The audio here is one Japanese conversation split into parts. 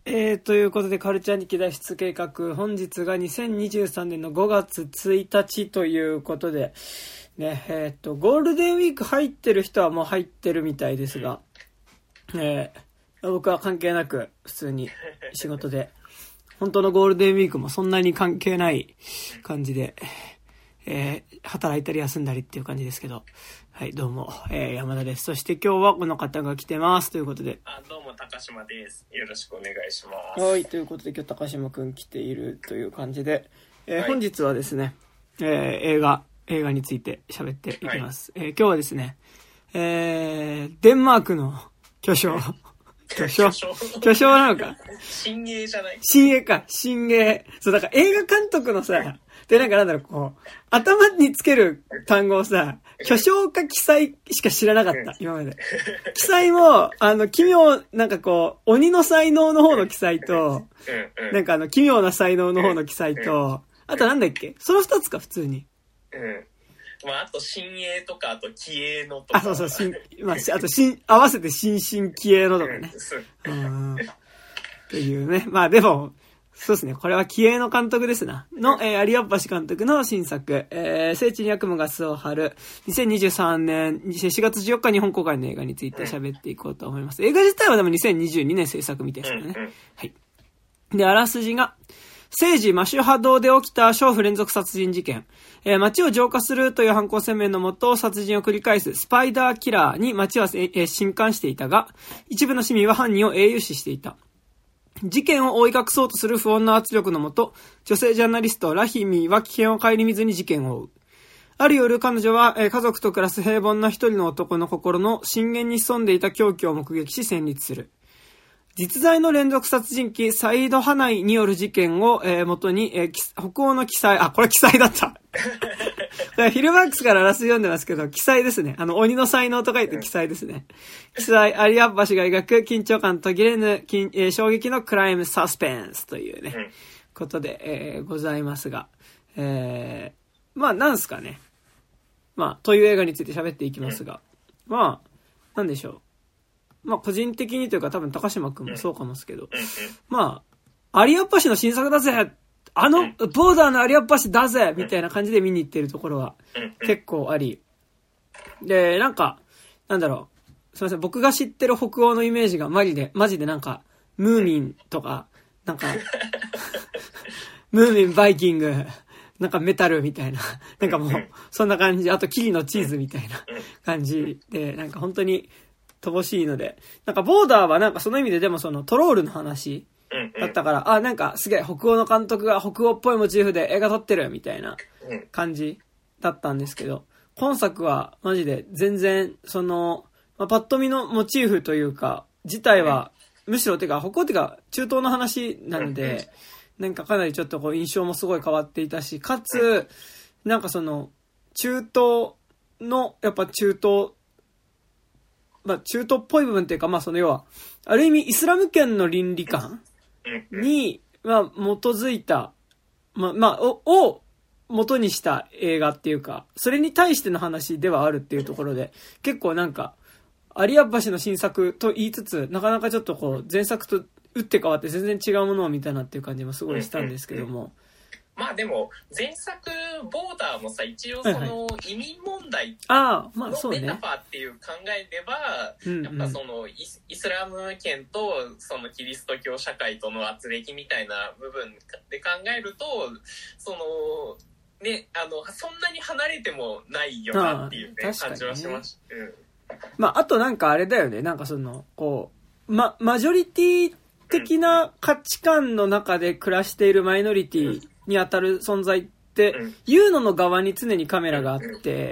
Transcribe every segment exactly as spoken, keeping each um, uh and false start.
えー、ということでカルチャー日記脱出計画、本日がにせんにじゅうさんねんのごがつついたちということでね、えっとゴールデンウィーク入ってる人はもう入ってるみたいですが、えー、僕は関係なく普通に仕事で、本当のゴールデンウィークもそんなに関係ない感じで、えー、働いたり休んだりっていう感じですけど、はい、どうも、えー、山田です。そして今日はこの方が来てますということで、 あ、どうも高島です。よろしくお願いします。 はい、ということで今日高島くん来ているという感じで、えーはい、 本日はですね、えー、映画映画について喋っていきます。はい、えー、今日はですね、えー、デンマークの巨匠巨匠巨匠なのか新鋭じゃない、 新鋭か新鋭、そうだから映画監督のさ、でなんかなんだろう、こう頭につける単語をさ、巨匠か奇才しか知らなかった今まで。奇才もあの奇妙、なんかこう鬼の才能の方の奇才と、なんかあの奇妙な才能の方の奇才と、あとなんだっけ、その二つか普通に。 うん。まああと新鋭とか、あと気鋭のとか。 あ、そうそう、新、まああと新合わせて新進気鋭のとかね。うん。っていうね、まあでも。そうですね。これは気鋭の監督ですな。の、えー、有吉橋監督の新作、えー、聖地に悪夢が巣を張る、にせんにじゅうさんねんしがつじゅうよっか日本公開の映画について喋っていこうと思います。映画自体はでもにせんにじゅうにねん制作みたいですからね。はい。で、あらすじが、聖地マシュハドで起きた娼婦連続殺人事件。えー、街を浄化するという犯行声明のもと、殺人を繰り返すスパイダーキラーに街は、えー、震撼していたが、一部の市民は犯人を英雄視していた。事件を覆い隠そうとする不穏な圧力のもと、女性ジャーナリストラヒミは危険を顧みずに事件を追う。ある夜、彼女は家族と暮らす平凡な一人の男の心の深淵に潜んでいた狂気を目撃し戦慄する。実在の連続殺人鬼サイード・ハナイによる事件を元に、北欧の奇才、あ、これ奇才だった。フィルマークスからあらす読んでますけど、奇才ですね。あの、鬼の才能と書いて奇才ですね。奇才、有吉橋が描く緊張感途切れぬ、えー、衝撃のクライムサスペンスというね、うん、ことで、えー、ございますが、えー、まあ、なんすかね。まあ、という映画について喋っていきますが、うん、まあ、なんでしょう。まあ、個人的にというか多分高島くんもそうかもですけど、うん、まあ、有吉橋の新作だぜあの、ボーダーの有吉橋だぜみたいな感じで見に行ってるところは結構あり。で、なんか、なんだろう。すいません。僕が知ってる北欧のイメージがマジで、マジでなんか、ムーミンとか、なんか、ムーミンバイキング、なんかメタルみたいな。なんかもう、そんな感じ。あと、キリのチーズみたいな感じで、なんか本当に乏しいので。なんか、ボーダーはなんかその意味ででもそのトロールの話、だったから、あ、なんかすげえ北欧の監督が北欧っぽいモチーフで映画撮ってるみたいな感じだったんですけど、今作はマジで全然その、まあ、パッと見のモチーフというか自体はむしろてか北欧ってか中東の話なので、なんかかなりちょっとこう印象もすごい変わっていたし、かつなんかその中東のやっぱ中東まあ中東っぽい部分っていうか、まあその要はある意味イスラム圏の倫理観に、まあ、基づいた、まあ、まあ、を、を元にした映画っていうか、それに対しての話ではあるっていうところで、結構なんか、有吉橋の新作と言いつつ、なかなかちょっとこう、前作と打って変わって全然違うものを見たなっていう感じもすごいしたんですけども、 まあでも前作ボーダーもさ、一応その移民問題のメタファーっていう考えでは、やっぱそのイスラム圏とそのキリスト教社会との圧力みたいな部分で考えると、そのね、あのそんなに離れてもないよなっていう、ね、感じはしました。うん、 まああとなんかあれだよね、なんかそのこうまマジョリティ的な価値観の中で暮らしているマイノリティに当たる存在っていうのの側に常にカメラがあって、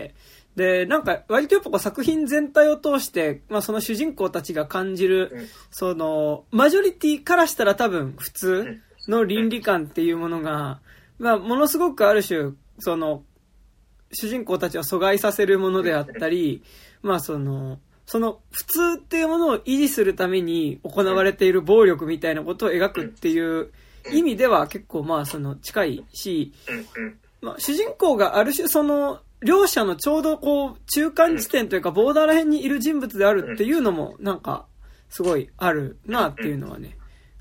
でなんか割とやっぱこう作品全体を通して、まあ、その主人公たちが感じるそのマジョリティからしたら多分普通の倫理観っていうものが、まあ、ものすごくある種その主人公たちを阻害させるものであったり、まあそのその普通っていうものを維持するために行われている暴力みたいなことを描くっていう意味では結構まあその近いし、まあ、主人公がある種その両者のちょうどこう中間地点というかボーダーら辺にいる人物であるっていうのもなんかすごいあるなっていうのはね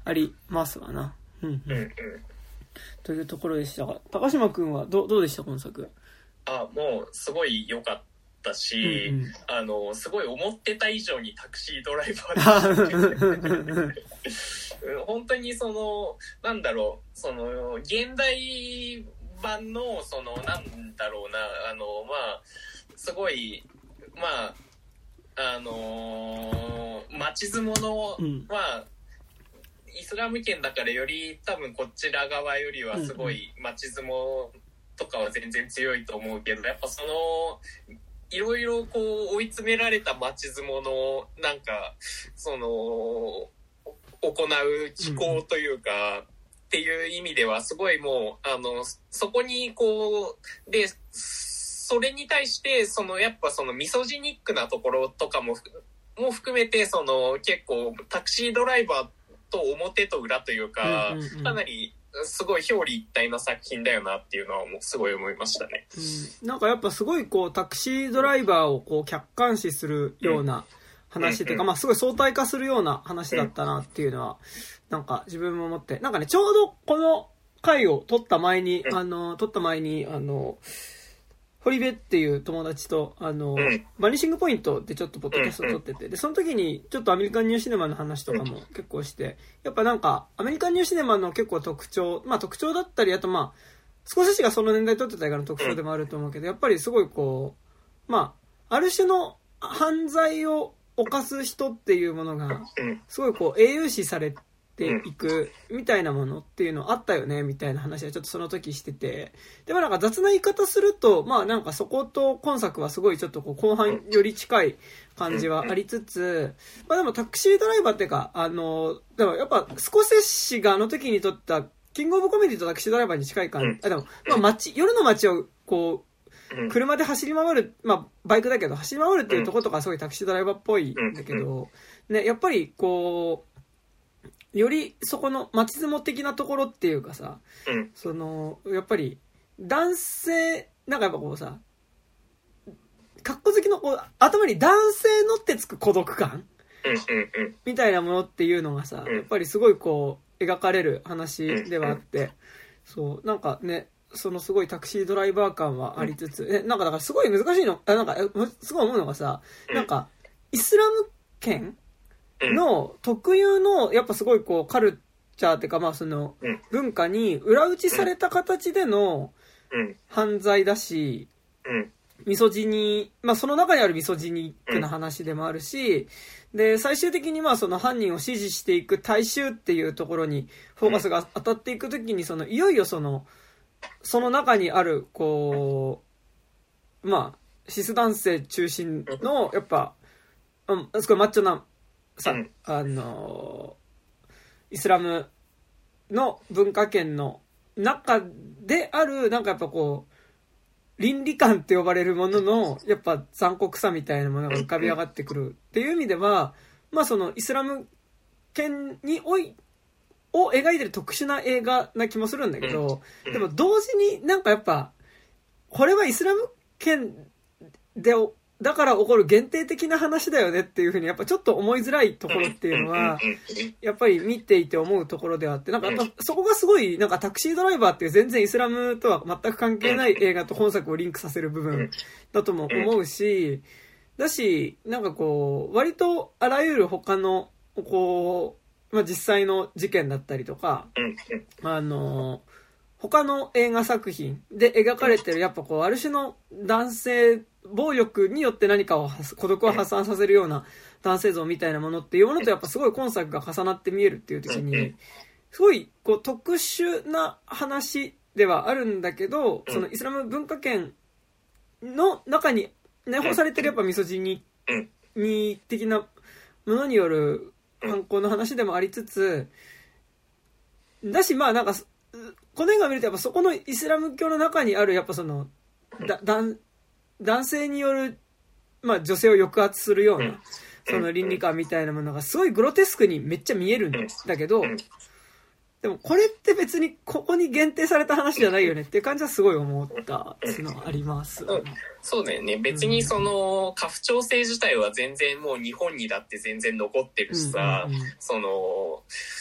ありますわな。うんうん。 うんうん、 というところでしたが、高島くんはどどうでした今作？あ、 もうすごい良かったし、うんうん、あのすごい思ってた以上にタクシードライバーで本当にそのなんだろう、その現代版のそのなんだろうな、あのまあすごいまああのー、町相撲の、うん、まあイスラム圏だからより多分こちら側よりはすごい町相撲とかは全然強いと思うけど、やっぱそのいろいろこう追い詰められた町相撲のなんかその行う機構というか、うん、っていう意味ではすごいもうあのそこにこうでそれに対してそのやっぱそのミソジニックなところとかもも含めてその結構タクシードライバーと表と裏というか、うんうんうん、かなりすごい表裏一体の作品だよなっていうのはもうすごい思いましたね、 うん、なんかやっぱすごいこうタクシードライバーをこう客観視するような話というか、うん、まあすごい相対化するような話だったなっていうのはなんか自分も思って、なんかねちょうどこの回を撮った前に、うん、あの撮った前にあの堀部っていう友達とあの、うん、バニシングポイントでちょっとポッドキャスト撮ってて、でその時にちょっとアメリカンニューシネマの話とかも結構して、やっぱなんかアメリカンニューシネマの結構特徴、まあ特徴だったり、あとまあ少しがその年代撮ってた映画の特徴でもあると思うけど、やっぱりすごいこうまあある種の犯罪を犯す人っていうものがすごいこう英雄視されてていくみたいなものっていうのあったよねみたいな話はちょっとその時してて、でもなんか雑な言い方するとまあなんかそこと今作はすごいちょっとこう後半より近い感じはありつつ、まあでもタクシードライバーっていうかあのでもやっぱスコセッシがあの時に撮ったキングオブコメディとタクシードライバーに近い感じ、あでもまあ街夜の街をこう車で走り回る、まあバイクだけど走り回るっていうところとかすごいタクシードライバーっぽいんだけどね、やっぱりこうよりそこの町相撲的なところっていうかさ、うん、そのやっぱり男性なんかやっぱこうさ、かっこ好きのこう頭に男性のってつく孤独感、うんうんうん、みたいなものっていうのがさ、やっぱりすごいこう描かれる話ではあって、そうなんかねそのすごいタクシードライバー感はありつつ、えなんかだからすごい難しいの、あなんかすごい思うのがさ、なんかイスラム圏の特有のやっぱすごいこうカルチャーっていうかまあその文化に裏打ちされた形での犯罪だし、ミソジニまあその中にあるミソジニックな話でもあるし、で最終的にまあその犯人を指示していく大衆っていうところにフォーカスが当たっていくときに、そのいよいよそのその中にあるこうまあシス男性中心のやっぱうんすごいマッチョなさ、うん、あのイスラムの文化圏の中であるなんかやっぱこう倫理観って呼ばれるもののやっぱ残酷さみたいなものが浮かび上がってくるっていう意味では、まあそのイスラム圏においを描いてる特殊な映画な気もするんだけど、でも同時になんかやっぱこれはイスラム圏でだから起こる限定的な話だよねっていうふうにやっぱちょっと思いづらいところっていうのはやっぱり見ていて思うところであって、なんかやっぱそこがすごいなんかタクシードライバーっていう全然イスラムとは全く関係ない映画と本作をリンクさせる部分だとも思うし、だしなんかこう割とあらゆる他のこう、まあ、実際の事件だったりとかあの他の映画作品で描かれてるやっぱこうある種の男性暴力によって何かを孤独を発散させるような男性像みたいなものっていうものとやっぱすごい今作が重なって見えるっていう時にすごいこう特殊な話ではあるんだけど、そのイスラム文化圏の中に内包されてるやっぱミソジニ的なものによる犯行の話でもありつつだし、まあなんかこの映画を見るとやっぱそこのイスラム教の中にあるやっぱそのだ男男性による、まあ、女性を抑圧するようなその倫理観みたいなものがすごいグロテスクにめっちゃ見えるんだけど、でもこれって別にここに限定された話じゃないよねっていう感じはすごい思ったのはあります、 うん、そうだよね。別にその家父長制自体は全然もう日本にだって全然残ってるしさ、うんうんうん、その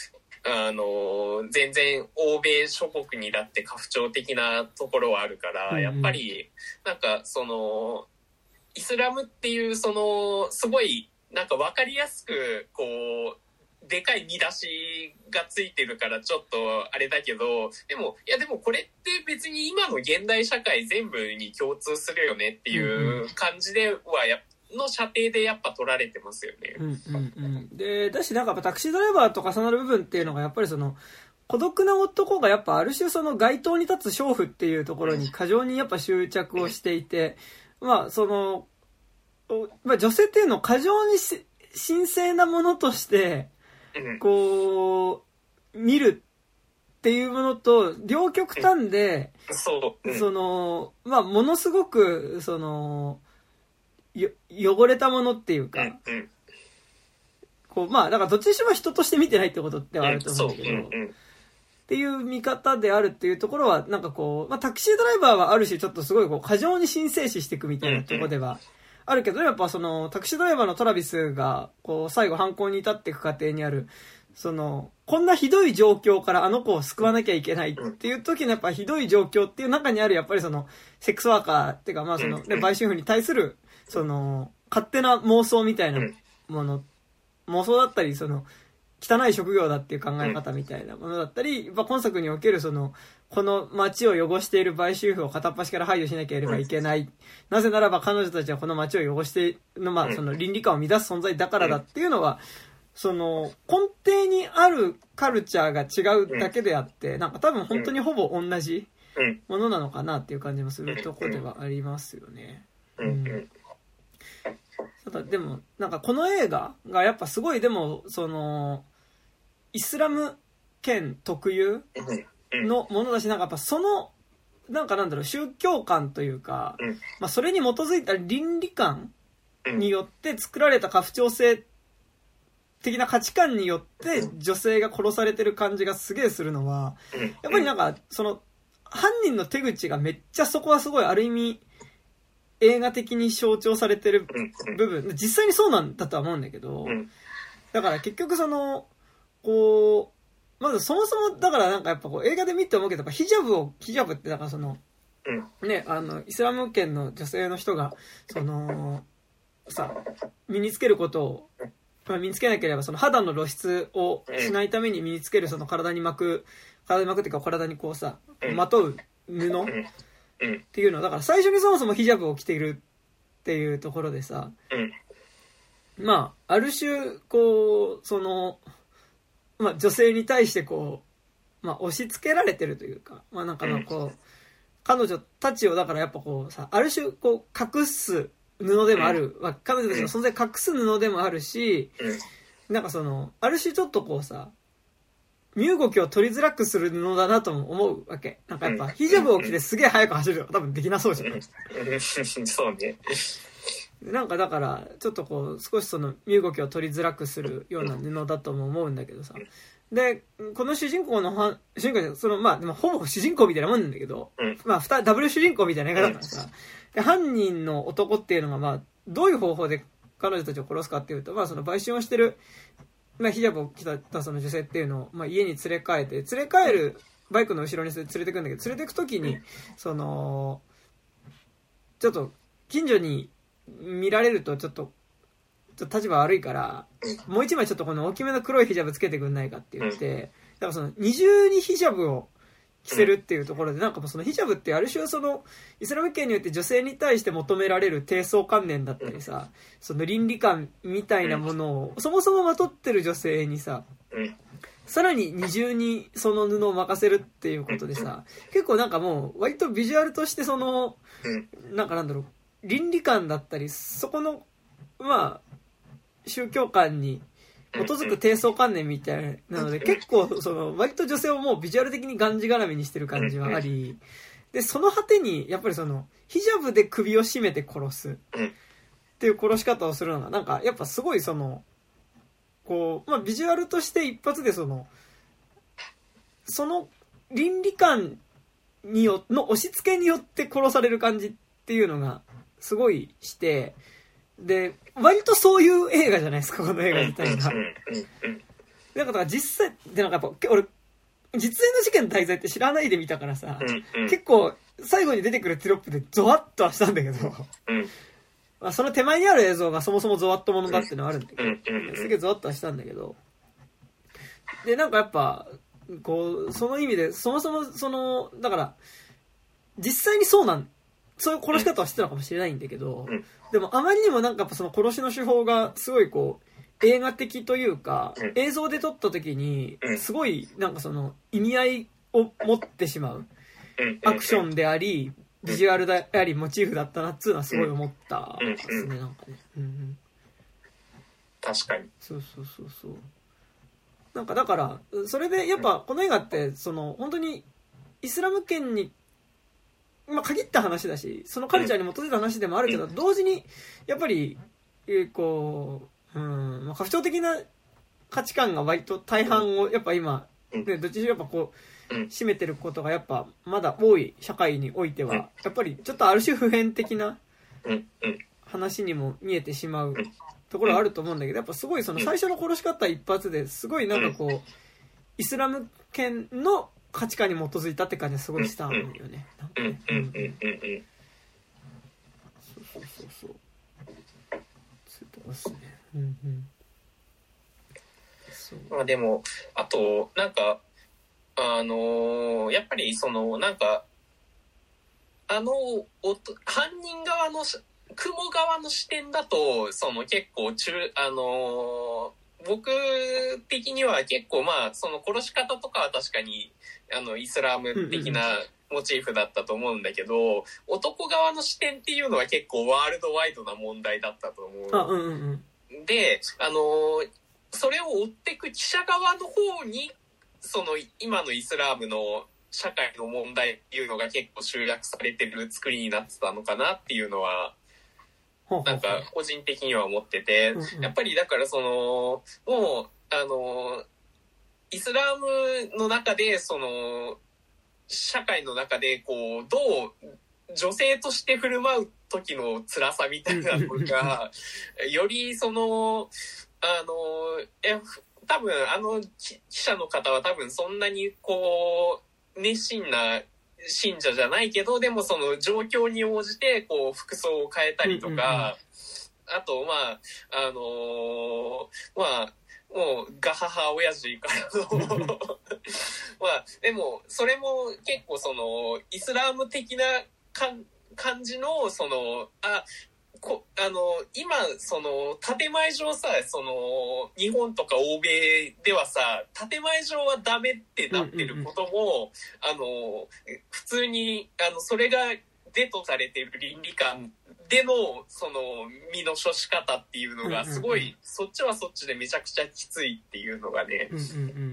あの全然欧米諸国にだって家父長的なところはあるから、うんうん、やっぱりなんかそのイスラムっていうそのすごいなんか分かりやすくこうでかい見出しがついてるからちょっとあれだけど、でもいやでもこれって別に今の現代社会全部に共通するよねっていう感じではやの射程でやっぱ取られてますよね。 うんうんうん。でだしなんかタクシードライバーと重なる部分っていうのがやっぱりその孤独な男がやっぱある種その街頭に立つ娼婦っていうところに過剰にやっぱ執着をしていて、まあその、まあ、女性っていうのを過剰に神聖なものとしてこう見るっていうものと両極端で、そのまあものすごくそのよ汚れたものっていうか、こうまあだからどっちにしても人として見てないってことではあると思うんだけど、っていう見方であるっていうところはなんかこう、まあ、タクシードライバーはある種ちょっとすごいこう過剰に神聖視していくみたいなところではあるけど、やっぱそのタクシードライバーのトラビスがこう最後犯行に至っていく過程にあるそのこんなひどい状況からあの子を救わなきゃいけないっていう時のやっぱひどい状況っていう中にあるやっぱりそのセックスワーカーっていうかまあその売春婦に対するその勝手な妄想みたいなもの、妄想だったりその汚い職業だっていう考え方みたいなものだったり、まあ、今作におけるそのこの街を汚している売春婦を片っ端から排除しなければいけない、なぜならば彼女たちはこの街を汚しての、まあ、その倫理観を乱す存在だからだっていうのはその根底にあるカルチャーが違うだけであってなんか多分本当にほぼ同じものなのかなっていう感じもするところではありますよね。うん、ただでもなんかこの映画がやっぱすごいでもそのイスラム圏特有のものだしなんかやっぱそのなんかなんだろう宗教観というか、まあ、それに基づいた倫理観によって作られた家父長制的な価値観によって女性が殺されてる感じがすげえするのはやっぱりなんかその犯人の手口がめっちゃそこはすごいある意味映画的に象徴されてる部分実際にそうなんだとは思うんだけど、だから結局そのこうまずそもそもだからなんかやっぱこう映画で見て思うけどやっぱヒジャブをヒジャブってだからそのねあのイスラム圏の女性の人がそのさ身につけることをまあ、身につけなければその肌の露出をしないために身につけるその体に巻く体に巻くっていうか体にこうさまとう布っていうのだから最初にそもそもヒジャブを着ているっていうところでさまあある種こうそのまあ女性に対してこうまあ押し付けられてるというかまあなんかまあこう彼女たちをだからやっぱこうさある種こう隠す布でもある、うん、彼女たちの存在隠す布でもあるし、うん、なんかそのある種ちょっとこうさ身動きを取りづらくする布だなとも思うわけなんかやっぱヒジャブを着てすげえ速く走るとか多分できなそうじゃん、うん、 そうねなんかだからちょっとこう少しその身動きを取りづらくするような布だとも思うんだけどさでこの主人公のは主人公そのまあでもほぼ主人公みたいなもんなんだけど、うん、まあダブル主人公みたいな映画だからさで犯人の男っていうのがまあどういう方法で彼女たちを殺すかっていうとまあその売春をしてるまあヒジャブを着たその女性っていうのをまあ家に連れ帰って連れ帰るバイクの後ろに連れてくんだけど連れてく時にそのちょっと近所に見られるとちょっとちょっと立場悪いからもう一枚ちょっとこの大きめの黒いヒジャブつけてくんないかって言ってだからその二重にヒジャブを着せるっていうところでなんかもうそのヒジャブってある種そのイスラム圏によって女性に対して求められる低層観念だったりさその倫理観みたいなものをそもそもまとってる女性にささらに二重にその布を任せるっていうことでさ結構なんかもう割とビジュアルとしてそのなんかなんだろう倫理観だったりそこのまあ宗教観に基づく低層観念みたいなので結構その割と女性をもうビジュアル的にがんじがらめにしてる感じはありでその果てにやっぱりそのヒジャブで首を絞めて殺すっていう殺し方をするのがなんかやっぱすごいそのこうまあビジュアルとして一発でそのその倫理観によの押し付けによって殺される感じっていうのがすごいしてで割とそういう映画じゃないですかこの映画自体がなんかだから実際でなんかやっぱ俺実演の事件の題材って知らないで見たからさ、うんうん、結構最後に出てくるテロップでゾワッとはしたんだけど、うんまあ、その手前にある映像がそもそもゾワッとものだっていうのはあるんだけど、うんうんうん、すげえゾワッとはしたんだけど、でなんかやっぱこうその意味でそもそもそのだから実際にそうなんそういう殺し方はしてたのかもしれないんだけど、うん、でもあまりにもなんかやっぱその殺しの手法がすごいこう映画的というか、うん、映像で撮った時にすごいなんかその意味合いを持ってしまうアクションでありビジュアルでありモチーフだったなっつうのはすごい思ったですね、なんかね、うんうん、 確かにそうそうそうそうなんかだからそれでやっぱこの映画ってその本当にイスラム圏にまあ限った話だしそのカルチャーに基づいた話でもあるけど同時にやっぱりこううんまあ、過不調的な価値観が割と大半をやっぱ今、ね、どっちにしろやっぱこう占めてることがやっぱまだ多い社会においてはやっぱりちょっとある種普遍的な話にも見えてしまうところはあると思うんだけどやっぱすごいその最初の殺し方一発ですごいなんかこうイスラム圏の価値観に基づいたって感じがすごいしたんだよね。なんかねうん、そうそうそうそうそういうとこですね。うんうんそうまあ、でもあとなんかあのー、やっぱりそのなんかあのおと犯人側の雲側の視点だとその結構中あのー、僕的には結構まあその殺し方とかは確かにあのイスラム的なモチーフだったと思うんだけど、うんうん、男側の視点っていうのは結構ワールドワイドな問題だったと思う。 あ、うんうんうんで、あのー、それを追っていく記者側の方にその今のイスラームの社会の問題っていうのが結構集約されてる作りになってたのかなっていうのはなんか個人的には思ってて、やっぱりだからそのもうあのー、イスラームの中でその社会の中でこうどう女性として振る舞う時の辛さみたいなのがよりそのあのえ多分あの記者の方は多分そんなにこう熱心な信者じゃないけどでもその状況に応じてこう服装を変えたりとかあとまああのまあもうガハハ親父からのまあでもそれも結構そのイスラーム的な感じのそのあこあの今その建前上さその日本とか欧米ではさ建前上はダメってなってることも、うんうんうん、あの普通にあのそれがデとされてる倫理観でのその身の処し方っていうのがすごい、うんうんうん、そっちはそっちでめちゃくちゃきついっていうのがね、うんうんうん、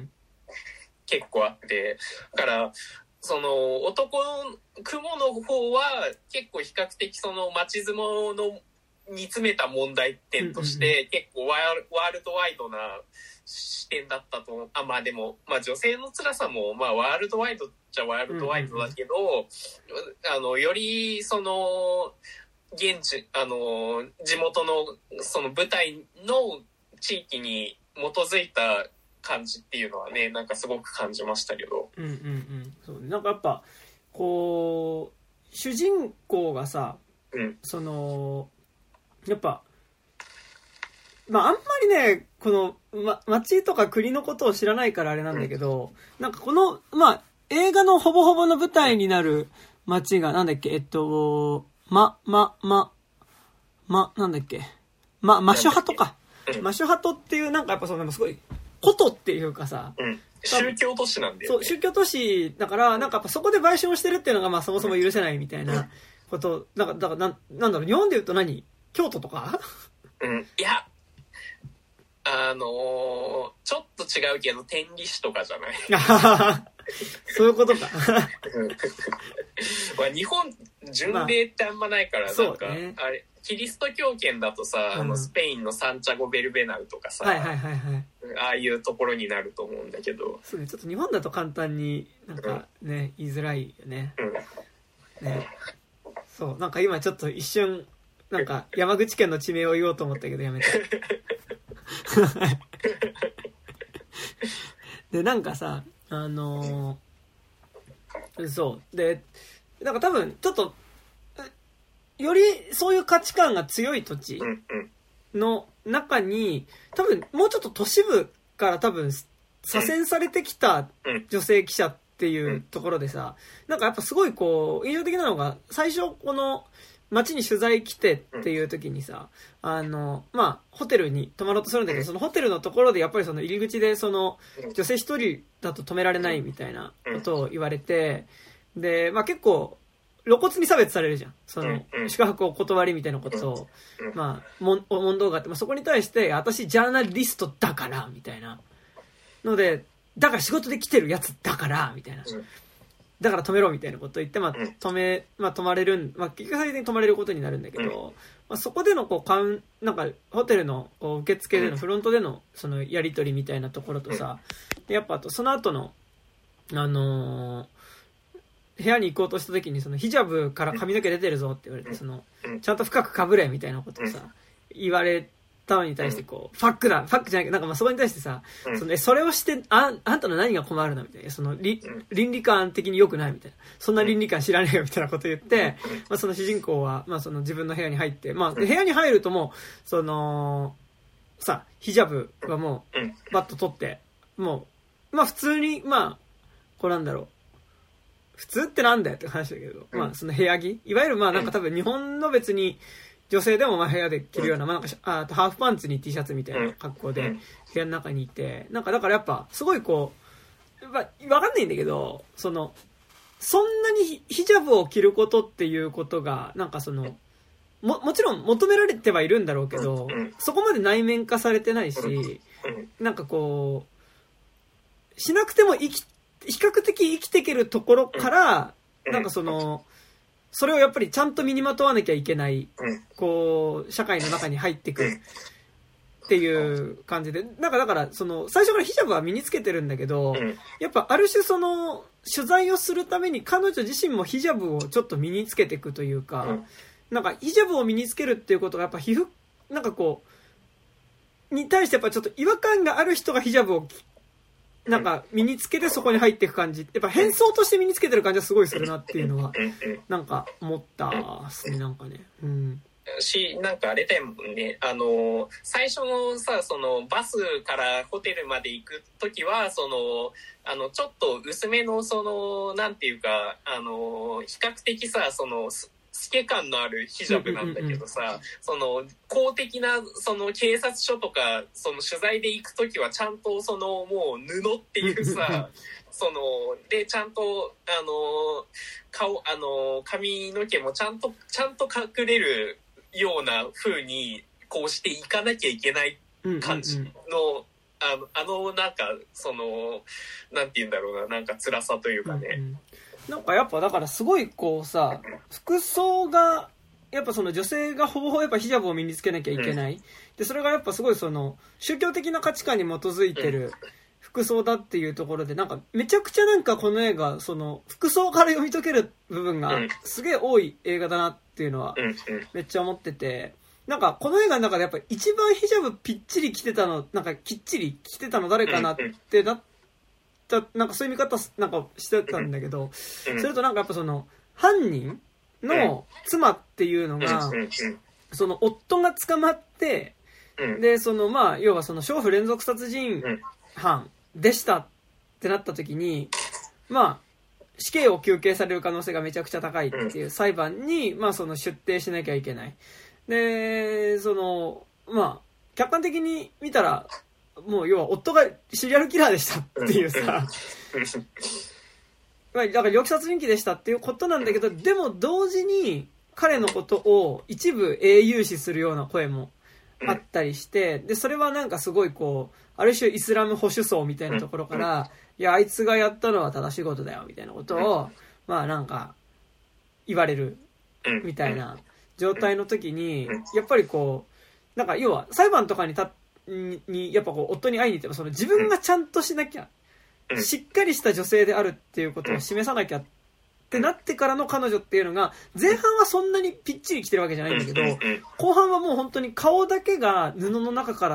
結構あってだからその男の雲の方は結構比較的その町相撲の煮詰めた問題点として結構ワールドワイドな視点だったとあまあでもまあ女性の辛さもまあワールドワイドっちゃワールドワイドだけど、あのよりその現地あの地元のその舞台の地域に基づいた感じっていうのはねなんかすごく感じましたけど、 うんうんうん、そうなんかやっぱこう主人公がさ、うん、そのやっぱまああんまりねこの、ま、町とか国のことを知らないからあれなんだけど、うん、なんかこのまあ映画のほぼほぼの舞台になる町がなんだっけえっとままままなんだっけまマシュハトか、うん、マシュハトっていうなんかやっぱそのすごいことっていうかさ、 うん、宗教都市なんだよね。 そう宗教都市だからなんかやっぱそこで売春をしてるっていうのがまあそもそも許せないみたいなことだからだからなんなんだろう日本で言うと何京都とか？ うんいやあのー、ちょっと違うけど天理市とかじゃないそういうことかまあ日本巡礼ってあんまないから、まあ、なんか、ね、あれキリスト教圏だとさ、うん、あのスペインのサンチャゴ・ベルベナウとかさ、 はいはいはいはい、 ああいうところになると思うんだけどそうねちょっと日本だと簡単になんかね、うん、言いづらいよね、うん、ねそうなんか今ちょっと一瞬なんか山口県の地名を言おうと思ったけどやめたで、なんかさ、あのー、そう。で、なんか多分、ちょっと、よりそういう価値観が強い土地の中に、多分、もうちょっと都市部から多分、左遷されてきた女性記者っていうところでさ、なんかやっぱすごいこう、印象的なのが、最初この、街に取材来てっていう時にさ、あの、まあ、ホテルに泊まろうとするんだけど、そのホテルのところでやっぱりその入り口でその、女性一人だと止められないみたいなことを言われて、で、まあ結構、露骨に差別されるじゃん。その、宿泊お断りみたいなことを、まあ、問答があって、まあそこに対して、私ジャーナリストだから、みたいな。ので、だから仕事で来てるやつだから、みたいな。だから止めろみたいなことを言って、まあ、止め、まあ、止まれるん、まあ、結局最終的に止まれることになるんだけど、まあ、そこでの、こう、カウン、なんか、ホテルの、こう、受付での、フロントでの、その、やりとりみたいなところとさ、でやっぱ、あと、その後の、あのー、部屋に行こうとした時に、その、ヒジャブから髪の毛出てるぞって言われて、その、ちゃんと深く被れみたいなことをさ、言われたのに対してこう、ファックだファックじゃないけど、なんかまあそこに対してさ、そのえそれをしてああんたの何が困るのみたいな、そのり倫理観的に良くないみたいな、そんな倫理観知らねえよみたいなこと言って、まあその主人公はまあその自分の部屋に入って、まあ部屋に入るともうそのさヒジャブはもうバッと取ってもうまあ普通にまあこうなんだろう普通ってなんだよって話だけど、まあその部屋着いわゆるまあなんか多分日本の別に女性でもまあ部屋で着るような、まあ、なんかあとハーフパンツに T シャツみたいな格好で部屋の中にいて、なんかだからやっぱすごいこう、まあ、わかんないんだけど、そのそんなにヒジャブを着ることっていうことがなんかそのももちろん求められてはいるんだろうけど、そこまで内面化されてないし、なんかこうしなくても生き比較的生きていけるところからなんかそのそれをやっぱりちゃんと身にまとわなきゃいけない、こう、社会の中に入ってくるっていう感じで、なんかだから、その、最初からヒジャブは身につけてるんだけど、やっぱある種その、取材をするために彼女自身もヒジャブをちょっと身につけていくというか、なんかヒジャブを身につけるっていうことがやっぱ皮膚、なんかこう、に対してやっぱちょっと違和感がある人がヒジャブをなんか身につけてそこに入っていく感じ、やっぱ変装として身につけてる感じはすごいするなっていうのはなんか思ったっすね。なんかね、うんし、なんかあれだよね、あの最初のさそのバスからホテルまで行く時はそのあのちょっと薄めのそのなんていうかあの比較的さその透け感のあるヒジャブなんだけどさ、うんうんうん、その公的なその警察署とかその取材で行くときはちゃんとそのもう布っていうさそのでちゃんとあの顔あの髪の毛もちゃんとちゃんと隠れるような風にこうしていかなきゃいけない感じの、うんうんうん、あのあのなんかそのなんて言うんだろうななんか辛さというかね。うんうんなんかやっぱだからすごいこうさ服装がやっぱその女性がほぼほぼやっぱヒジャブを身につけなきゃいけないでそれがやっぱすごいその宗教的な価値観に基づいてる服装だっていうところでなんかめちゃくちゃなんかこの映画その服装から読み解ける部分がすげえ多い映画だなっていうのはめっちゃ思っててなんかこの映画の中でやっぱ一番ヒジャブぴっちり着てたのなんかきっちり着てたの誰かなってなってなんかそういう見方なんかしてたんだけど、それとなんかやっぱその犯人の妻っていうのがその夫が捕まってでそのまあ要はその娼婦連続殺人犯でしたってなった時にまあ死刑を求刑される可能性がめちゃくちゃ高いっていう裁判にまあその出廷しなきゃいけないでそのまあ客観的に見たらもう要は夫がシリアルキラーでしたっていうさだから猟奇殺人鬼でしたっていうことなんだけどでも同時に彼のことを一部英雄視するような声もあったりしてでそれはなんかすごいこうある種イスラム保守層みたいなところからいやあいつがやったのは正しいことだよみたいなことをまあなんか言われるみたいな状態の時にやっぱりこうなんか要は裁判とかに立ってにやっぱこう夫に会いに行ってもその自分がちゃんとしなきゃしっかりした女性であるっていうことを示さなきゃってなってからの彼女っていうのが前半はそんなにぴっちり着てるわけじゃないんだけど後半はもう本当に顔だけが布の中から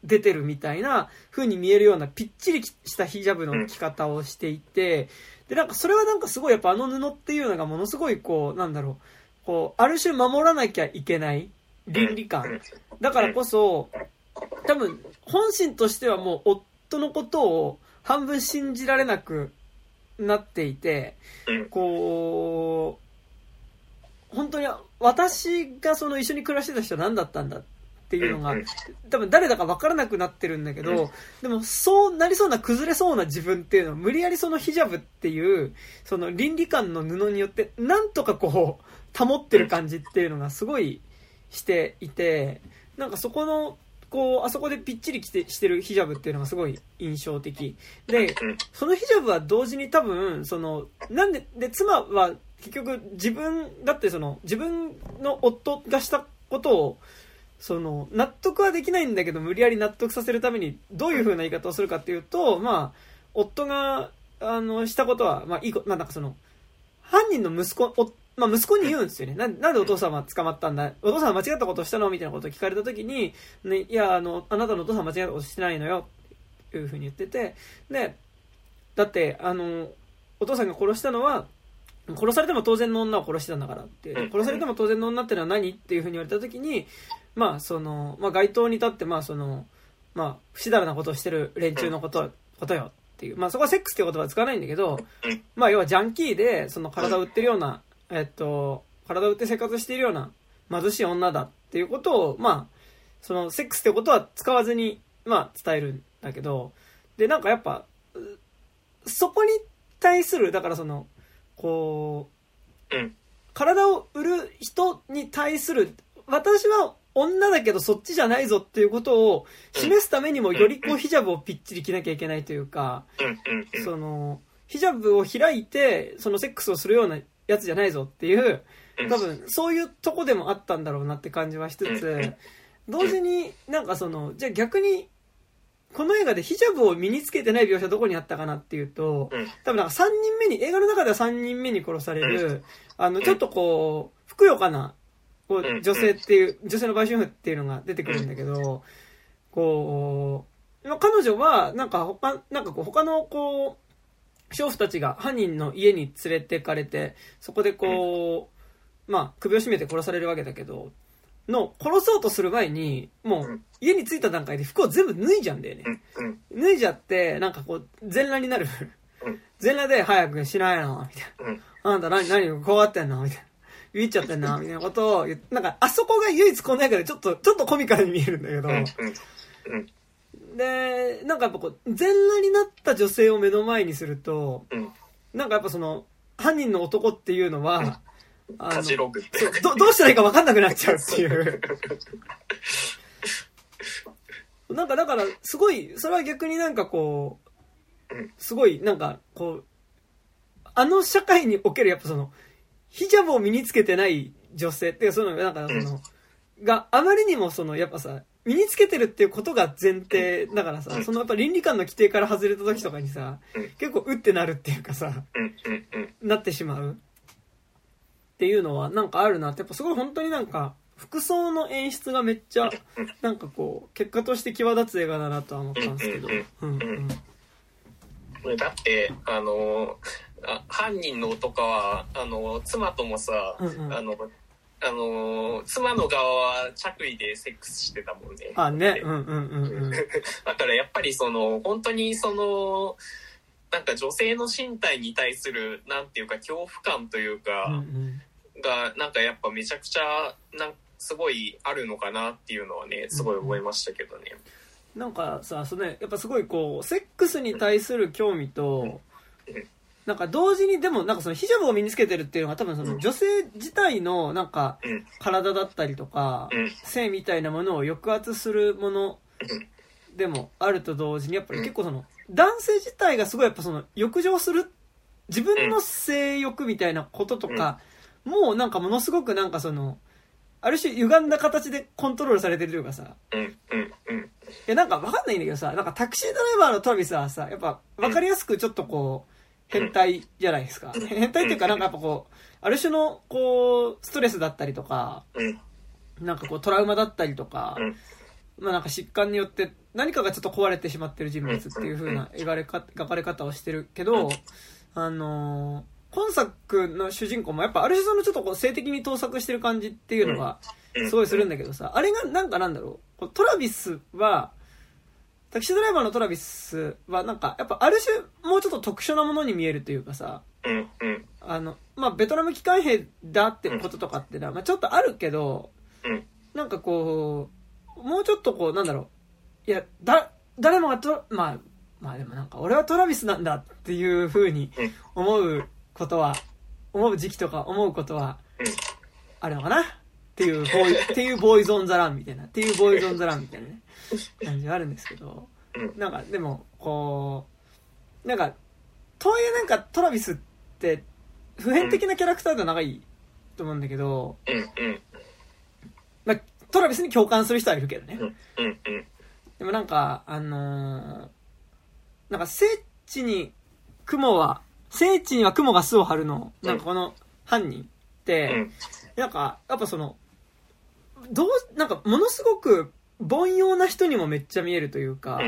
出てるみたいな風に見えるようなぴっちりしたヒジャブの着方をしていて、でなんかそれはなんかすごいやっぱあの布っていうのがものすごいこうなんだろう、こうある種守らなきゃいけない倫理観だからこそ、多分本心としてはもう夫のことを半分信じられなくなっていて、こう本当に私がその一緒に暮らしてた人は何だったんだっていうのが多分誰だか分からなくなってるんだけど、でもそうなりそうな崩れそうな自分っていうのを無理やりそのヒジャブっていうその倫理観の布によってなんとかこう保ってる感じっていうのがすごいしていて、なんかそこのこうあそこでぴっちり着てしてるヒジャブっていうのがすごい印象的で、そのヒジャブは同時に多分そのなんでで妻は結局自分だってその自分の夫がしたことをその納得はできないんだけど無理やり納得させるためにどういう風な言い方をするかっていうと、まあ夫があのしたことはまあいいこなんだかその犯人の息子おまあ息子に言うんですよね。な, なんでお父さんは捕まったんだ、お父さんは間違ったことをしたのみたいなことを聞かれた時に、ね、いやあのあなたのお父さんは間違ったことしてないのよっていう風に言ってて、でだってあのお父さんが殺したのは殺されても当然の女を殺してたんだからって、殺されても当然の女ってのは何っていう風に言われた時に、まあそのまあ街頭に立ってまあそのまあ不死だらなことをしてる連中のことことよっていう、まあそこはセックスっていう言葉は使わないんだけど、まあ要はジャンキーでその体を売ってるようなえっと体を売って生活しているような貧しい女だっていうことをまあそのセックスってことは使わずにまあ伝えるんだけど、でなんかやっぱそこに対するだからそのこう、うん、体を売る人に対する私は女だけどそっちじゃないぞっていうことを示すためにもよりこうヒジャブをぴっちり着なきゃいけないというか、そのヒジャブを開いてそのセックスをするようなやつじゃないぞっていう多分そういうとこでもあったんだろうなって感じはしつつ、同時になんかそのじゃあ逆にこの映画でヒジャブを身につけてない描写どこにあったかなっていうと、多分なんかさんにんめに映画の中ではさんにんめに殺されるあのちょっとこうふくよかなこう女性っていう女性の売春婦っていうのが出てくるんだけど、こう彼女はなんか他なんかこう他のこう娼婦たちが犯人の家に連れてかれてそこでこうまあ首を絞めて殺されるわけだけど。の殺そうとする前にもう家に着いた段階で服を全部脱いじゃうんだよね。脱いじゃってなんかこう全裸になる。全裸で早くしないのみたいな。あなた何何怖がってんのみたいな。ビビっちゃってんのみたいなことを言って、なんかあそこが唯一この映画でちょっとちょっとコミカルに見えるんだけど。でなんかやっぱこう全裸になった女性を目の前にすると、なんかやっぱその犯人の男っていうのは。あのど, どうしたらいいか分かんなくなっちゃうっていうなんかだからすごいそれは逆になんかこうすごいなんかこうあの社会におけるやっぱそのヒジャブを身につけてない女性っていうそのなんかそのがあまりにもそのやっぱさ身につけてるっていうことが前提だからさ、そのやっぱ倫理観の規定から外れた時とかにさ結構うってなるっていうかさなってしまうっていうのはなんかあるなって、やっぱすごい本当になんか服装の演出がめっちゃなんかこう結果として際立つ映画だなとは思ったんですけど、うんうん、だってあのあ犯人の男はあの妻ともさ、うんうん、あのあの妻の側は着衣でセックスしてたもんね。 あね、うんうんうんうん。 だからやっぱりその本当にそのなんか女性の身体に対するなんていうか恐怖感というか、うんうんがなんかやっぱめちゃくちゃなんすごいあるのかなっていうのはねすごい思いましたけどね、 うん、なんかさその、ね、やっぱすごいこうセックスに対する興味と、うん、なんか同時にでもなんかそのヒジャブを身につけてるっていうのが多分その女性自体のなんか体だったりとか、うん、性みたいなものを抑圧するものでもあると同時にやっぱり結構その男性自体がすごいやっぱその欲情する自分の性欲みたいなこととか、うんもうなんかものすごくなんかそのある種歪んだ形でコントロールされてるというかさ、うんうんうん、いやなんか分かんないんだけどさ、なんかタクシードライバーのトラビスはさやっぱ分かりやすくちょっとこう変態じゃないですか。変態っていうかなんかやっぱこうある種のこうストレスだったりとか、なんかこうトラウマだったりとか、まあなんか疾患によって何かがちょっと壊れてしまってる人物っていう風な描かれ方、描かれ方をしてるけど、あのー、今作の主人公もやっぱある種そのちょっとこう性的に盗作してる感じっていうのがすごいするんだけどさ、あれがなんかなんだろう、トラビスは、タクシードライバーのトラビスはなんかやっぱある種もうちょっと特殊なものに見えるというかさ、あの、まあ、ベトナム機関兵だってこととかってのは、まあ、ちょっとあるけど、なんかこう、もうちょっとこう、なんだろう、いや、だ、誰もがと、まあ、まあでもなんか俺はトラビスなんだっていう風に思うことは、思う時期とか思うことはあるのかなっていうボーイ、っていうボーイズオンザランみたいな、っていうボーイズオンザランみたいなね、感じがあるんですけど、なんかでも、こう、なんか、とはいえなんかトラビスって、普遍的なキャラクターでは長いと思うんだけど、まあ、トラビスに共感する人はいるけどね。でもなんか、あのー、なんか聖地に雲は、聖地には雲が巣を張るの、なんかこの犯人って、なんか、やっぱその、どう、なんかものすごく凡庸な人にもめっちゃ見えるというか、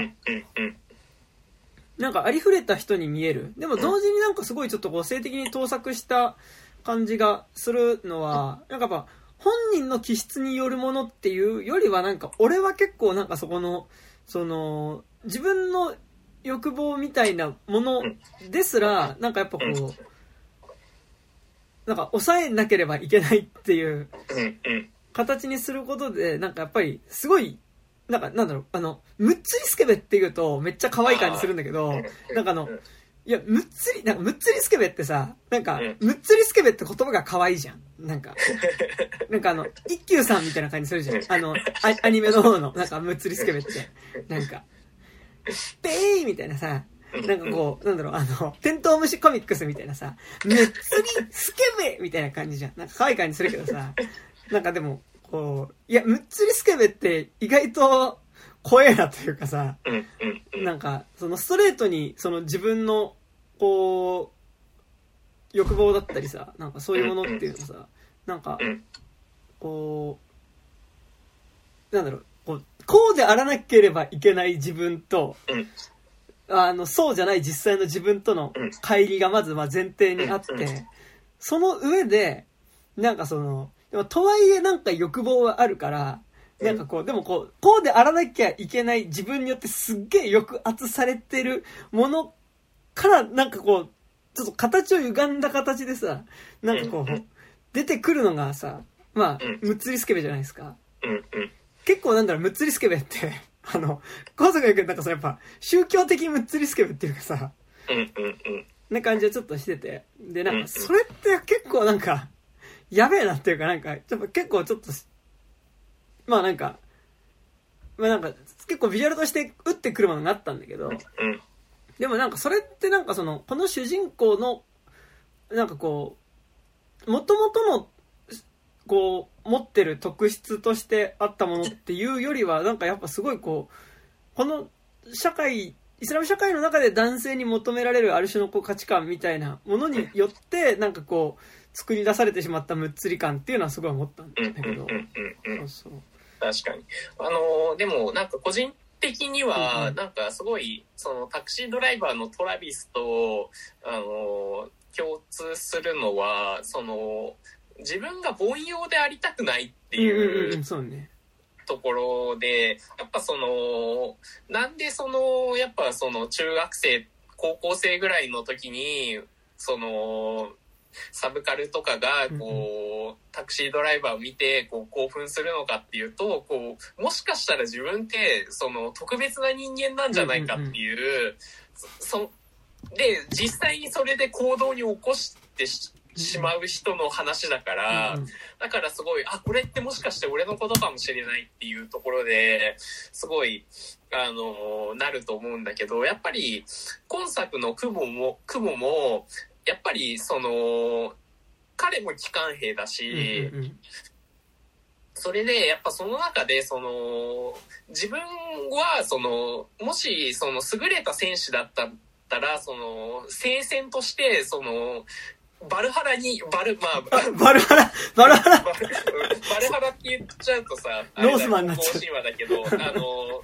なんかありふれた人に見える。でも同時になんかすごいちょっとこう性的に盗作した感じがするのは、なんかやっぱ本人の気質によるものっていうよりはなんか俺は結構なんかそこの、その自分の欲望みたいなものですら、なんかやっぱこう、なんか抑えなければいけないっていう形にすることで、なんかやっぱりすごい、なんか、なんだろう、あの、むっつりスケベって言うと、めっちゃ可愛い感じするんだけど、なんかあの、いや、むっつり、なんか、むっつりスケベってさ、なんか、むっつりスケベって言葉が可愛いじゃん。なんか、なんかあの、一休さんみたいな感じするじゃん。あの、ア, アニメの方の、なんか、むっつりスケベって。なんか、ペーイみたいなさ、なんかこう、なんだろう、あの、テントウムシコミックスみたいなさ、むっつりスケベみたいな感じじゃん。なんか可愛い感じするけどさ、なんかでも、こう、いや、むっつりスケベって意外と怖えなというかさ、なんか、そのストレートに、その自分の、こう、欲望だったりさ、なんかそういうものっていうのさ、なんか、こう、なんだろう、こう、こうであらなければいけない自分と、あの、そうじゃない実際の自分との乖離がまずまあ前提にあって、その上で、なんかその、でもとはいえなんか欲望はあるから、なんかこう、でもこう、こうであらなきゃいけない自分によってすっげえ抑圧されてるものから、なんかこう、ちょっと形を歪んだ形でさ、なんかこう、出てくるのがさ、まあ、むっつりスケベじゃないですか。結構なんだろう、むっつりスケベって、あの、コウスが言うけどなんかさ、やっぱ、宗教的むっつりスケベっていうかさ、な感じはちょっとしてて。で、なんか、それって結構なんか、やべえなっていうかなんか、ちょっと結構ちょっと、まあなんか、まあなんか、結構ビジュアルとして打ってくるものがあったんだけど、でもなんかそれってなんかその、この主人公の、なんかこう、元々の、こう、持ってる特質としてあったものっていうよりは、なんかやっぱすごいこう、この社会、イスラム社会の中で男性に求められるある種のこう価値観みたいなものによって、なんかこう、作り出されてしまったむっつり感っていうのはすごい思ったんだけど。そうそう。 確かに。あのー、でもなんか個人的には、なんかすごい、そのタクシードライバーのトラビスと、あのー、共通するのは、その、自分が凡庸でありたくないっていうところで、やっぱその、なんでその、やっぱその中学生、高校生ぐらいの時に、その、サブカルとかがこうタクシードライバーを見てこう興奮するのかっていうと、こうもしかしたら自分ってその特別な人間なんじゃないかっていう、そで実際にそれで行動に起こしてししまう人の話だから、だからすごい、あ、これってもしかして俺のことかもしれないっていうところですごいあのなると思うんだけど、やっぱり今作のクモもクモもやっぱりその彼も機関兵だし、うんうんうん、それでやっぱその中でその自分はそのもしその優れた選手だったらその聖戦としてそのバルハラにバルまあバルハラバルハラバルハラって言っちゃうとさノースマンになっちゃう神話だけどあのっ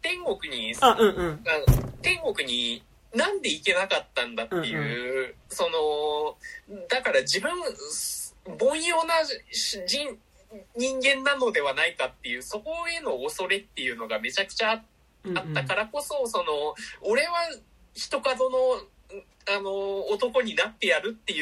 天国に、 あ、うんうん。 天国になんで行けなかったんだっていう、うんうん、その、だから自分、凡庸な人、人間なのではないかっていう、そこへの恐れっていうのがめちゃくちゃあったからこそ、うんうん、その、俺は一角の、あの、男になってやるっていう、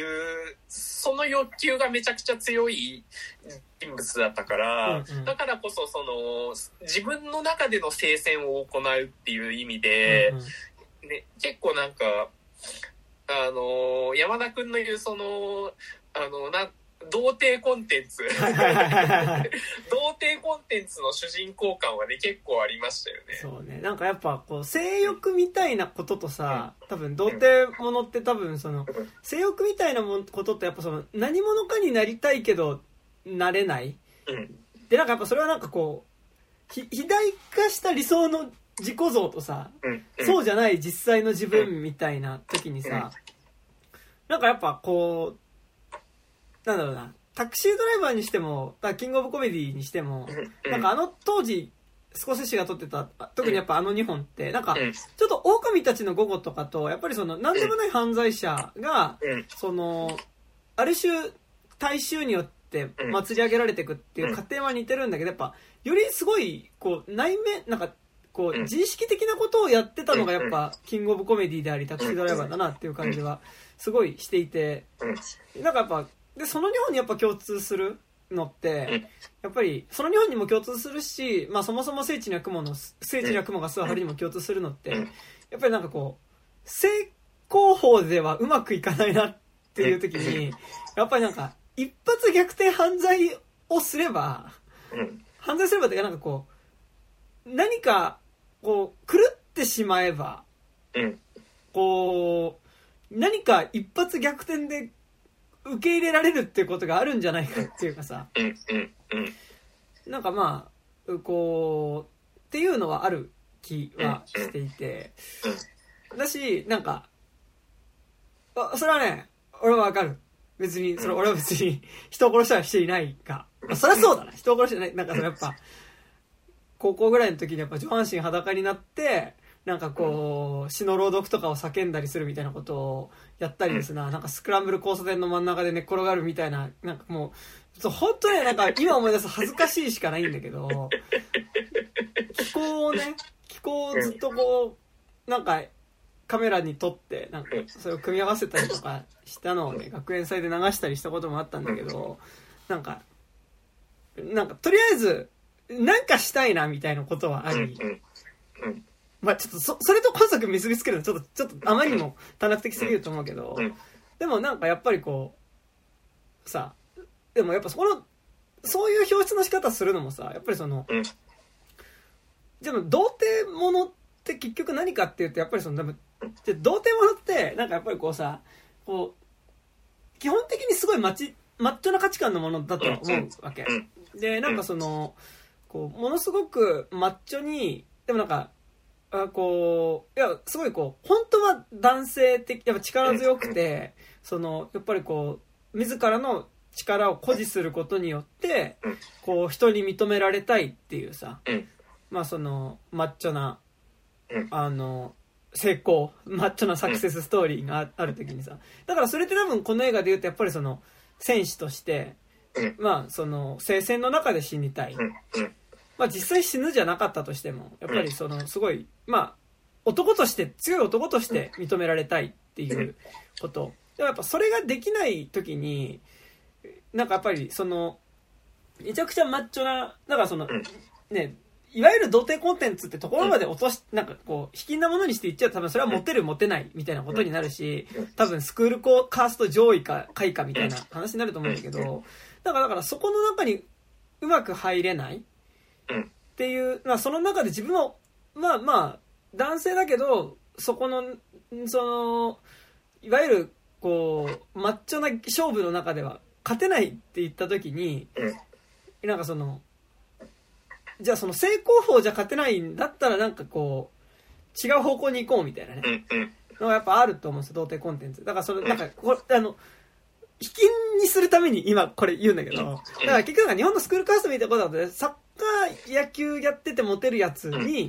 その欲求がめちゃくちゃ強い人物だったから、うんうん、だからこそ、その、自分の中での聖戦を行うっていう意味で、うんうんね、結構なんか、あの、山田くんの言う、その、あの、なん、童貞コンテンツ童貞コンテンツの主人公感はね結構ありましたよね。 そうね、なんかやっぱこう性欲みたいなこととさ、多分童貞ものって多分その性欲みたいなことってやっぱその何者かになりたいけどなれない、うん、でなんかやっぱそれはなんかこうひ肥大化した理想の自己像とさ、うんうん、そうじゃない実際の自分みたいな時にさ、なんかやっぱこうなんだろうな、タクシードライバーにしても、キングオブコメディにしても、なんかあの当時、スコセッシが撮ってた、特にやっぱあのにほんって、なんか、ちょっと狼たちの午後とかと、やっぱりその、なんでもない犯罪者が、その、ある種、大衆によって祭り上げられていくっていう過程は似てるんだけど、やっぱ、よりすごい、こう、内面、なんか、こう、自意識的なことをやってたのがやっぱ、キングオブコメディであり、タクシードライバーだなっていう感じは、すごいしていて、なんかやっぱ、で、その日本にやっぱ共通するのって、やっぱり、その日本にも共通するし、まあそもそも聖地には雲の、聖地には雲が巣を張るにも共通するのって、やっぱりなんかこう、成功法ではうまくいかないなっていう時に、やっぱりなんか、一発逆転犯罪をすれば、犯罪すればっていうかなんかこう、何か、こう、狂ってしまえば、こう、何か一発逆転で、受け入れられるっていうことがあるんじゃないかっていうかさ、なんかまあこうっていうのはある気はしていて、だしなんかあそれはね俺はわかる、別にそれ俺は別に人を殺したりしていないが、まあ、そりゃそうだな、人を殺してない、なんかそれやっぱ高校ぐらいの時にやっぱ上半身裸になってなんかこう詩の朗読とかを叫んだりするみたいなことをやったりですな、なんかスクランブル交差点の真ん中で寝っ転がるみたいな、なんかもう本当になんか今思い出すと恥ずかしいしかないんだけど、気候をね気候をずっとこうなんかカメラに撮ってなんかそれを組み合わせたりとかしたのをね学園祭で流したりしたこともあったんだけど、なんかなんかとりあえずなんかしたいなみたいなことはあり、まあちょっと そ, それと今作結びつけるのちょっとちょっとあまりにも短絡的すぎると思うけど、でもなんかやっぱりこうさ、でもやっぱそこのそういう表出の仕方するのもさ、やっぱりそのでも童貞ものって結局何かっていうとやっぱりそのでも童貞ものってなんかやっぱりこうさ、こう基本的にすごいマチマッチョな価値観のものだと思うわけで、なんかそのこうものすごくマッチョにでもなんかあこういやすごいこう本当は男性的やっぱ力強くて、そのやっぱりこう自らの力を誇示することによってこう人に認められたいっていうさ、まあそのマッチョなあの成功マッチョなサクセスストーリーがある時にさ、だからそれって多分この映画で言うとやっぱりその戦士としてまあその聖戦の中で死にたい、まあ実際死ぬじゃなかったとしてもやっぱりそのすごいまあ男として強い男として認められたいっていうこと、でもやっぱそれができない時になんかやっぱりそのめちゃくちゃマッチョなだからそのねいわゆる童貞コンテンツってところまで落としなんかこう卑近なものにしていっちゃうと多分それはモテるモテないみたいなことになるし、多分スクールコーカースト上位か下位かみたいな話になると思うんだけど、だからだからそこの中にうまく入れないっていう、まあその中で自分はまあまあ男性だけどそこのそのいわゆるこうマッチョな勝負の中では勝てないって言った時になんかそのじゃあその成功法じゃ勝てないんだったらなんかこう違う方向に行こうみたいなねのがやっぱあると思うんですよ、童貞コンテンツだからそれなんかこれあの引きにするために今これ言うんだけど、だから結局なんか日本のスクールカーストみたいなことだとね、サッカー野球やっててモテるやつに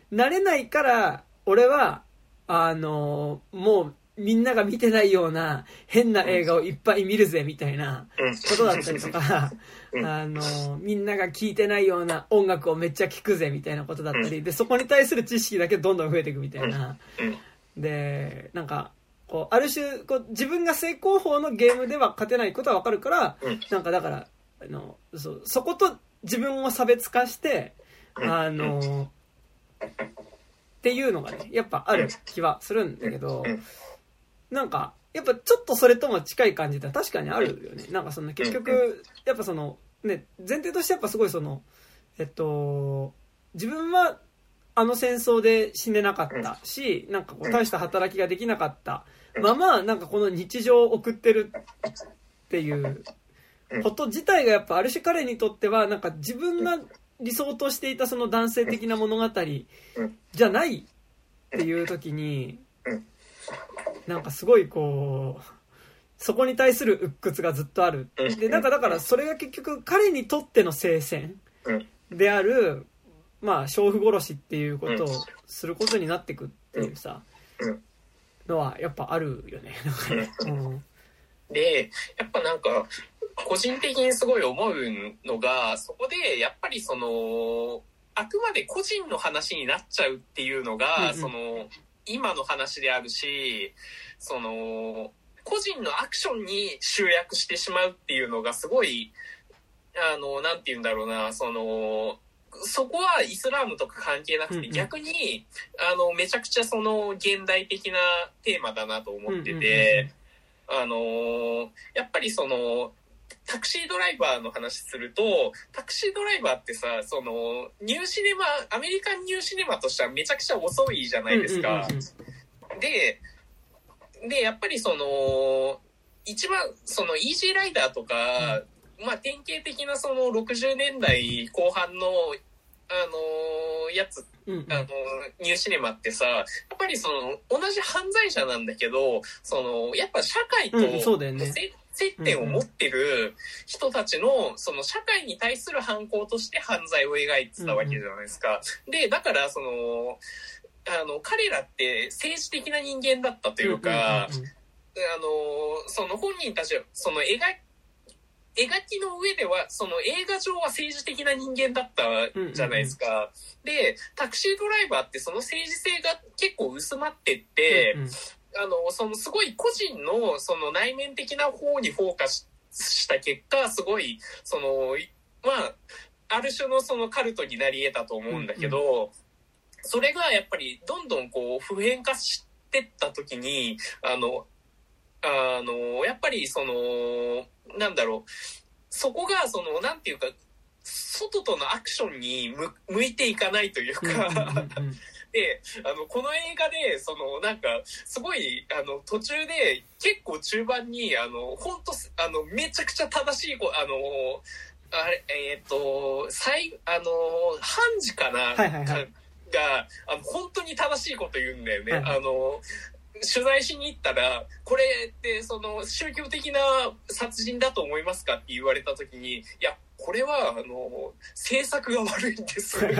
なれないから、俺は、あの、もう、みんなが見てないような変な映画をいっぱい見るぜみたいなことだったりとか、あの、みんなが聴いてないような音楽をめっちゃ聴くぜみたいなことだったり、で、そこに対する知識だけどんどん増えていくみたいな。で、なんか、こう、ある種、こう、自分が正攻法のゲームでは勝てないことはわかるから、なんかだから、あの、そ、そこと自分を差別化して、あの、っていうのがね、やっぱある気はするんだけど、なんか、やっぱちょっとそれとも近い感じって確かにあるよね。なんかその結局、やっぱその、ね、前提としてやっぱすごいその、えっと、自分はあの戦争で死ねなかったし、なんかこう大した働きができなかったまま、なんかこの日常を送ってるっていうこと自体がやっぱある種彼にとっては、なんか自分が理想としていたその男性的な物語じゃないっていう時に、なんかすごいこうそこに対する鬱屈がずっとある。でなんかだからそれが結局彼にとっての聖戦である、まあ娼婦殺しっていうことをすることになっていくっていうさのはやっぱあるよね。うん、 でやっぱなんか個人的にすごい思うのが、そこでやっぱりそのあくまで個人の話になっちゃうっていうのが、うんうん、その今の話であるし、その個人のアクションに集約してしまうっていうのがすごい、あのなんて言うんだろうな、そのそこはイスラームとか関係なくて、うんうん、逆にあのめちゃくちゃその現代的なテーマだなと思ってて、うんうんうん、あのやっぱりそのタクシードライバーの話すると、タクシードライバーってさ、そのニューシネマ、アメリカンニューシネマとしてはめちゃくちゃ遅いじゃないですか。うんうんうんうん、で、でやっぱりその一番そのイージーライダーとか、うん、まあ典型的なそのろくじゅうねんだいこう半のあのー、やつ、うんうん、あのニューシネマってさ、やっぱりその同じ犯罪者なんだけど、そのやっぱ社会と、 うん、そうだよね。 接点を持ってる人たちのその社会に対する犯行として犯罪を描いてたわけじゃないですか。でだからそのあの彼らって政治的な人間だったというか、あのその本人たちはその描描きの上ではその映画上は政治的な人間だったじゃないですか。うんうんうん、でタクシードライバーってその政治性が結構薄まってって、うんうん、あのそのすごい個人のその内面的な方にフォーカスした結果、すごいそのまあある種のそのカルトになり得たと思うんだけど、うんうん、それがやっぱりどんどんこう普遍化してった時に、あのあのやっぱりそのなんだろう、そこがそのなんていうか外とのアクションに向、向いていかないというか、うんうんうんうんで、あのこの映画でそのなんかすごいあの途中で結構中盤にあの本当あのめちゃくちゃ正しいこあのあれえっ、ー、と最あの判事かな、はいはいはい、があの本当に正しいこと言うんだよね。はいはい、あの取材しに行ったら、これってその宗教的な殺人だと思いますかって言われた時に、いやこれはあの制作が悪いんですあのい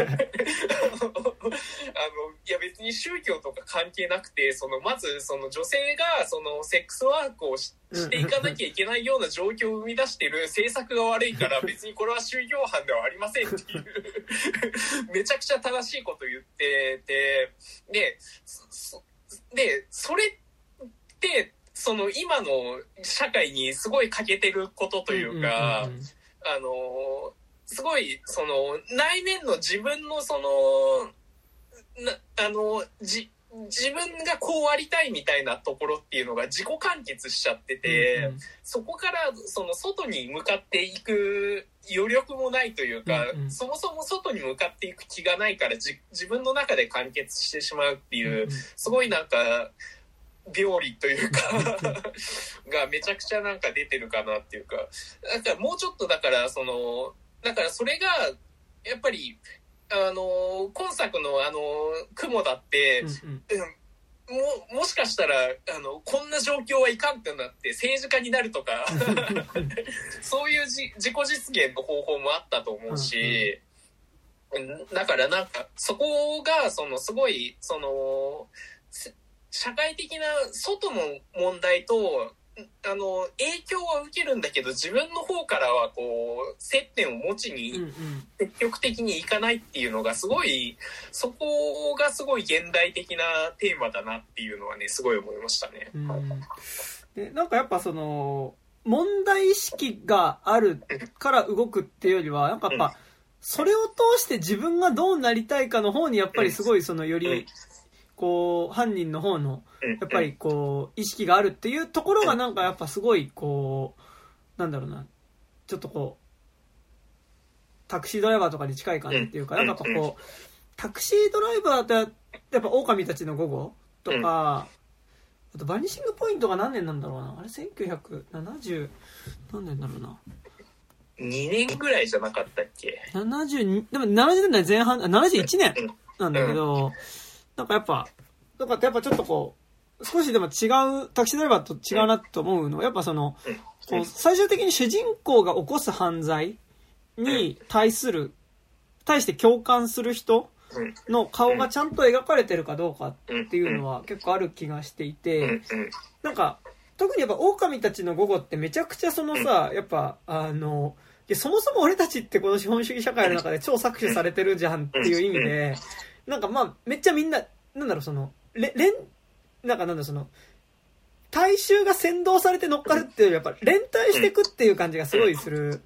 や別に宗教とか関係なくて、そのまずその女性がそのセックスワークを し, していかなきゃいけないような状況を生み出してる制作が悪いから別にこれは宗教犯ではありませんっていうめちゃくちゃ正しいこと言ってて、でそでそれってその今の社会にすごい欠けてることというか、うんうんうんうん、あのすごいその内面の自分のそのなあのじ自分がこうありたいみたいなところっていうのが自己完結しちゃってて、うんうん、そこからその外に向かっていく余力もないというか、うんうん、そもそも外に向かっていく気がないからじ自分の中で完結してしまうっていう、うんうん、すごいなんか病理というかがめちゃくちゃなんか出てるかなっていうか、だからもうちょっとだからそのだからそれがやっぱりあの今作のあの雲だって、うんうん、も, もしかしたらあのこんな状況はいかんってなって政治家になるとかそういうじ自己実現の方法もあったと思うし、 だからなんかそこがそのすごいその社会的な外の問題とあの影響は受けるんだけど自分の方からはこう接点を持ちに積極的にいかないっていうのがすごいそこがすごい現代的なテーマだなっていうのはねすごい思いましたね。 うんでなんかやっぱその問題意識があるから動くっていうよりはなんかやっぱそれを通して自分がどうなりたいかの方にやっぱりすごいそのよりこう犯人の方のやっぱりこう意識があるっていうところがなんかやっぱすごいこうなんだろうなちょっとこうタクシードライバーとかに近い感じっていうかなんかこうタクシードライバーってやっぱ狼たちの午後とかあとバニシングポイントが何年なんだろうなあれせんきゅうひゃくななじゅう何年だろうなにねんぐらいじゃなかったっけななじゅうにでもななじゅうねんだいぜん半ななじゅういちねんなんだけどなんかやっぱなんかやっぱちょっとこう少しでも違うタクシードライバーと違うなと思うのはやっぱそのこう最終的に主人公が起こす犯罪に対する対して共感する人の顔がちゃんと描かれてるかどうかっていうのは結構ある気がしていてなんか特にやっぱ狼たちの午後ってめちゃくちゃそのさやっぱあのいやそもそも俺たちってこの資本主義社会の中で超搾取されてるじゃんっていう意味でなんかまあめっちゃみんななんだろうそのれ連なんかなんだその大衆が先導されて乗っかるっていうよりやっぱ連帯していくっていう感じがすごいする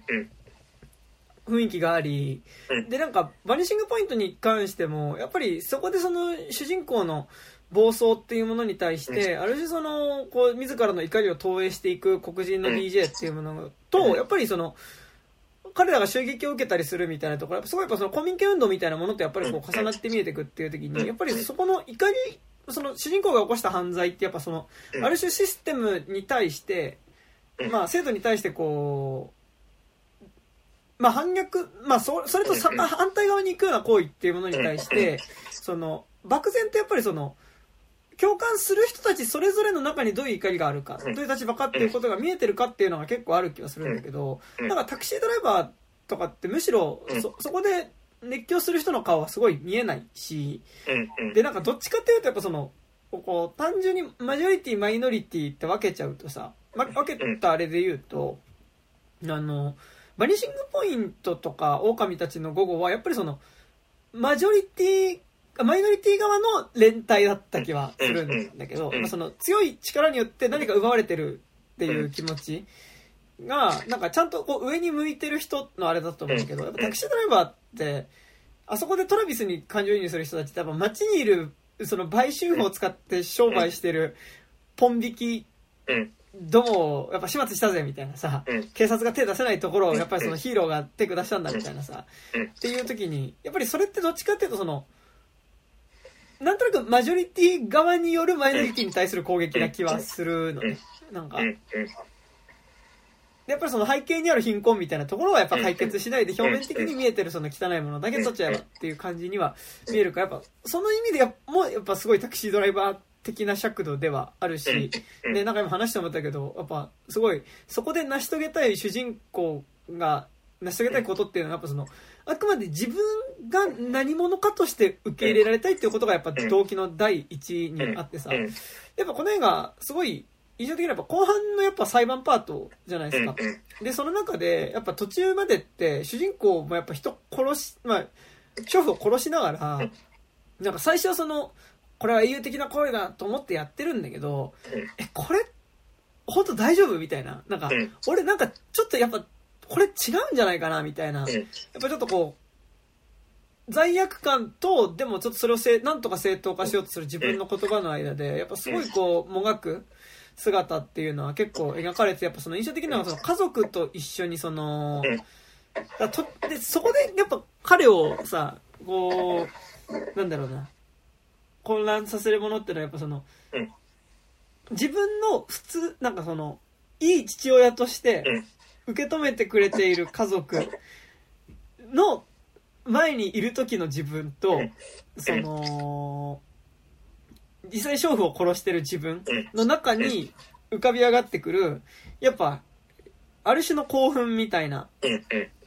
雰囲気がありでなんかバニシングポイントに関してもやっぱりそこでその主人公の暴走っていうものに対してある種そのこう自らの怒りを投影していく黒人の ディージェー っていうものとやっぱりその彼らが襲撃を受けたりするみたいなところすごいやっぱその公民権運動みたいなものとやっぱりこう重なって見えてくっていう時にやっぱりそこの怒りその主人公が起こした犯罪ってやっぱそのある種システムに対してまあ制度に対してこうまあ反逆まあそそれと反対側に行くような行為っていうものに対してその漠然とやっぱりその共感する人たちそれぞれの中にどういう怒りがあるかどういう立場かっていうことが見えてるかっていうのが結構ある気がするんだけどなんかタクシードライバーとかってむしろ そ, そこで熱狂する人の顔はすごい見えないしでなんかどっちかっていうとやっぱそのこう単純にマジョリティマイノリティって分けちゃうとさ、ま、分けたあれで言うとあのバニシングポイントとか狼たちの午後はやっぱりそのマジョリティマイノリティ側の連帯だった気はするんだけど、その強い力によって何か奪われてるっていう気持ちがなんかちゃんとこう上に向いてる人のあれだと思うんだけど、やっぱタクシードライバーってあそこでトラビスに感情移入する人たちってやっぱ街にいるその売春婦を使って商売してるポン引きどもやっぱ始末したぜみたいなさ、警察が手出せないところをやっぱりそのヒーローが手下したんだみたいなさっていう時にやっぱりそれってどっちかっていうとそのなんとなくマジョリティ側によるマイノリティに対する攻撃な気はするのね。なんかやっぱりその背景にある貧困みたいなところはやっぱ解決しないで表面的に見えてるその汚いものだけ取っちゃえばっていう感じには見えるからやっぱその意味でもやっぱすごいタクシードライバー的な尺度ではあるしでなんか今話して思ったけどやっぱすごいそこで成し遂げたい主人公が成し遂げたいことっていうのはやっぱそのあくまで自分が何者かとして受け入れられたいっていうことがやっぱ動機の第一にあってさやっぱこの映画すごい印象的なやっぱ後半のやっぱ裁判パートじゃないですかでその中でやっぱ途中までって主人公もやっぱ人殺しまあ娼婦を殺しながらなんか最初はそのこれは英雄的な行為だと思ってやってるんだけどえこれ本当大丈夫みたいななんか俺なんかちょっとやっぱこれ違うんじゃないかなみたいなやっぱちょっとこう罪悪感とでもちょっとそれをせなんとか正当化しようとする自分の言葉の間でやっぱすごいこうもがく姿っていうのは結構描かれてやっぱその印象的なのはその家族と一緒にそのだとでそこでやっぱ彼をさこうなんだろうな混乱させるものってのはやっぱその自分の普通なんかそのいい父親として受け止めてくれている家族の前にいる時の自分とその実際娼婦を殺してる自分の中に浮かび上がってくるやっぱある種の興奮みたいな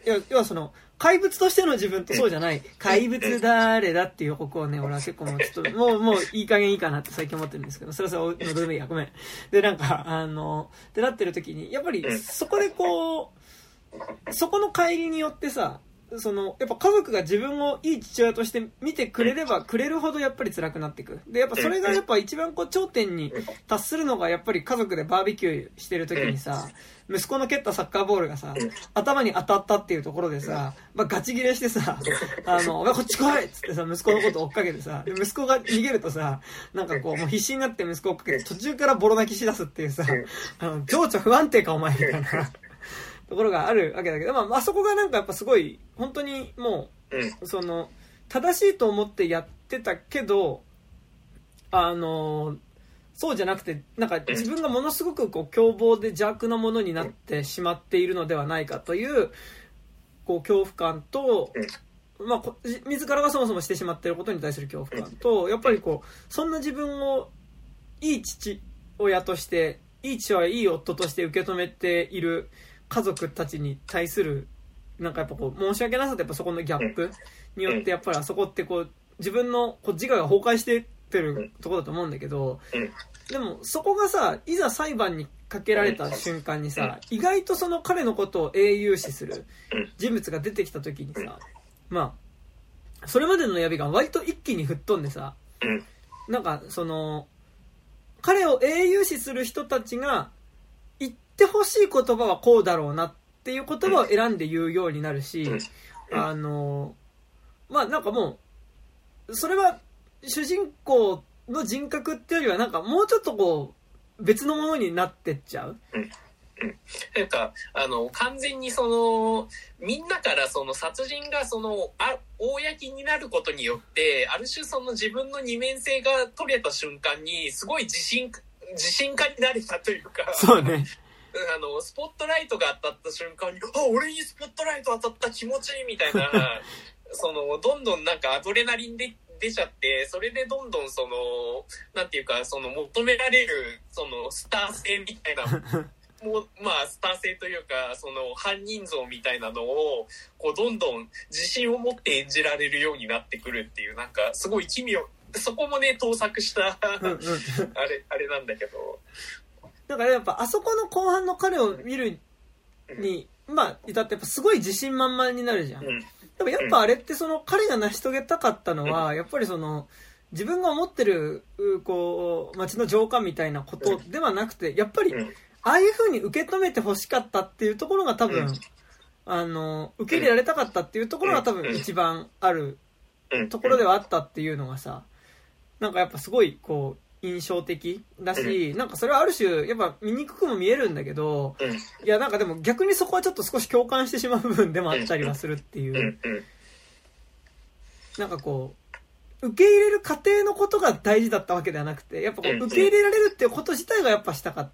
要は、要はその、怪物としての自分とそうじゃない、怪物誰だっていう予告をね、俺は結構もうちょっと、もう、もういい加減いいかなって最近思ってるんですけど、それはそれ、のどめいや、ごめん。で、なんか、あの、ってなってる時に、やっぱり、そこでこう、そこの乖離によってさ、その、やっぱ家族が自分をいい父親として見てくれればくれるほどやっぱり辛くなっていく。で、やっぱそれがやっぱ一番こう頂点に達するのがやっぱり家族でバーベキューしてる時にさ、息子の蹴ったサッカーボールがさ、頭に当たったっていうところでさ、まあガチギレしてさ、あの、お前こっち来いっつってさ、息子のこと追っかけてさ、で息子が逃げるとさ、なんかこうもう必死になって息子を追っかけて途中からボロ泣きしだすっていうさ、あの、情緒不安定かお前みたいな。ところがあるわけだけど、まあ、あそこがなんかやっぱすごい、本当にもう、その、正しいと思ってやってたけど、あの、そうじゃなくて、なんか自分がものすごくこう凶暴で邪悪なものになってしまっているのではないかという、こう恐怖感と、まあ、自らがそもそもしてしまっていることに対する恐怖感と、やっぱりこう、そんな自分をいい父親として、いい父親、いい夫として受け止めている、家族たちに対するなんかやっぱこう申し訳なさとやっぱそこのギャップによってやっぱりあそこってこう自分のこう自我が崩壊していってるところだと思うんだけど、でもそこがさいざ裁判にかけられた瞬間にさ意外とその彼のことを英雄視する人物が出てきた時にさ、まあそれまでの闇が割と一気に吹っ飛んでさ、なんかその彼を英雄視する人たちが言ってほしい言葉はこうだろうなっていう言葉を選んで言うようになるし、あのまあなんかもうそれは主人公の人格っていうよりはなんかもうちょっとこう別のものになってっちゃう。 なんかあの完全にそのみんなからその殺人がそのあ公になることによってある種その自分の二面性が取れた瞬間にすごい自信自信家になれたというか、 そうね、 あのスポットライトが当たった瞬間にあ俺にスポットライト当たった気持ちいいみたいなそのどんどんなんかアドレナリンで出ちゃってそれでどんどんそのなんていうかその求められるそのスター性みたいなもうまあスター性というかその犯人像みたいなのをこうどんどん自信を持って演じられるようになってくるっていうなんかすごい奇妙そこもね盗作したあれあれなんだけどだからやっぱあそこの後半の彼を見るに、うん、まあだってやっぱすごい自信満々になるじゃん、うん、でもやっぱあれってその彼が成し遂げたかったのは、うん、やっぱりその自分が思ってるこう街の浄化みたいなことではなくてやっぱりああいう風に受け止めて欲しかったっていうところが多分、うん、あの受け入れられたかったっていうところが多分一番あるところではあったっていうのがさなんかやっぱすごいこう印象的だし、なんかそれはある種やっぱ醜くも見えるんだけど、いやなんかでも逆にそこはちょっと少し共感してしまう部分でもあったりはするっていう、なんかこう受け入れる過程のことが大事だったわけではなくて、やっぱこう受け入れられるっていうこと自体がやっぱしたかった。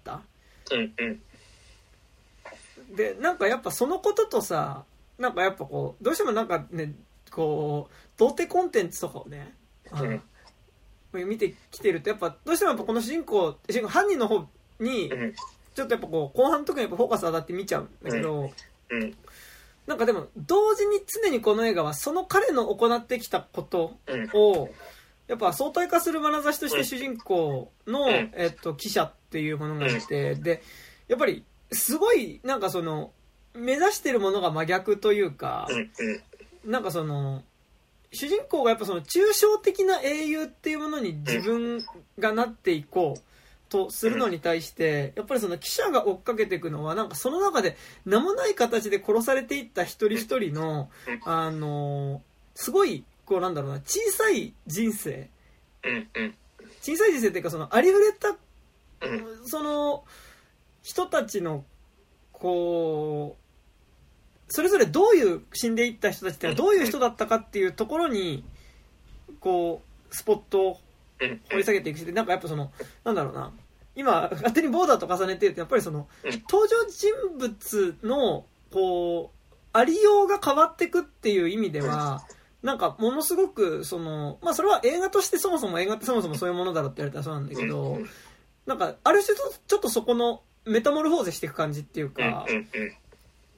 でなんかやっぱそのこととさ、なんかやっぱこうどうしてもなんかねこう童貞コンテンツとかをね。うん見てきてるとやっぱどうしてもやっぱこの主人公犯人の方にちょっとやっぱこう後半特にやっぱフォーカス当たって見ちゃうんだけど、なんかでも同時に常にこの映画はその彼の行ってきたことをやっぱ相対化する眼差しとして主人公のえっと記者っていうものがいて、でやっぱりすごいなんかその目指してるものが真逆というか、なんかその主人公がやっぱその抽象的な英雄っていうものに自分がなっていこうとするのに対してやっぱりその記者が追っかけていくのはなんかその中で名もない形で殺されていった一人一人のあのすごいこうなんだろうな小さい人生小さい人生っていうかそのありふれたその人たちのこうそれぞれどういう死んでいった人たちってどういう人だったかっていうところにこうスポットを掘り下げていくし、なんかやっぱそのなんだろうな今勝手にボーダーと重ねてるとやっぱりその登場人物のこうありようが変わってくっていう意味ではなんかものすごくそのまあそれは映画としてそもそも映画ってそもそもそういうものだろうって言われたらそうなんだけど、なんかある種ちょっとそこのメタモルフォーゼしていく感じっていうか。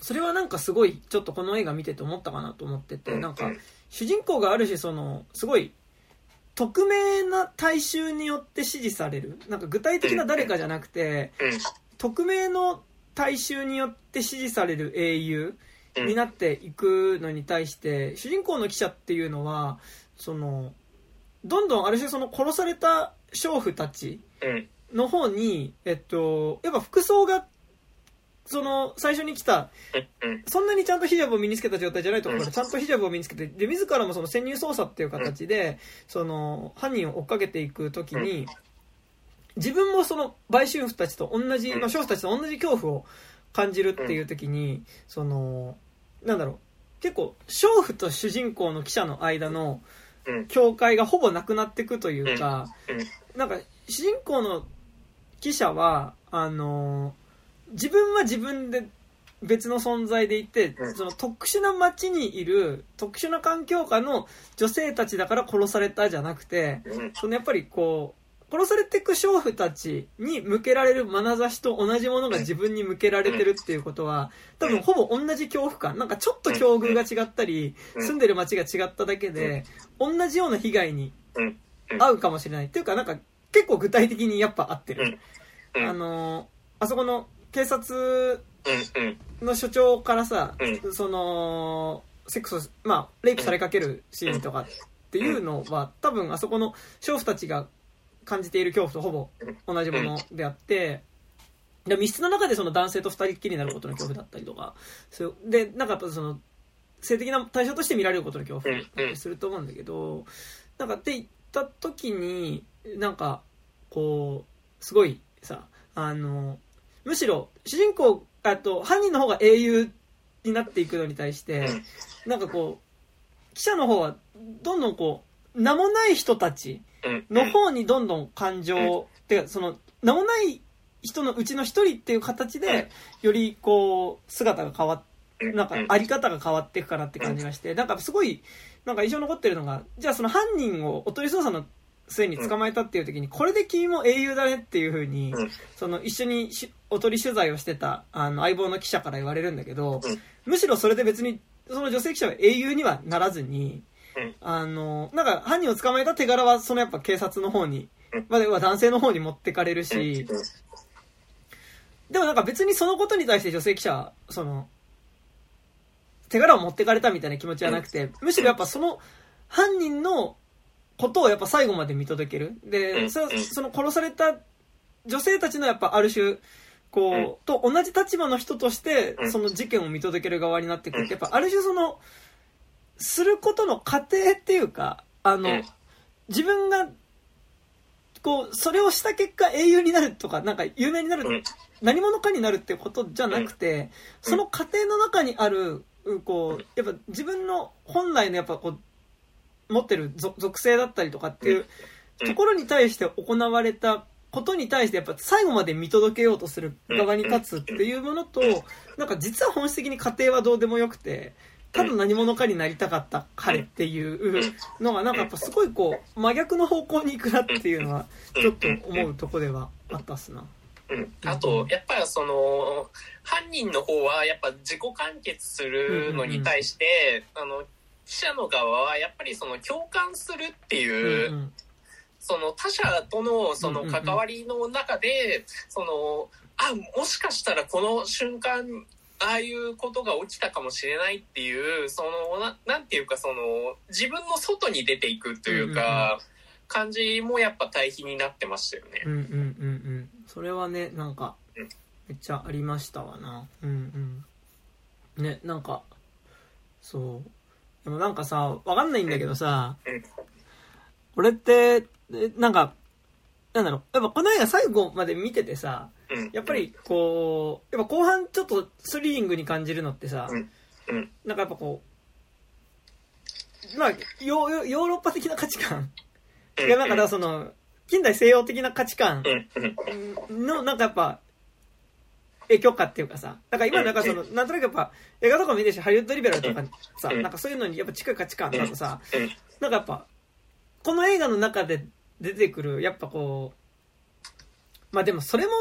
それはなんかすごいちょっとこの映画見てて思ったかなと思ってて、なんか主人公がある種そのすごい匿名な大衆によって支持される、なんか具体的な誰かじゃなくて匿名の大衆によって支持される英雄になっていくのに対して、主人公の記者っていうのはそのどんどんある種その殺された娼婦たちの方に、えっと、やっぱ服装がその最初に来たそんなにちゃんとヒジャブを身につけた状態じゃないところからちゃんとヒジャブを身につけて、で自らもその潜入捜査っていう形でその犯人を追っかけていくときに、自分もその売春婦たちと同じ、まあ、娼婦たちと同じ恐怖を感じるっていうときに、そのなんだろう、結構娼婦と主人公の記者の間の境界がほぼなくなっていくというか、なんか主人公の記者はあの自分は自分で別の存在でいて、その特殊な街にいる特殊な環境下の女性たちだから殺されたじゃなくて、そのやっぱりこう殺されていく娼婦たちに向けられる眼差しと同じものが自分に向けられてるっていうことは、多分ほぼ同じ恐怖感、なんかちょっと境遇が違ったり住んでる街が違っただけで同じような被害に遭うかもしれないっていうか、なんか結構具体的にやっぱ合ってる。あのあそこの警察の所長からさ、そのセックスを、まあ、レイプされかけるシーンとかっていうのは多分あそこの娼婦たちが感じている恐怖とほぼ同じものであって、で密室の中でその男性と二人っきりになることの恐怖だったりとか、そうでなんかやっぱその性的な対象として見られることの恐怖だったりすると思うんだけど、なんかって言った時になんかこうすごいさ、あのむしろ主人公あと犯人の方が英雄になっていくのに対して、なんかこう記者の方はどんどんこう名もない人たちの方にどんどん感情ってかその名もない人のうちの一人っていう形でよりこう姿が変わっなんかあり方が変わっていくかなって感じがして、なんかすごいなんか印象残ってるのが、じゃあその犯人をおとり捜査の末に捕まえたっていう時にこれで君も英雄だねっていう風にその一緒におとり取材をしてたあの相棒の記者から言われるんだけど、むしろそれで別にその女性記者は英雄にはならずに、あのなんか犯人を捕まえた手柄はそのやっぱ警察の方にまでは男性の方に持ってかれるし、でもなんか別にそのことに対して女性記者はその手柄を持ってかれたみたいな気持ちはなくて、むしろやっぱその犯人のことをやっぱ最後まで見届ける。で、そその殺された女性たちのやっぱある種こうと同じ立場の人としてその事件を見届ける側になってくるって、やっぱある種そのすることの過程っていうか、あの自分がこうそれをした結果英雄になるとかなんか有名になる何者かになるっていうことじゃなくて、その過程の中にあるこうやっぱ自分の本来のやっぱこう持ってる属性だったりとかっていうところに対して行われたことに対してやっぱ最後まで見届けようとする側に立つっていうものと、なんか実は本質的に過程はどうでもよくて、ただ何者かになりたかった彼っていうのがなんかやっぱすごいこう真逆の方向に行くなっていうのはちょっと思うとこではあったっすな。 うん、あとやっぱりその犯人の方はやっぱ自己完結するのに対して、あの記者の側はやっぱりその共感するっていう、うんうん、その他者とのその関わりの中で、そのあもしかしたらこの瞬間ああいうことが起きたかもしれないっていうその な, なんていうかその自分の外に出ていくというか、うんうんうん、感じもやっぱ対比になってましたよね。 うんうんうんうん。それはねなんかめっちゃありましたわな。うんうん。ねなんかそうでもなんかさわかんないんだけどさ、俺ってなんかなんだろうやっぱこの映画最後まで見ててさ、やっぱりこうやっぱ後半ちょっとスリリングに感じるのってさ、なんかやっぱこうまあヨーヨーロッパ的な価値観いやなんかだその近代西洋的な価値観のなんかやっぱ影響かっていうかさ、だから今なんかそのなんとなくやっぱ映画とか見てるしハリウッドリベラルとかさ、なんかそういうのにやっぱ近い価値観だとさ、なんかやっぱこの映画の中で出てくるやっぱこうまあでもそれも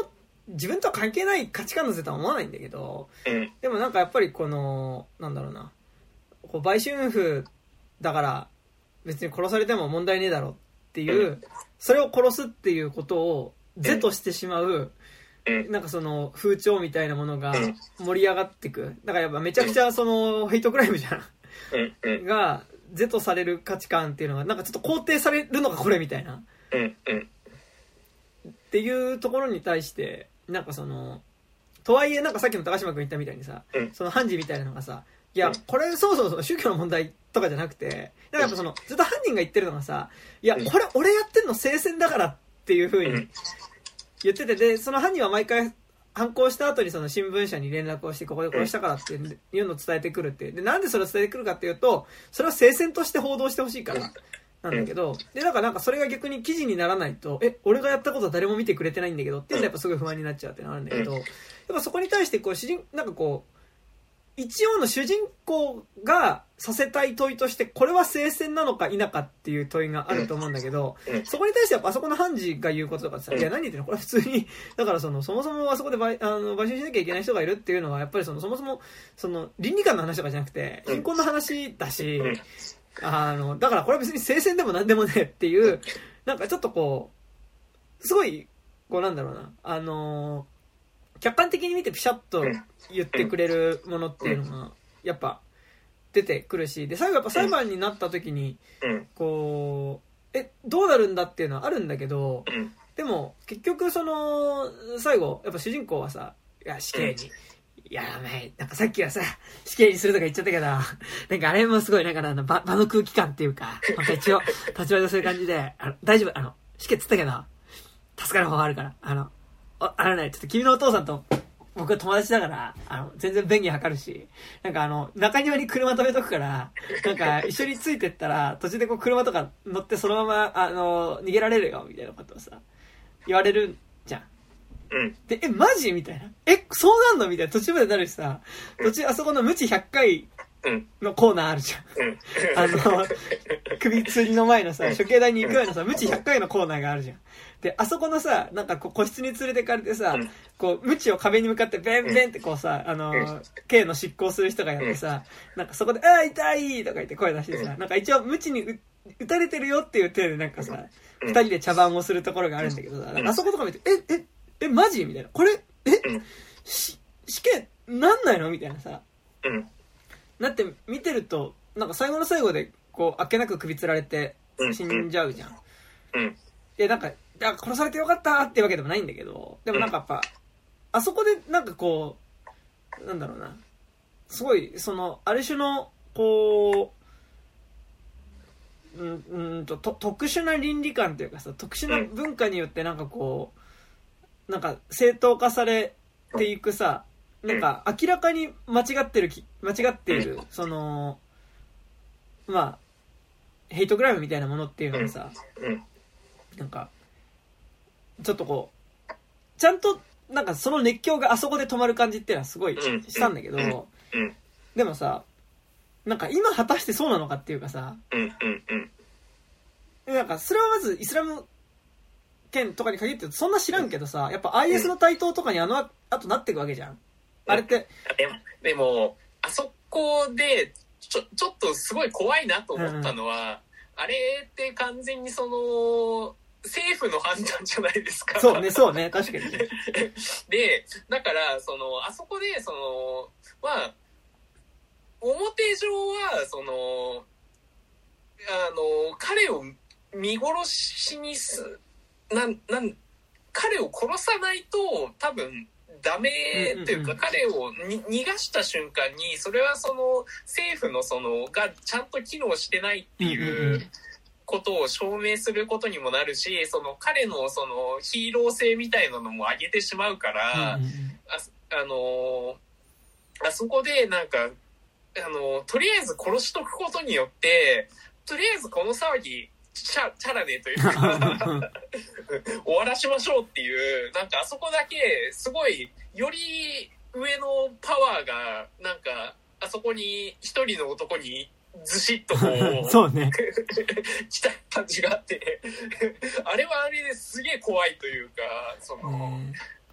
自分とは関係ない価値観だぜとは思わないんだけど、 うん、 でもなんかやっぱりこのなんだろうな、こう売春婦だから別に殺されても問題ねえだろっていう、うん、それを殺すっていうことを是としてしまう、うん、なんかその風潮みたいなものが盛り上がってく。だからやっぱめちゃくちゃそのヘイトクライムじゃん、うん、が是とされる価値観っていうのがなんかちょっと肯定されるのがこれみたいな、 うんうん、 っていうところに対してなんかそのとはいえなんかさっきの高島君言ったみたいにさ、 うん、 その判事みたいなのがさ、いやこれそうそうそう宗教の問題とかじゃなくて、なんかやっぱそのずっと犯人が言ってるのがさ、いやこれ俺やってんの聖戦だからっていう風に言ってて、でその犯人は毎回犯行した後にその新聞社に連絡をしてここで殺したからっていうのを伝えてくるって、でなんでそれを伝えてくるかっていうと、それは聖戦として報道してほしいからなんだけど、でだからなんかそれが逆に記事にならないと、え俺がやったことは誰も見てくれてないんだけどっていうのはやっぱすごい不安になっちゃうっていうのがあるんだけど、やっぱそこに対してこう主人なんかこう一応の主人公がさせたい問いとしてこれは聖戦なのか否かっていう問いがあると思うんだけど、そこに対してやっぱあそこの判事が言うこととかさ、いや何言ってんのこれは普通にだからそのそもそもあそこで買あの買収しなきゃいけない人がいるっていうのはやっぱりそのそもそもその倫理観の話とかじゃなくて貧困の話だし、あのだからこれは別に聖戦でも何でもねっていうなんかちょっとこうすごいこうなんだろうな、あの客観的に見てピシャッと言ってくれるものっていうのがやっぱ出てくるし、で最後やっぱ裁判になった時にこうえどうなるんだっていうのはあるんだけど、でも結局その最後やっぱ主人公はさ、いや死刑に、いやお前なんかさっきはさ死刑にするとか言っちゃったけど、なんかあれもすごいなんかあの 場, 場の空気感っていうか、なんか一応立ち割りをする感じで、あの大丈夫、あの死刑っつったけど助かる方法あるから、あのあ, あのね、ちょっと君のお父さんと僕は友達だから、あの、全然便宜図るし、なんかあの、中庭に車止めとくから、なんか一緒についてったら、途中でこう車とか乗ってそのまま、あの、逃げられるよ、みたいなことをさ、言われるじゃん。 うん。 で、え、マジみたいな。え、そうなんのみたいな途中までなるしさ、途中あそこの無知ひゃっかいのコーナーあるじゃん。あの、首吊りの前のさ、処刑台に行く前のさ、無知ひゃっかいのコーナーがあるじゃん。で、あそこのさ、なんかこう個室に連れてかれてさ、こう、無知を壁に向かってベンベンってこうさ、あのー、刑の執行する人がやってさ、なんかそこで、あー痛いとか言って声出してさ、なんか一応無知に撃たれてるよっていう手でなんかさ、二人で茶番をするところがあるんだけどさ、あそことか見て、え、え、え、マジみたいな。これ、え、し、死刑なんないのみたいなさ。だって見てると、なんか最後の最後で、こう、あっけなく首吊られて死んじゃうじゃん。で、なんか、殺されてよかったっていうわけでもないんだけど、でもなんかやっぱ、あそこでなんかこう、なんだろうな、すごい、その、ある種の、こう、うん、うんと、と、特殊な倫理観というかさ、特殊な文化によってなんかこう、なんか正当化されていくさ、なんか明らかに間違ってる、間違っている、その、まあ、ヘイトクライムみたいなものっていうのがさ、なんか、ちょっとこう、ちゃんと、なんかその熱狂があそこで止まる感じっていうのはすごいしたんだけど、でもさ、なんか今果たしてそうなのかっていうかさ、なんかそれはまずイスラム圏とかに限ってそんな知らんけどさ、やっぱ アイエス の台頭とかにあの後なっていくわけじゃん。あれって。 でも、あそこで、ちょ、ちょっとすごい怖いなと思ったのは、うん、あれって完全にその、政府の判断じゃないですか。 そうね、そうね、確かにね。 で、だから、その、あそこで、その、まあ、表上は、その、あの、彼を見殺しにす、なん、なん、彼を殺さないと、多分、ダメというか、彼をに逃がした瞬間に、それはその、政府のその、がちゃんと機能してないっていう、ことを証明することにもなるし、その彼のそのヒーロー性みたいなのも上げてしまうから、うんうんうん、あ, あのあそこでなんかあのとりあえず殺しとくことによってとりあえずこの騒ぎチャ, チャラねというか終わらしましょうっていうなんかあそこだけすごいより上のパワーがなんかあそこに一人の男にずしっとこうそうね来た感じがあってあれはあれですげえ怖いというかその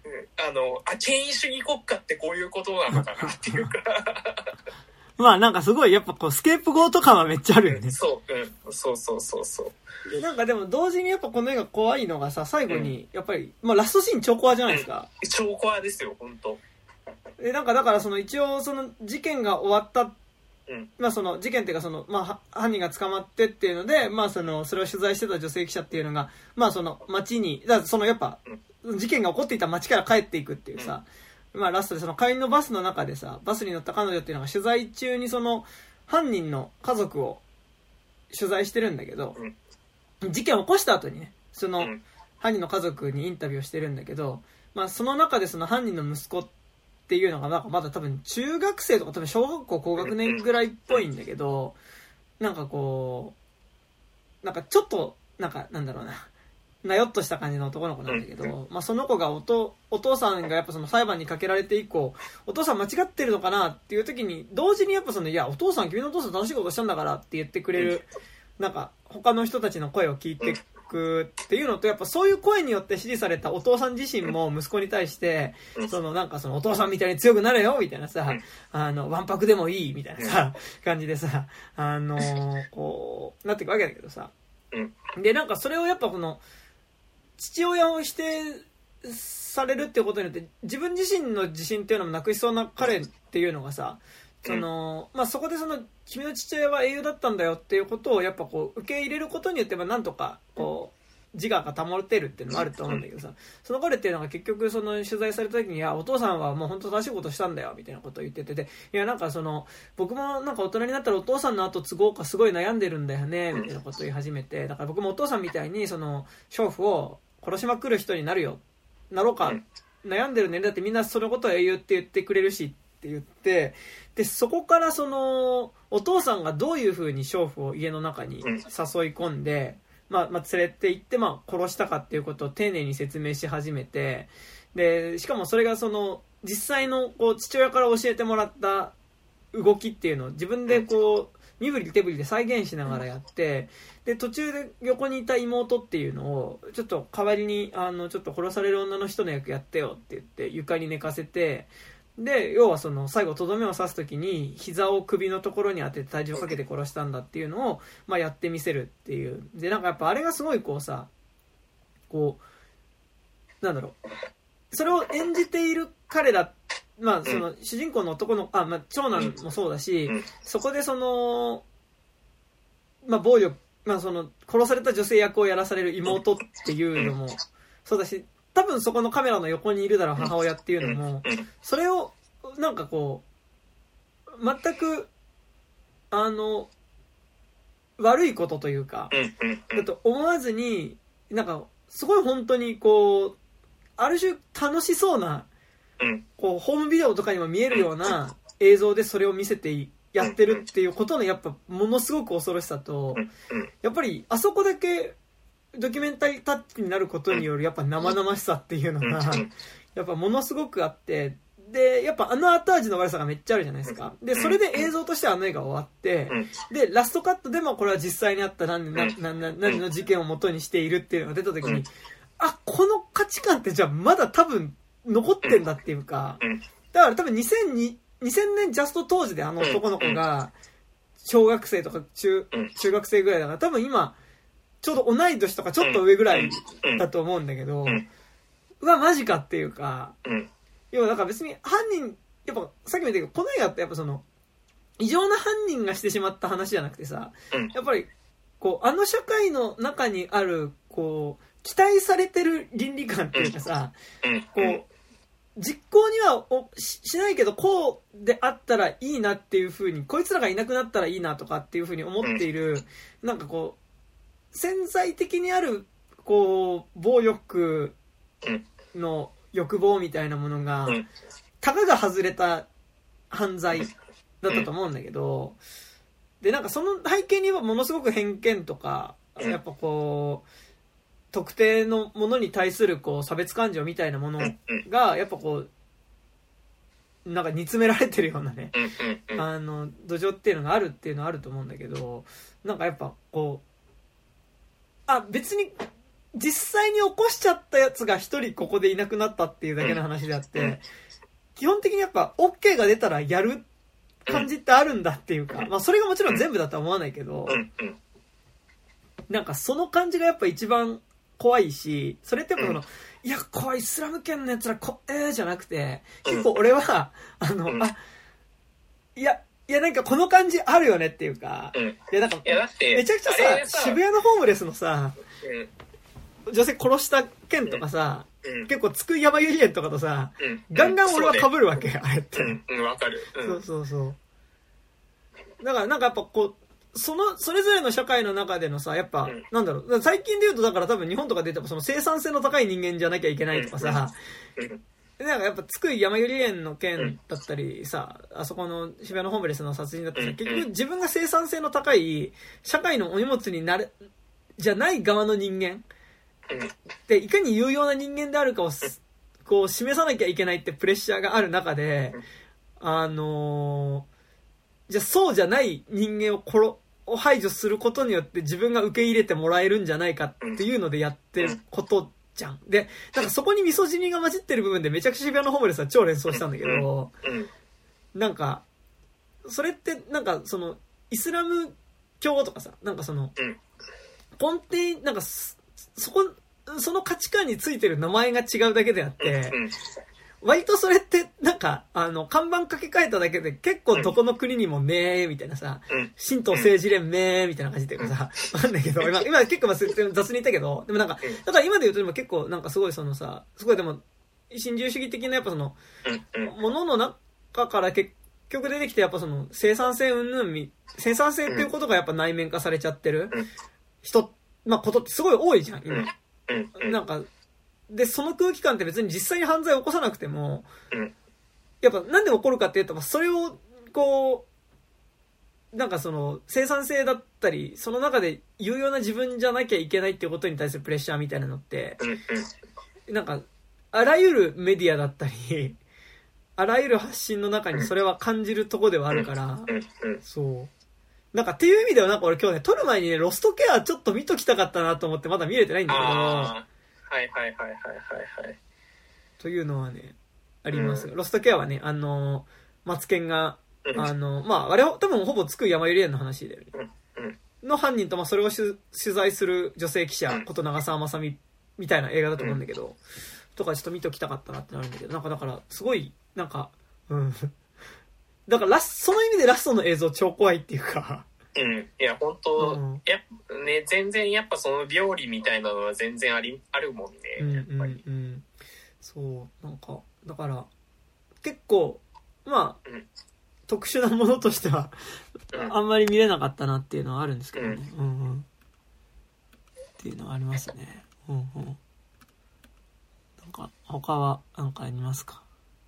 あの、あ、権威主義国家ってこういうことなのかなっていうか。 まあなんかすごいやっぱこうスケープゴート感はめっちゃあるよね。 そう、うん、そうそうそうそう。 でなんかでも同時にやっぱこの映画怖いのがさ、最後にやっぱり、まあラストシーン超怖じゃないですか。 うん、超怖ですよ、本当。 でなんかだからその一応その事件が終わった、 うん、 まあその事件っていうかそのまあ犯人が捕まってっていうので、まあそのそれを取材してた女性記者っていうのが、まあその街に、だからそのやっぱ事件が起こっていた街から帰っていくっていうさ、うん、まあラストでその帰りのバスの中でさ、バスに乗った彼女っていうのが取材中にその犯人の家族を取材してるんだけど、うん、事件を起こした後にね、その犯人の家族にインタビューをしてるんだけど、まあその中でその犯人の息子っていうのがなんかまだ多分中学生とか多分小学校高学年ぐらいっぽいんだけど、なんかこうなんかちょっとなんかなんだろうな、なよっとした感じの男の子なんだけど、まあその子がおとお父さんがやっぱその裁判にかけられて以降、お父さん間違ってるのかなっていう時に同時にやっぱそのいやお父さん君のお父さん楽しいことしたんだからって言ってくれるなんか他の人たちの声を聞いてっていうのと、やっぱそういう声によって支持されたお父さん自身も息子に対してそのなんかそのお父さんみたいに強くなれよみたいなさ、あのわんぱくでもいいみたいなさ感じでさ、あのこうなっていくわけだけどさ、でなんかそれをやっぱこの父親を否定されるっていうことによって自分自身の自信っていうのもなくしそうな彼っていうのがさ、そのまあそこでその君の父親は英雄だったんだよっていうことをやっぱこう受け入れることによってなんとかこう自我が保てるっていうのもあると思うんだけどさ、その彼っていうのが結局その取材された時にいやお父さんはもう本当正しいことしたんだよみたいなことを言ってて、でいやなんかその僕もなんか大人になったらお父さんの後継ごうかすごい悩んでるんだよねみたいなことを言い始めて、だから僕もお父さんみたいにその娼婦を殺しまくる人になるよなろうか悩んでるね、だってみんなそのことは英雄って言ってくれるしって言って、でそこからそのお父さんがどういう風に娼婦を家の中に誘い込んで、まあ、まあ連れて行って、まあ、殺したかっていうことを丁寧に説明し始めて、でしかもそれがその実際のこう父親から教えてもらった動きっていうのを自分でこう身振り手振りで再現しながらやって、で途中で横にいた妹っていうのをちょっと代わりにあのちょっと殺される女の人の役やってよって言って床に寝かせて、で要はその最後とどめを刺す時に膝を首のところに当てて体重をかけて殺したんだっていうのを、まあ、やってみせるっていう。でなんかやっぱあれがすごいこうさ、こうなんだろう、それを演じている彼ら、まあその主人公の男のあ、まあ、長男もそうだし、そこでそのまあ暴力、まあその殺された女性役をやらされる妹っていうのもそうだし、多分そこのカメラの横にいるだろう母親っていうのも、それをなんかこう全くあの悪いことというかだと思わずに、なんかすごい本当にこうある種楽しそうなこうホームビデオとかにも見えるような映像でそれを見せてやってるっていうことのやっぱものすごく恐ろしさと、やっぱりあそこだけドキュメンタリータッチになることによるやっぱ生々しさっていうのがやっぱものすごくあって、でやっぱあの後味の悪さがめっちゃあるじゃないですか。でそれで映像としてあの映画終わって、でラストカットでもこれは実際にあった何の事件を元にしているっていうのが出た時に、あこの価値観ってじゃあまだ多分残ってんだっていうか、だから多分にせんにねんジャスト当時であの男の子が小学生とか 中, 中学生ぐらいだから多分今ちょうど同い年とかちょっと上ぐらいだと思うんだけど、うわマジかっていうか、要はだから別に犯人やっぱさっきも言ったけどこの映画ってやっぱその異常な犯人がしてしまった話じゃなくてさ、やっぱりこうあの社会の中にあるこう期待されてる倫理観っていうかさ、こう実行には し, しないけどこうであったらいいなっていう風に、こいつらがいなくなったらいいなとかっていう風に思っている、なんかこう潜在的にあるこう暴力の欲望みたいなものがたかが外れた犯罪だったと思うんだけど、でなんかその背景にはものすごく偏見とかやっぱこう特定のものに対するこう差別感情みたいなものがやっぱこうなんか煮詰められてるようなねあの土壌っていうのがあるっていうのはあると思うんだけど、なんかやっぱこうあ別に実際に起こしちゃったやつが一人ここでいなくなったっていうだけの話であって、うん、基本的にやっぱ OK が出たらやる感じってあるんだっていうか、まあそれがもちろん全部だとは思わないけど、なんかその感じがやっぱ一番怖いし、それってやっぱその、いや、怖いイスラム圏のやつらこ、えーじゃなくて、結構俺は、あの、あ、いや、いやなんかこの感じあるよねっていうか、 うん、 いやなんか、 いやだってめちゃくちゃさ、渋谷のホームレスのさ、うん、女性殺した件とかさ、うん、結構津久井やまゆり園とかとさ、うん、ガンガン俺は被るわけ、うん、あれって。 うん、わ、うん、かる、 うん。そうそうそう。だからなんかやっぱこう、その、それぞれの社会の中でのさ、やっぱ、うん、なんだろう、最近で言うとだから多分日本とかで言ってもその生産性の高い人間じゃなきゃいけないとかさ、うんうんなんかやっぱ津久井やまゆり園の件だったりさ、あそこの渋谷のホームレスの殺人だったりさ、結局自分が生産性の高い社会のお荷物になる、じゃない側の人間で、いかに有用な人間であるかをこう示さなきゃいけないってプレッシャーがある中で、あのー、じゃあそうじゃない人間を殺、を排除することによって自分が受け入れてもらえるんじゃないかっていうのでやってることじゃん。で、なんかそこにミソジニが混じってる部分でめちゃくちゃ渋谷のホームレスは超連想したんだけど、なんか、それってなんかその、イスラム教とかさ、なんかその、根底、なんかそこ、その価値観についてる名前が違うだけであって、割とそれってなんかあの看板書き換えただけで結構どこの国にもねーみたいなさ、神道政治連盟みたいな感じでさ、わかんないけど今今結構雑に言ったけど、でもなんかだから今で言うとでも結構なんかすごいそのさ、すごいでも新自由主義的なやっぱそのものの中から結局出てきてやっぱその生産性云々生産性っていうことがやっぱ内面化されちゃってる人まあことってすごい多いじゃん今。なんかで、その空気感って別に実際に犯罪を起こさなくても、うん、やっぱなんで起こるかっていうと、それを、こう、なんかその、生産性だったり、その中で有用な自分じゃなきゃいけないっていうことに対するプレッシャーみたいなのって、うん、なんか、あらゆるメディアだったり、あらゆる発信の中にそれは感じるとこではあるから、そう。なんかっていう意味ではなんか俺今日ね、撮る前にね、ロストケアちょっと見ときたかったなと思ってまだ見れてないんだけど、 はいはいはいはいはいはい。 というのはね、あります。うん、ロストケアはね、あの、マツケンが、うん、あの、まあ、あれは多分ほぼ津久井やまゆり園の話で、ね、うんうん、の犯人と、まあ、それを取材する女性記者、うん、こと長澤まさみみたいな映画だと思うんだけど、うん、とかちょっと見ときたかったなってなるんだけど、なんかだから、すごい、なんか、うん。だからラス、その意味でラストの映像超怖いっていうか、 うん、いや本当、うん、やね全然やっぱその病理みたいなのは全然ありあるもんね、 うんうんうん、やっぱり、そうなんかだから結構まあ、うん、特殊なものとしては、うん、あんまり見れなかったなっていうのはあるんですけどね、うんうんうん、っていうのはありますね、うんうん、なんか他は何かありますか？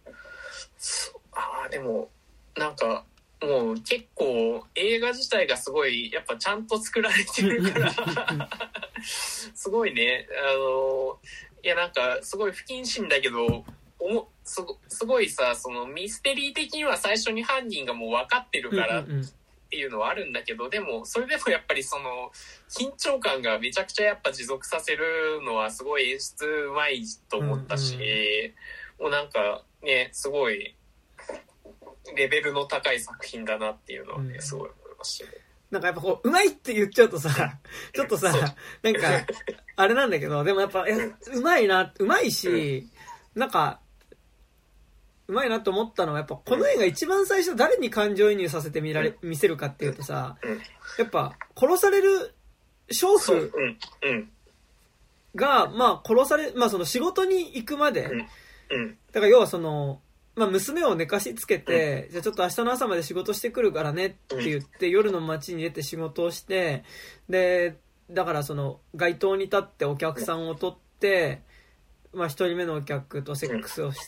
ああでもなんかもう結構映画自体がすごいやっぱちゃんと作られてるからすごいねあのいやなんかすごい不謹慎だけどおも す, ごすごいさそのミステリー的には最初に犯人がもう分かってるからっていうのはあるんだけど、でもそれでもやっぱりその緊張感がめちゃくちゃやっぱ持続させるのはすごい演出うまいと思ったし、もうなんかねすごいレベルの高い作品だなっていうのはね、うん、すごい思いましたね。 なんかやっぱこう、うまいって言っちゃうとさ、ちょっとさ、なんか、あれなんだけど、でもやっぱ、うまいな、うまいし、なんか、うまいなと思ったのは、やっぱこの映画一番最初誰に感情移入させて見られ、見せるかっていうとさ、やっぱ殺される娼婦が、まあ殺され、まあその仕事に行くまで、だから要はその、まあ、娘を寝かしつけて、うん、じゃあちょっと明日の朝まで仕事してくるからねって言って、うん、夜の街に出て仕事をして、で、だからその街頭に立ってお客さんを取って、まあ一人目のお客とセックスをして、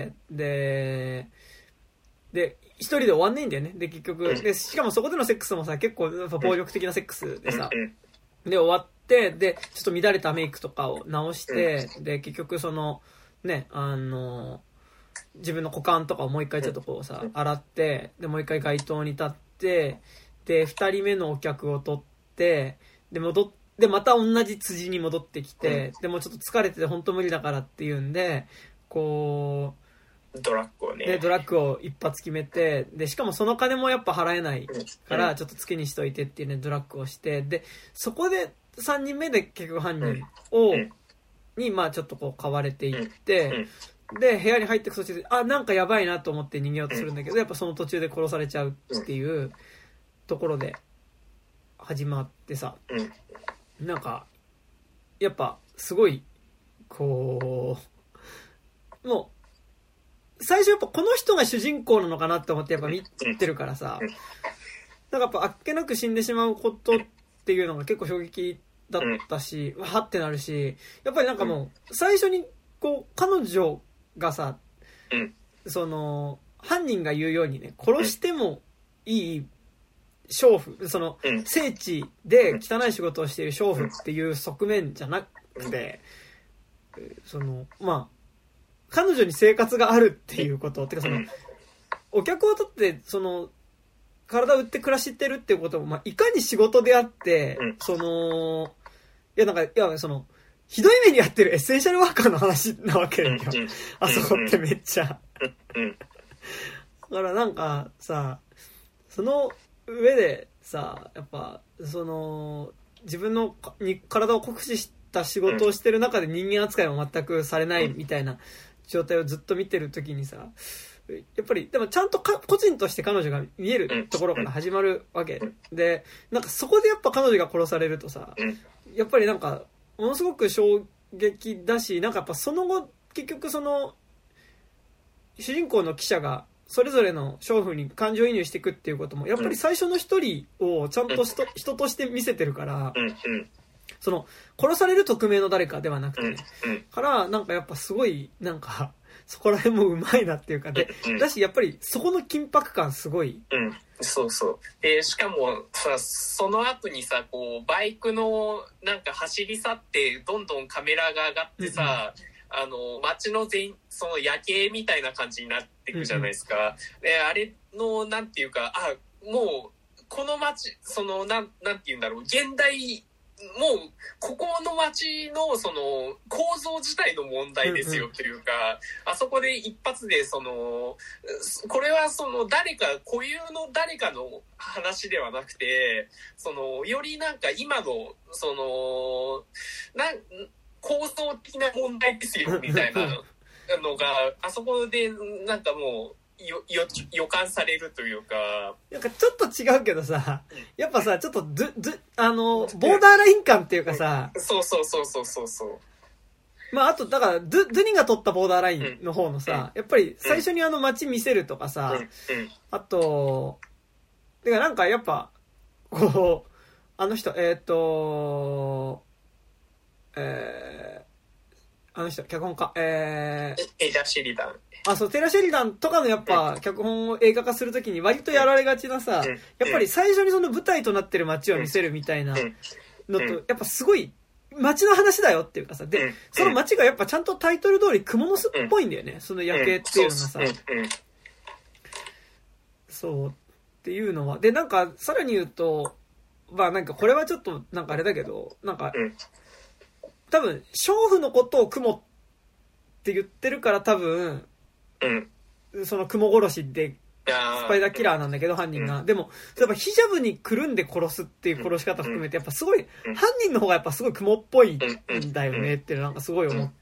で、で、一人で終わんないんだよね。で、結局、で、しかもそこでのセックスもさ、結構やっぱ暴力的なセックスでさ、で、終わって、で、ちょっと乱れたメイクとかを直して、で、結局その、ね、あの、自分の股間とかをもう一回ちょっとこうさ洗ってでもう一回街頭に立ってで二人目のお客を取ってで戻っで、また同じ辻に戻ってきて、でもちょっと疲れてて本当無理だからっていうんで、こう、ドラッグをね。 で、ドラッグを一発決めて、で、しかもその金もやっぱ払えないから、ちょっと月にしといてっていうね、ドラッグをして、で、そこでさんにんめで結局犯人を、に、まあちょっとこう買われていって、で、部屋に入ってく途中で、あ、なんかやばいなと思って逃げようとするんだけど、やっぱその途中で殺されちゃうっていうところで始まってさ、なんか、やっぱすごい、こう、もう、最初やっぱこの人が主人公なのかなって思ってやっぱ見てるからさ、なんかやっぱあっけなく死んでしまうことっていうのが結構衝撃だったし、わーってなるし、やっぱりなんかもう、最初にこう、彼女がさ、その、犯人が言うようにね、殺してもいい娼婦、その、聖地で汚い仕事をしている娼婦っていう側面じゃなくて、その、まあ、彼女に生活があるっていうこと、てかその、お客をとって、その、体を売って暮らしてるっていうことも、まあ、いかに仕事であって、その、いやなんか、いや、その、ひどい目にやってるエッセンシャルワーカーの話なわけだよ。あそこってめっちゃ。だからなんかさ、その上でさ、やっぱ、その、自分のに体を酷使した仕事をしてる中で人間扱いも全くされないみたいな状態をずっと見てるときにさ、やっぱり、でもちゃんとか個人として彼女が見えるところから始まるわけで、なんかそこでやっぱ彼女が殺されるとさ、やっぱりなんか、ものすごく衝撃だし、なんかやっぱその後、結局その、主人公の記者がそれぞれの娼婦に感情移入していくっていうことも、やっぱり最初の一人をちゃんと人、人として見せてるから、その、殺される匿名の誰かではなくてね。から、なんかやっぱすごい、なんか、そこら辺もうまいなっていうかで、だしやっぱりそこの緊迫感すごい。 うん、そうそう。で、しかもさ、その後にさ、こう、バイクのなんか走り去って、どんどんカメラが上がってさ、うん、あの、街の全、その夜景みたいな感じになっていくじゃないですか。うんうん、で、あれの、なんていうか、あ、もう、この街、その、なん、なんていうんだろう、現代、もうここの街のその構造自体の問題ですよというか、うんうん、あそこで一発でそのこれはその誰か固有の誰かの話ではなくて、そのよりなんか今のそのなん構造的な問題ですよみたいなのがあそこでなんかもうよよ予感されるというか、 なんかちょっと違うけどさ、やっぱさちょっとずずあのボーダーライン感っていうかさ、 そうそうそうそうそうそう。 まああとだからドゥニが取ったボーダーラインの方のさ、やっぱり最初にあの街見せるとかさ、あとてかなんかやっぱこうあの人えっとえー、あの人脚本家えー、 エイダ・シェリダン。 あ、そう、テラ・シェリダンとかのやっぱ脚本を映画化するときに割とやられがちなさ、やっぱり最初にその舞台となってる街を見せるみたいなのと、やっぱすごい街の話だよっていうかさ、で、その街がやっぱちゃんとタイトル通りクモの巣っぽいんだよね、その夜景っていうのがさ。そうっていうのは。で、なんかさらに言うと、まあなんかこれはちょっとなんかあれだけど、なんか、多分、娼婦のことをクモって言ってるから多分、うん、その雲殺しでスパイダーキラーなんだけど犯人が、うん、でもやっぱヒジャブにくるんで殺すっていう殺し方含めてやっぱすごい、うん、犯人の方がやっぱすごい雲っぽいんだよねってなんかすごい思って、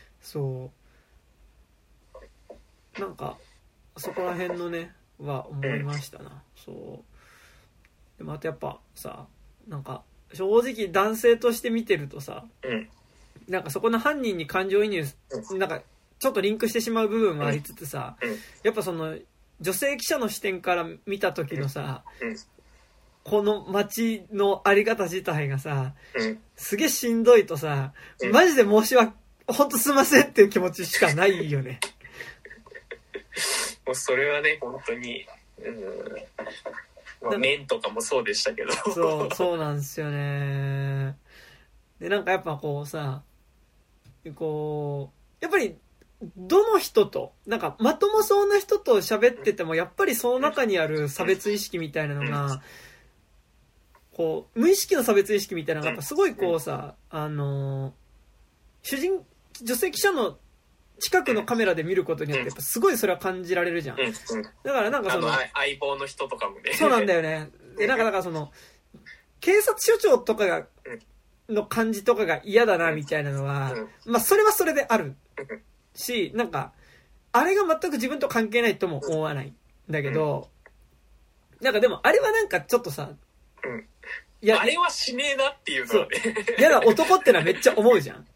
そうなんかそこら辺のねは思いましたな。そうでもあとやっぱさなんか正直男性として見てるとさ、なんかそこの犯人に感情移入なんかちょっとリンクしてしまう部分もありつつさ、やっぱその女性記者の視点から見た時のさ、この街のあり方自体がさ、すげえしんどいとさ、マジで申し訳ほんとすいませんっていう気持ちしかないよね。 もうそれはね本当に、うんまあ、面とかもそうでしたけど、 そうそうなんですよね。でなんかやっぱこうさ、こうやっぱりどの人となんかまともそうな人と喋っててもやっぱりその中にある差別意識みたいなのがこう無意識の差別意識みたいなのがやっぱすごいこうさ、あのー、主人女性記者の近くのカメラで見ることによってやっぱすごいそれは感じられるじゃん。だからなんかその相棒の人とかもね。 そうなんだよね。でなんかだからその警察署長とかがの感じとかが嫌だなみたいなのは、まあそれはそれであるし、なんかあれが全く自分と関係ないとも思わないんだけど、なんかでもあれはなんかちょっとさ、 いやあれはしねえなっていうのはね。 嫌だ男ってのはめっちゃ思うじゃん。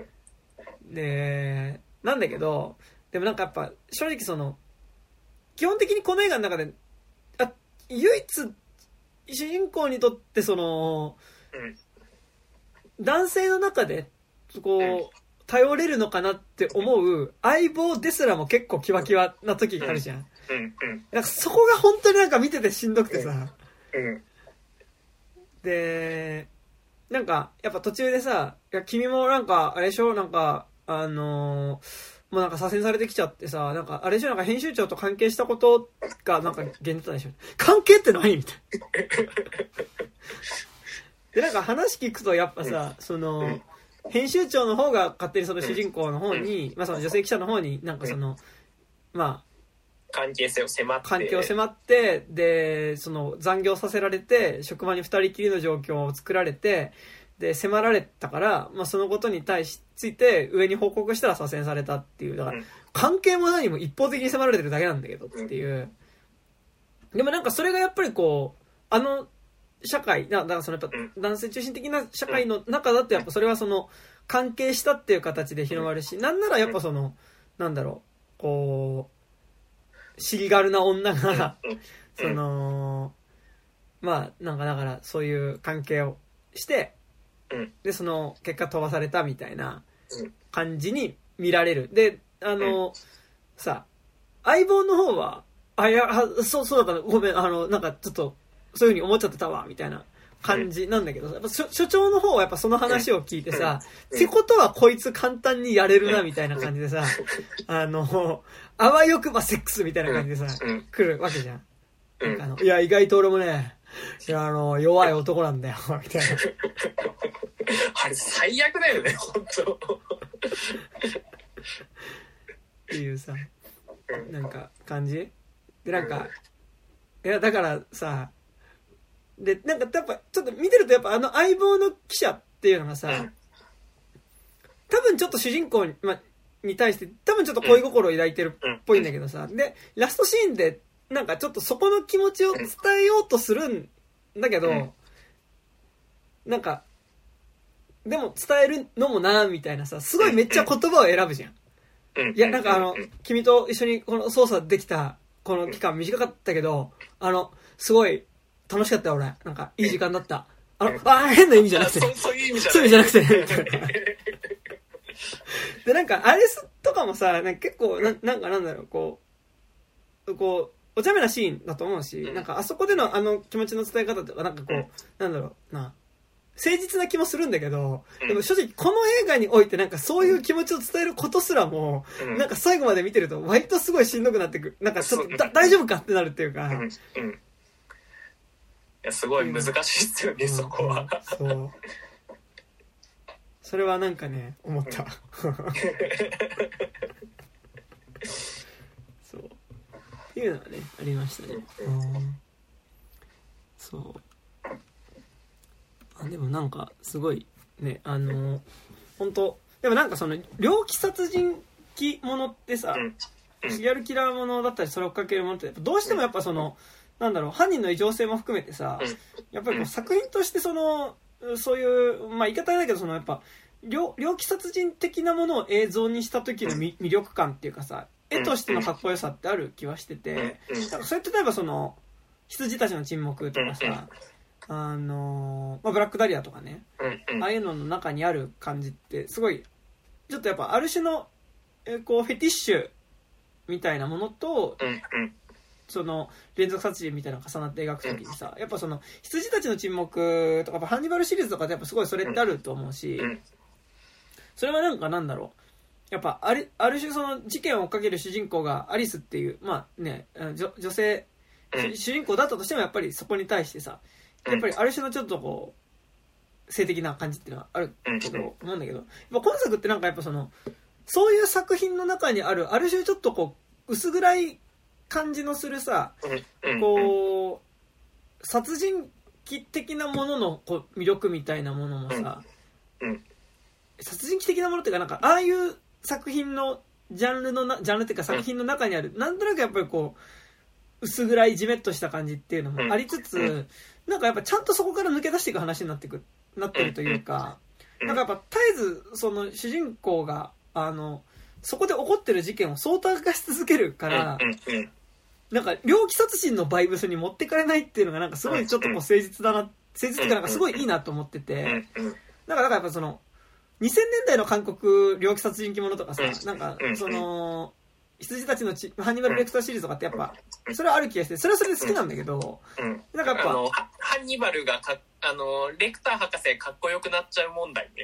でなんだけど、でもなんかやっぱ正直その基本的にこの映画の中であ唯一主人公にとってその、うん、男性の中でこう、うん、頼れるのかなって思う相棒ですらも結構キワキワな時があるじゃん。うんうん、なんかそこが本当になんか見ててしんどくてさ、うんうん、でなんかやっぱ途中でさ、いや君もなんかあれでしょ、なんかあのーもうなんか左遷されてきちゃってさ、なんかあれでしょ、なんか編集長と関係したことがなんか現実なんでしょ。関係って何みたいな。でなんか話聞くとやっぱさ、その編集長の方が勝手にその主人公の方に、まあその女性記者の方になんかそのまあ関係性を迫って関係を迫ってでその残業させられて職場に二人きりの状況を作られて。で迫られたから、まあ、そのことに対しついて上に報告したら左遷されたっていう、だから関係も何も一方的に迫られてるだけなんだけどっていう。でもなんかそれがやっぱりこうあの社会だからそのやっぱ男性中心的な社会の中だとやっぱそれはその関係したっていう形で広まるし、なんならやっぱそのなんだろうこう尻軽な女がそのまあなんかだからそういう関係をしてでその結果飛ばされたみたいな感じに見られる。であのさ相棒の方はあいやそうそうだったごめんあのなんかちょっとそういう風に思っちゃってたわみたいな感じなんだけど、やっぱ所長の方はやっぱその話を聞いてさ、ってことはこいつ簡単にやれるなみたいな感じでさ、あのあわよくばセックスみたいな感じでさ来るわけじゃん。なんかあのいや意外と俺もねいやあの弱い男なんだよみたいな。 あれ最悪だよね本当。 っていうさなんか感じでなんかいやだからさでなんかやっぱちょっと見てるとやっぱあの相棒の記者っていうのがさ多分ちょっと主人公に、ま、に対して多分ちょっと恋心を抱いてるっぽいんだけどさ、でラストシーンでなんかちょっとそこの気持ちを伝えようとするんだけどなんかでも伝えるのもなみたいなさ、すごいめっちゃ言葉を選ぶじゃん。いやなんかあの君と一緒にこの操作できたこの期間短かったけどあのすごい楽しかったよ俺、なんかいい時間だった。あのあ変な意味じゃなくて、 そういう意味じゃない。 そういう意味じゃなくて。でなんかアレスとかもさ、なんか結構ななんかなんだろうこうこうお茶目なシーンだと思うし、なんかあそこでのあの気持ちの伝え方とかなんかこうなんだろうな。誠実な気もするんだけど、でも正直この映画においてなんかそういう気持ちを伝えることすらも、うん、なんか最後まで見てると割とすごいしんどくなってくる。なんかちょっとだ大丈夫かってなるっていうか。うんうん、いやすごい難しいですよね、うん、そこは。そう。 それはなんかね思った。そう。っていうのがねありましたね。うん、そう。でもなんかすごいねあの本当でもなんかその猟奇殺人鬼ものってさシリアルキラーものだったりそれを追っかけるものってどうしてもやっぱそのなんだろう犯人の異常性も含めてさやっぱりこう作品としてそのそういうまあ言い方だけどそのやっぱ猟奇殺人的なものを映像にした時の魅力感っていうかさ絵としてのかっこよさってある気はしてて、なんかそれって例えばその羊たちの沈黙とかさあのーまあ、ブラックダリアとかね、うんうん、ああいうのの中にある感じってすごいちょっとやっぱある種の、えー、こうフェティッシュみたいなものと、うんうん、その連続殺人みたいなのが重なって描くときにさ、やっぱその羊たちの沈黙とかハンニバルシリーズとかでやっぱすごいそれってあると思うし、それはなんかなんだろうやっぱある、ある種その事件を追っかける主人公がアリスっていうまあね女、女性主人公だったとしてもやっぱりそこに対してさやっぱりある種のちょっとこう性的な感じっていうのはあるけど思うんだけど、今作ってなんかやっぱそのそういう作品の中にあるある種ちょっとこう薄暗い感じのするさ、こう殺人鬼的なもののこう魅力みたいなものもさ、殺人鬼的なものっていうかなんかああいう作品のジャンルのなジャンルっていうか作品の中にあるなんとなくやっぱりこう薄暗いジメッとした感じっていうのもありつつ、なんかやっぱちゃんとそこから抜け出していく話になってくなってるというか、なんかやっぱ絶えずその主人公があのそこで起こってる事件を相対化し続けるから、なんか猟奇殺人のバイブスに持ってかれないっていうのがなんかすごいちょっとこう誠実だな、誠実っていうかなんかすごいいいなと思ってて、だからなんかやっぱそのにせんねんだいの韓国猟奇殺人鬼ものとかさ、なんかその羊たちの血ハンニバル・レクターシリーズとかってやっぱそれはある気がして、それはそれで好きなんだけど、なんかやっぱあのハンニバルがかあのレクター博士かっこよくなっちゃう問題ね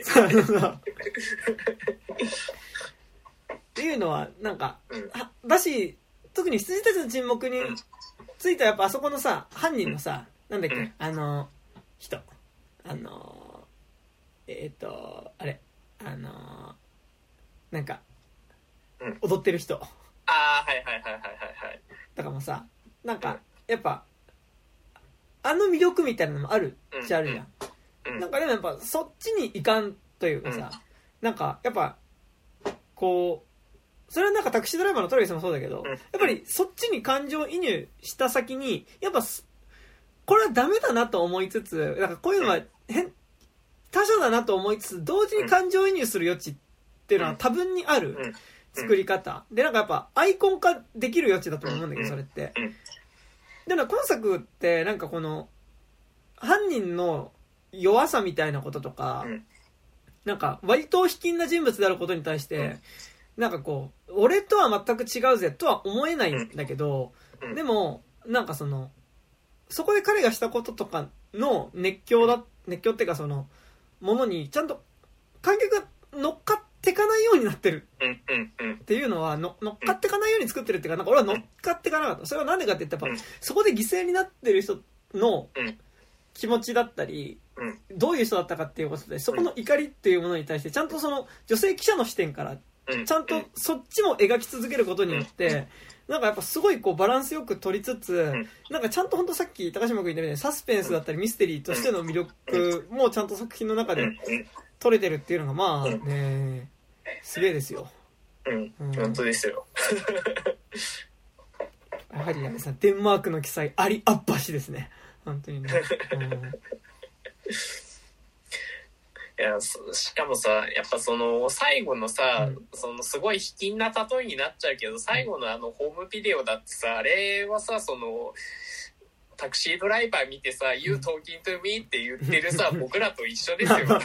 っていうのはなんか、だし特に羊たちの沈黙についてはやっぱあそこのさ犯人のさなんだっけあの人あのえっ、ー、とあれあのなんか踊ってる人、 ああはいはいはいはいはいはいだからもさなんかやっぱあの魅力みたいなのもあるっちゃあるじゃん、なんかでもやっぱそっちに行かんというかさ、なんかやっぱこうそれはなんかタクシードライバーのトラビスもそうだけど、やっぱりそっちに感情移入した先にやっぱこれはダメだなと思いつつ、なんかこういうのは変他者だなと思いつつ同時に感情移入する余地っていうのは多分にある作り方で、なんかやっぱアイコン化できる余地だと思うんだけど、それってでも今作ってなんかこの犯人の弱さみたいなこととか、なんか割と卑近な人物であることに対してなんかこう俺とは全く違うぜとは思えないんだけど、でもなんかそのそこで彼がしたこととかの熱狂だ熱狂っていうかそのものにちゃんと観客が乗っかっていかないようになってるっていうのはの乗っかっていかないように作ってるっていうか、なんか俺は乗っかっていかなかった。それはなんでかって言ったらやっぱそこで犠牲になってる人の気持ちだったりどういう人だったかっていうことで、そこの怒りっていうものに対してちゃんとその女性記者の視点からちゃんとそっちも描き続けることによってなんかやっぱすごいこうバランスよく取りつつ、なんかちゃんと本当さっき高島君言ったみたいにサスペンスだったりミステリーとしての魅力もちゃんと作品の中で取れてるっていうのがまあねすげえですよ。 うん、うん、本当ですよやはりねさデンマークの記載ありあっぱしですね本当にね、うん、いやしかもさやっぱその最後のさ、うん、そのすごい卑近な例えになっちゃうけど最後のあのホームビデオだってさあれはさそのタクシードライバー見てさ「You talking to me」って言ってるさ僕らと一緒ですよだ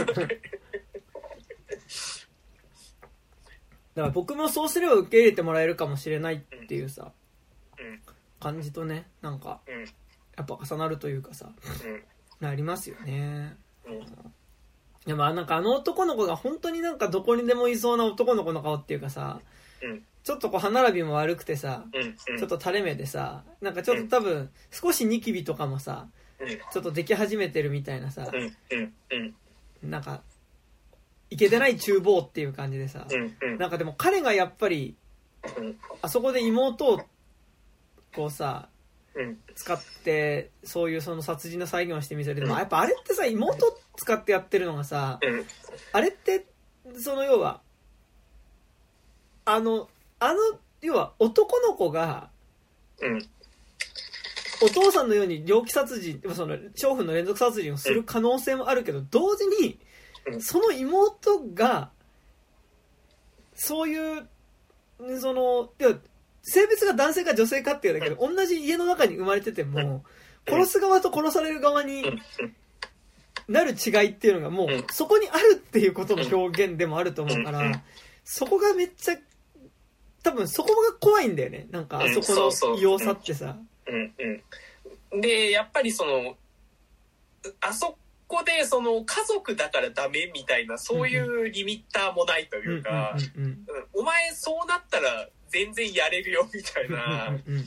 から僕もそうすれば受け入れてもらえるかもしれないっていうさ、うんうん、感じとねなんか、うん、やっぱ重なるというかさ、うん、ありますよね、うん、でもなんかあの男の子が本当になんかどこにでもいそうな男の子の顔っていうかさ、うん、ちょっとこう歯並びも悪くてさ、うんうん、ちょっと垂れ目でさなんかちょっと多分少しニキビとかもさ、うん、ちょっとでき始めてるみたいなさ、うんうんうん、なんかいけてない厨房っていう感じでさ、うんうん、なんかでも彼がやっぱり、うん、あそこで妹をこうさ、うん、使ってそういうその殺人の再現をしてみせる、でもやっぱあれってさ妹使ってやってるのがさ、うん、あれってその要はあのあの要は男の子が、うん、お父さんのように猟奇殺人その娼婦の連続殺人をする可能性もあるけど、同時にその妹がそういうその性別が男性か女性かっていうだけで同じ家の中に生まれてても殺す側と殺される側になる違いっていうのがもうそこにあるっていうことの表現でもあると思うから、そこがめっちゃ多分そこが怖いんだよね。なんかあそこの異様さってさ、 うんうん、でやっぱりそのあそこでその家族だからダメみたいなそういうリミッターもないというか、お前そうなったら全然やれるよみたいな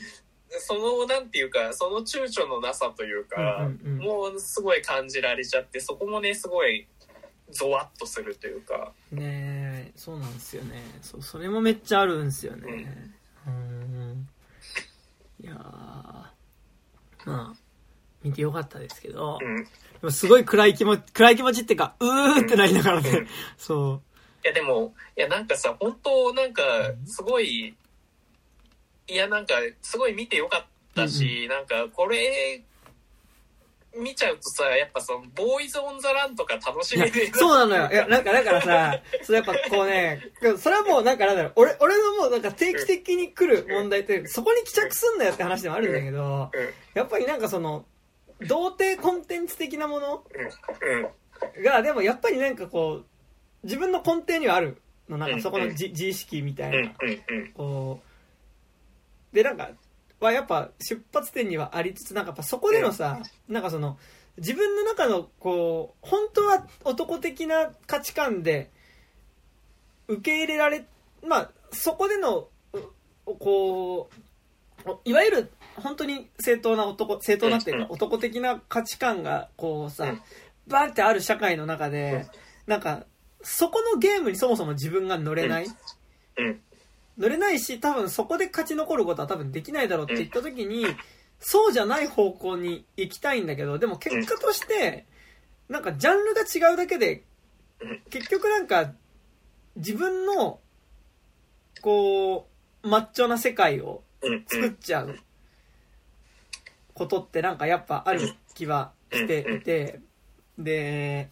そのなんていうかその躊躇のなさというか、うんうんうん、もうすごい感じられちゃって、そこもねすごいゾワッとするというかね。そうなんですよね。そう、それもめっちゃあるんですよね。うん、うんいやーまあ見てよかったですけど、うん、でもすごい暗い気持ち暗い気持ちっていうかうーってなりながらね、うん、そういやでもいやなんかさ本当なんかすごい、いやなんかすごい見てよかったし、うんうん、なんかこれ見ちゃうとさやっぱそのボーイズオンザランとか楽しめる。 そうなのよ。いやなんかだからさそれやっぱこうねそれはもうなんかなんだろう俺俺のもうなんか定期的に来る問題ってそこに帰着すんなよって話でもあるんだけど、うんうん、やっぱりなんかその童貞コンテンツ的なものがでもやっぱりなんかこう自分の根底にはあるのなんかそこの 自, 自意識みたいなこうでなんかはやっぱ出発点にはありつつなんかやっぱそこでのさなんかその自分の中のこう本当は男的な価値観で受け入れられまあそこでのこういわゆる本当に正当な男正当なっていうか男的な価値観がこうさバーってある社会の中でなんかそこのゲームにそもそも自分が乗れない乗れないし多分そこで勝ち残ることは多分できないだろうって言った時にそうじゃない方向に行きたいんだけどでも結果としてなんかジャンルが違うだけで結局なんか自分のこうマッチョな世界を作っちゃうことってなんかやっぱある気はしていてで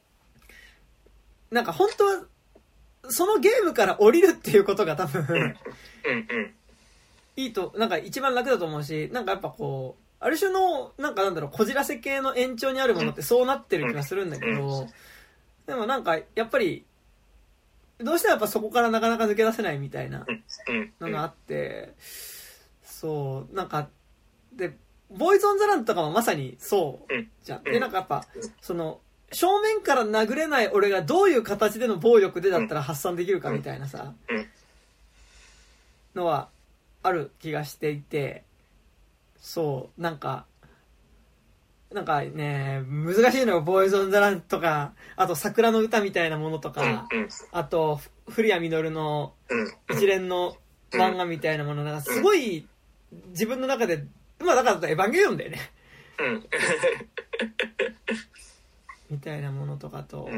なんか本当はそのゲームから降りるっていうことが多分いいとなんか一番楽だと思うしなんかやっぱこうある種のなんかなんだろうこじらせ系の延長にあるものってそうなってる気がするんだけどでもなんかやっぱりどうしてもやっぱそこからなかなか抜け出せないみたいなのがあってそうなんかでボーイズオンザランとかもまさにそうじゃんでなんかやっぱその正面から殴れない俺がどういう形での暴力でだったら発散できるかみたいなさのはある気がしていてそうなんかなんかね難しいのよボーイズオンザランとかあと桜の歌みたいなものとかあと古谷実の一連の漫画みたいなものがすごい自分の中でまあだからエヴァンゲリオンだよねみたいなものとかと、うん、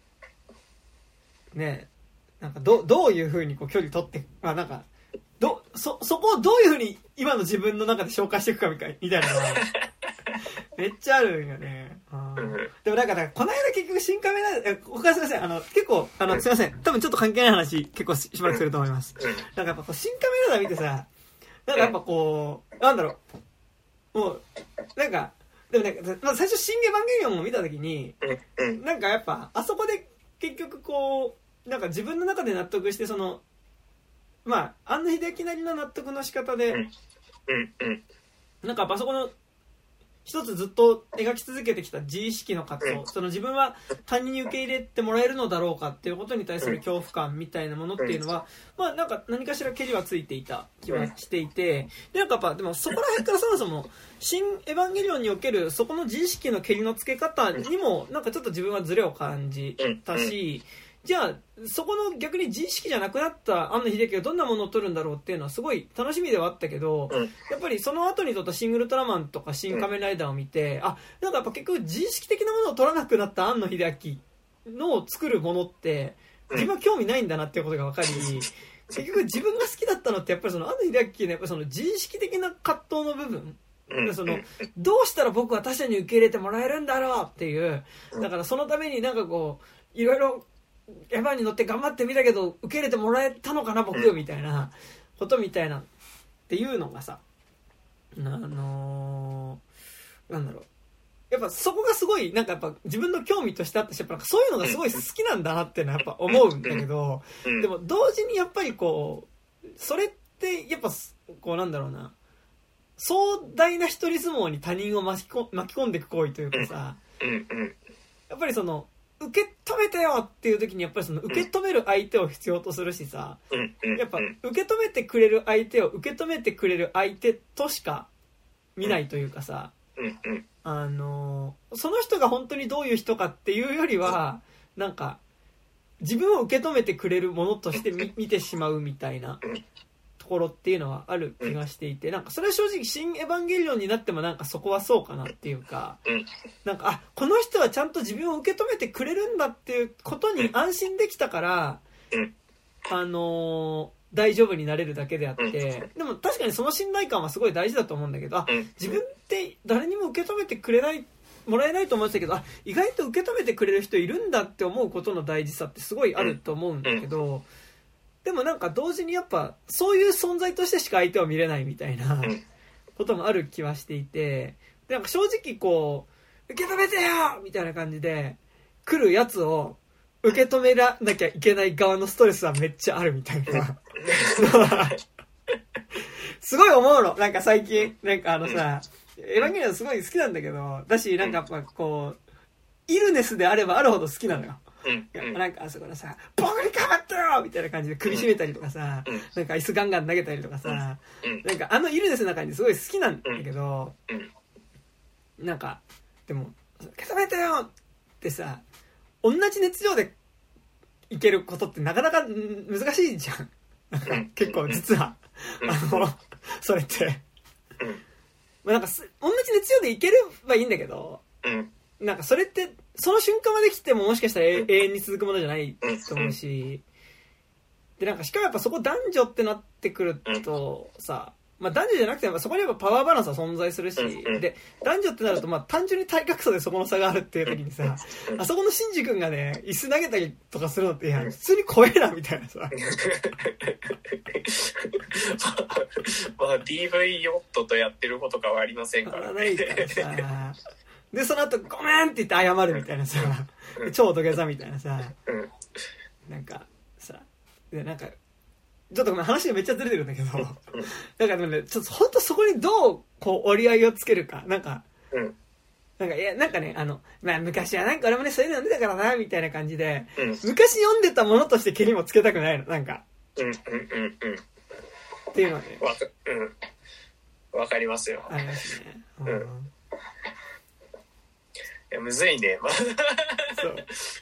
ねなんかどどういう風にこう距離取ってまあなんかどそそこをどういう風に今の自分の中で消化していくかみたいみたいなのがめっちゃあるんよね。あでもなんかこの間結局新カメラおかすいませんあの結構あのすいません多分ちょっと関係ない話結構しばらくすると思います。なんかやっぱこう新カメラ見てさなんかやっぱこうなんだろうもうなんかでもなんか、まあ、最初新エヴァンゲリオンを見たときに、なんかやっぱあそこで結局こうなんか自分の中で納得してそのまあ庵野秀明なりの納得の仕方で、なんかやっぱあそこの一つずっと描き続けてきた自意識の葛藤、その自分は他人に受け入れてもらえるのだろうかっていうことに対する恐怖感みたいなものっていうのは、まあなんか何かしらケリはついていた気はしていて、でなんかやっぱでもそこら辺からそもそも新エヴァンゲリオンにおけるそこの自意識のケリのつけ方にもなんかちょっと自分はズレを感じたし、じゃあそこの逆に自意識じゃなくなった庵野秀明がどんなものを撮るんだろうっていうのはすごい楽しみではあったけど、やっぱりその後に撮ったシン・ウルトラマンとか新仮面ライダーを見て、あなんかやっぱ結局自意識的なものを撮らなくなった庵野秀明の作るものって自分は興味ないんだなっていうことが分かり、結局自分が好きだったのってやっぱりその庵野秀明のやっぱその自意識的な葛藤の部分、そのどうしたら僕は他者に受け入れてもらえるんだろうっていう、だからそのためになんかこういろいろエヴァに乗って頑張ってみたけど受け入れてもらえたのかな僕みたいなことみたいなっていうのがさ、あのー、なんだろうやっぱそこがすごいなんかやっぱ自分の興味としてあったし、やっぱなんかそういうのがすごい好きなんだなっていうのはやっぱ思うんだけど、でも同時にやっぱりこうそれってやっぱこうなんだろうな壮大な一人相撲に他人を巻き込んでいく行為というかさ、やっぱりその受け止めてよっていう時にやっぱりその受け止める相手を必要とするしさ、やっぱ受け止めてくれる相手を受け止めてくれる相手としか見ないというかさ、あのその人が本当にどういう人かっていうよりはなんか自分を受け止めてくれるものとして見、見てしまうみたいなところっていうのはある気がしていて、なんかそれは正直新エヴァンゲリオンになってもなんかそこはそうかなっていうか、なんかあこの人はちゃんと自分を受け止めてくれるんだっていうことに安心できたからあのー、大丈夫になれるだけであって、でも確かにその信頼感はすごい大事だと思うんだけど、あ自分って誰にも受け止めてくれないもらえないと思ってたけど、あ意外と受け止めてくれる人いるんだって思うことの大事さってすごいあると思うんだけど、でもなんか同時にやっぱそういう存在としてしか相手を見れないみたいなこともある気はしていて、でなんか正直こう受け止めてよみたいな感じで来るやつを受け止めらなきゃいけない側のストレスはめっちゃあるみたいなすごい思うの。なんか最近なんかあのさエヴァンゲリオンすごい好きなんだけど、だしなんかやっぱこうイルネスであればあるほど好きなのよ。なんかあそこのさ僕にかばってよみたいな感じで首絞めたりとかさ、なんか椅子ガンガン投げたりとかさ、なんかあのイルネスの中にすごい好きなんだけど、なんかでも受け止めてよってさ同じ熱量でいけることってなかなか難しいじゃん。なんか結構実はあのそれってまあなんか同じ熱量でいければいいんだけど、なんかそれってその瞬間まで来てももしかしたら永遠に続くものじゃないと思うし、でなんかしかもやっぱそこ男女ってなってくるとさ、まあ男女じゃなくてもそこにやっぱパワーバランスは存在するし、で男女ってなるとまあ単純に体格差でそこの差があるっていう時にさ、あそこのシンジ君がね椅子投げたりとかするのっていや普通に怖えなみたいなさまあ ディーブイ ヨットとやってることかはありませんからね。 からさでその後ごめんって言って謝るみたいなさ超土下座みたいなさ、なんかさでなんかちょっと話がめっちゃずれてるんだけどだからねちょっと本当そこにどうこう折り合いをつけるかなんか、なんかいやなんかねあのまあ昔はなんか俺もねそういうの読んでたからなみたいな感じで、昔読んでたものとして蹴りもつけたくないのなんか、っていうのはねわか、うん、わかりますよ。 ありますね。うん。 うんいやむずいね。 そう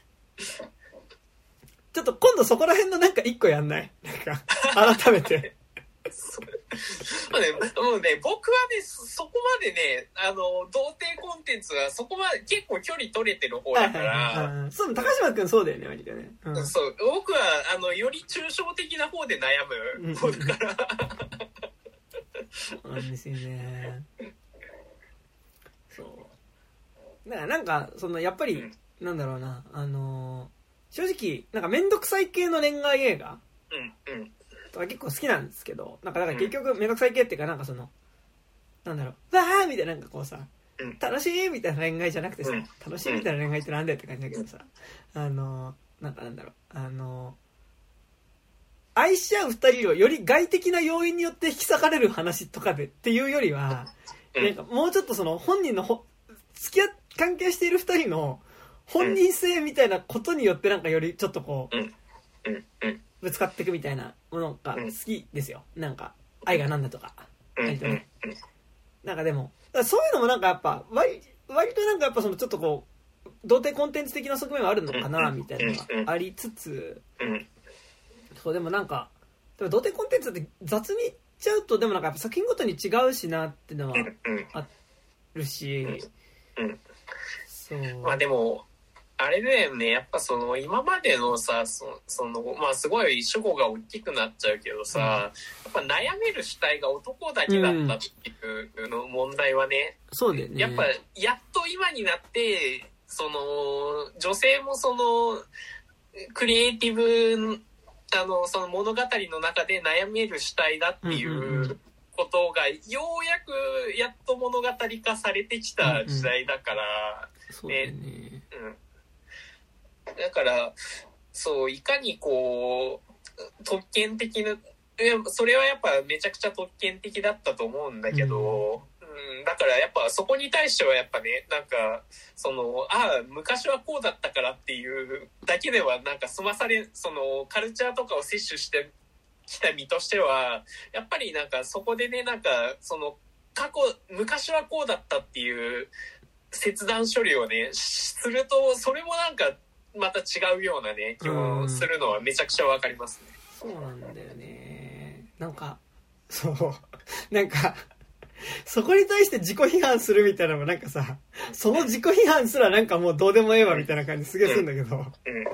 ちょっと今度そこら辺のなんか一個やんないなんか改めてそうね、もうね僕はねそこまでねあの童貞コンテンツはそこまで結構距離取れてる方だから、はいはいはい、 そう高島君そうだよね割とね、 うん、そう僕はあのより抽象的な方で悩む方だから、 そうなんですよね。そうだからなんかそのやっぱり、うん、なんだろうなあのー、正直なんかめんどくさい系の恋愛映画とか結構好きなんですけど、なんかだから結局めんどくさい系っていうかなんかそのなんだろうわーみたいななんかこうさ楽しいみたいな恋愛じゃなくてさ楽しいみたいな恋愛ってなんだよって感じだけどさ、あのー、なんかなんだろうあのー、愛し合う二人をより外的な要因によって引き裂かれる話とかでっていうよりはなんかもうちょっとその本人のほ付き合関係している二人の本人性みたいなことによってなんかよりちょっとこうぶつかっていくみたいなものが好きですよ。なんか愛がなんだとか割とね、なんかでもそういうのもなんかやっぱ割割となんかやっぱそのちょっとこう童貞コンテンツ的な側面はあるのかなみたいなのがありつつ、そうでもなんかでも童貞コンテンツって雑に言っちゃうとでもなんかやっぱ作品ごとに違うしなっていうのはあるし、そうまあでもあれだよねやっぱその今までのさそそのまあすごい主語が大きくなっちゃうけどさ、うん、やっぱ悩める主体が男だけだったっていうの問題はね、 うん、そうだよね。 やっぱやっと今になってその女性もそのクリエイティブあのその物語の中で悩める主体だっていうことがようやくやっと物語化されてきた時代だから、 うんうんね、そうだね、 うんだからそういかにこう特権的なそれはやっぱめちゃくちゃ特権的だったと思うんだけど、うん、 うん、だからやっぱそこに対してはやっぱね、なんかそのああ昔はこうだったからっていうだけではなんか済まされ、そのカルチャーとかを摂取してきた身としてはやっぱりなんかそこでね、なんかその過去昔はこうだったっていう切断処理をねすると、それもなんかまた違うようなね気もするのはめちゃくちゃわかりますね。 そうなんだよね。なんかそうなんかそこに対して自己批判するみたいなのもなんかさ、その自己批判すらなんかもうどうでもええわみたいな感じすげえするんだけど、うんうん、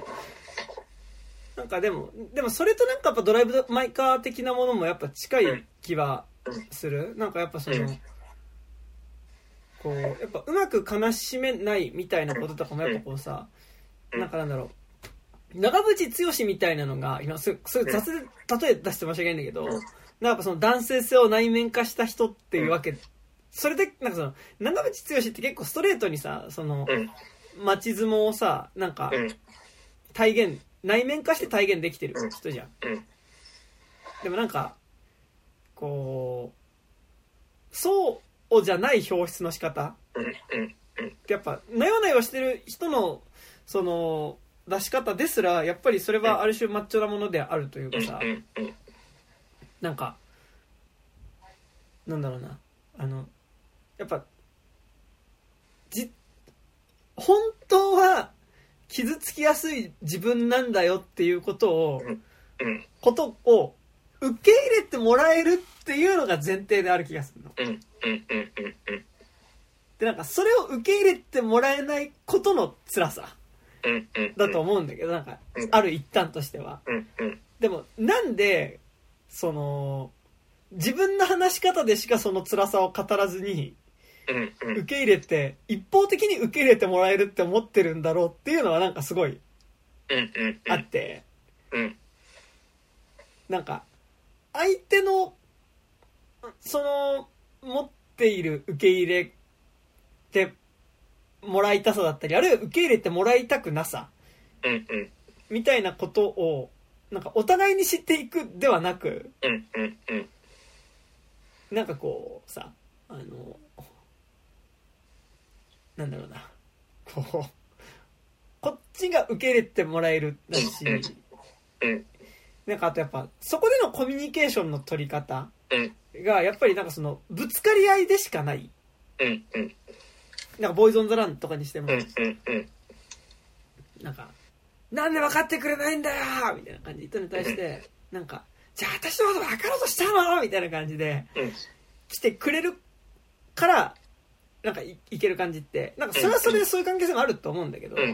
なんかでもでもそれとなんかやっぱドライブ・マイ・カー的なものもやっぱ近い気はする。なんかやっぱそのこうやっぱうまく悲しめないみたいなこととかもやっぱこうさ、なんかなんだろう、長渕剛みたいなのが今すすごい雑で例え出して申し訳ないんだけど、なんかその男性性を内面化した人っていうわけ、それでなんかその長渕剛って結構ストレートにさ、その街相撲をさ、なんか体現内面化して体現できてる人じゃん。でもなんかこうそうじゃない表出の仕方ってやっぱなよなよしてる人のその出し方ですらやっぱりそれはある種マッチョなものであるというかさ、なんかなんだろうな、あのやっぱじ本当は傷つきやすい自分なんだよっていうことをことを受け入れてもらえるっていうのが前提である気がするの。でなんかそれを受け入れてもらえないことの辛さだと思うんだけど、なんかある一端としては。でもなんでその自分の話し方でしかその辛さを語らずに受け入れて一方的に受け入れてもらえるって思ってるんだろうっていうのはなんかすごいあって、なんか相手のその持っている受け入れてもらいたさだったり、あるいは受け入れてもらいたくなさみたいなことをなんかお互いに知っていくではなく、なんかこうさ、あのなんだろうな、こうこっちが受け入れてもらえるだし、なんかあとやっぱそこでのコミュニケーションの取り方がやっぱりなんかそのぶつかり合いでしかない。なんかボーイズ・オン・ザ・ランとかにしても、なんかなんで分かってくれないんだよみたいな感じで人に対してなんかじゃあ私のこと分かろうとしたのみたいな感じで来てくれるからなんか い, いける感じってなんかそれはそれでそういう関係性もあると思うんだけど、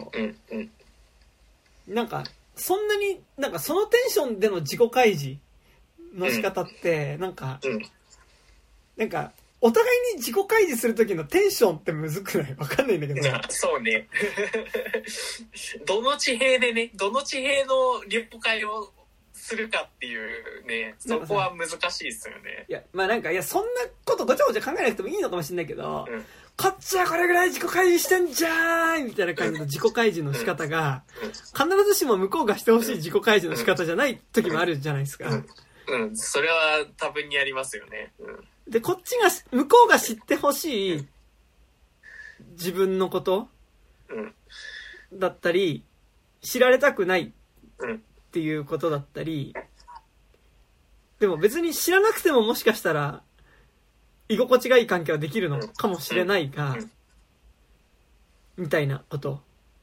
なんかそんなになんかそのテンションでの自己開示の仕方ってなんかなんかお互いに自己開示する時のテンションってむずくない？わかんないんだけど。 そうね。どの地平でね、どの地平の立法会をするかっていうね、そこは難しいですよね。 いや、まあなんかいやそんなことごちゃごちゃ考えなくてもいいのかもしれないけど、うん、こっちはこれぐらい自己開示してんじゃーんみたいな感じの自己開示の仕方が、必ずしも向こうがしてほしい自己開示の仕方じゃない時もあるじゃないですか。 うん、うんうん、それは多分にありますよね。うんでこっちが向こうが知ってほしい自分のことだったり知られたくないっていうことだったり、でも別に知らなくてももしかしたら居心地がいい関係はできるのかもしれないがみたいなこと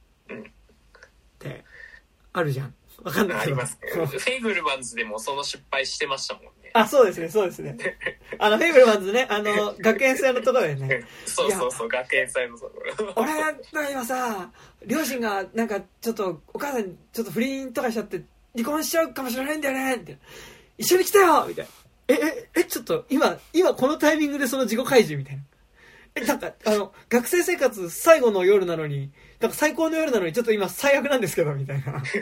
ってあるじゃん。わかんないけど。 ありますね。フェイブルマンズでもその失敗してましたもんね。 あ、そうですね、そうですね。あの、フェイブルマンズね、あの、学園祭のところでね。 そうそうそう、学園祭のところ。 俺、今さ、両親が、なんか、ちょっと、お母さん、ちょっと不倫とかしちゃって、離婚しちゃうかもしれないんだよね、みたいな。一緒に来たよみたいな。え、え、え、ちょっと、今、今このタイミングでその自己開示みたいな。え、なんか、あの、学生生活最後の夜なのに、なんか最高の夜なのに、ちょっと今最悪なんですけど、みたいな。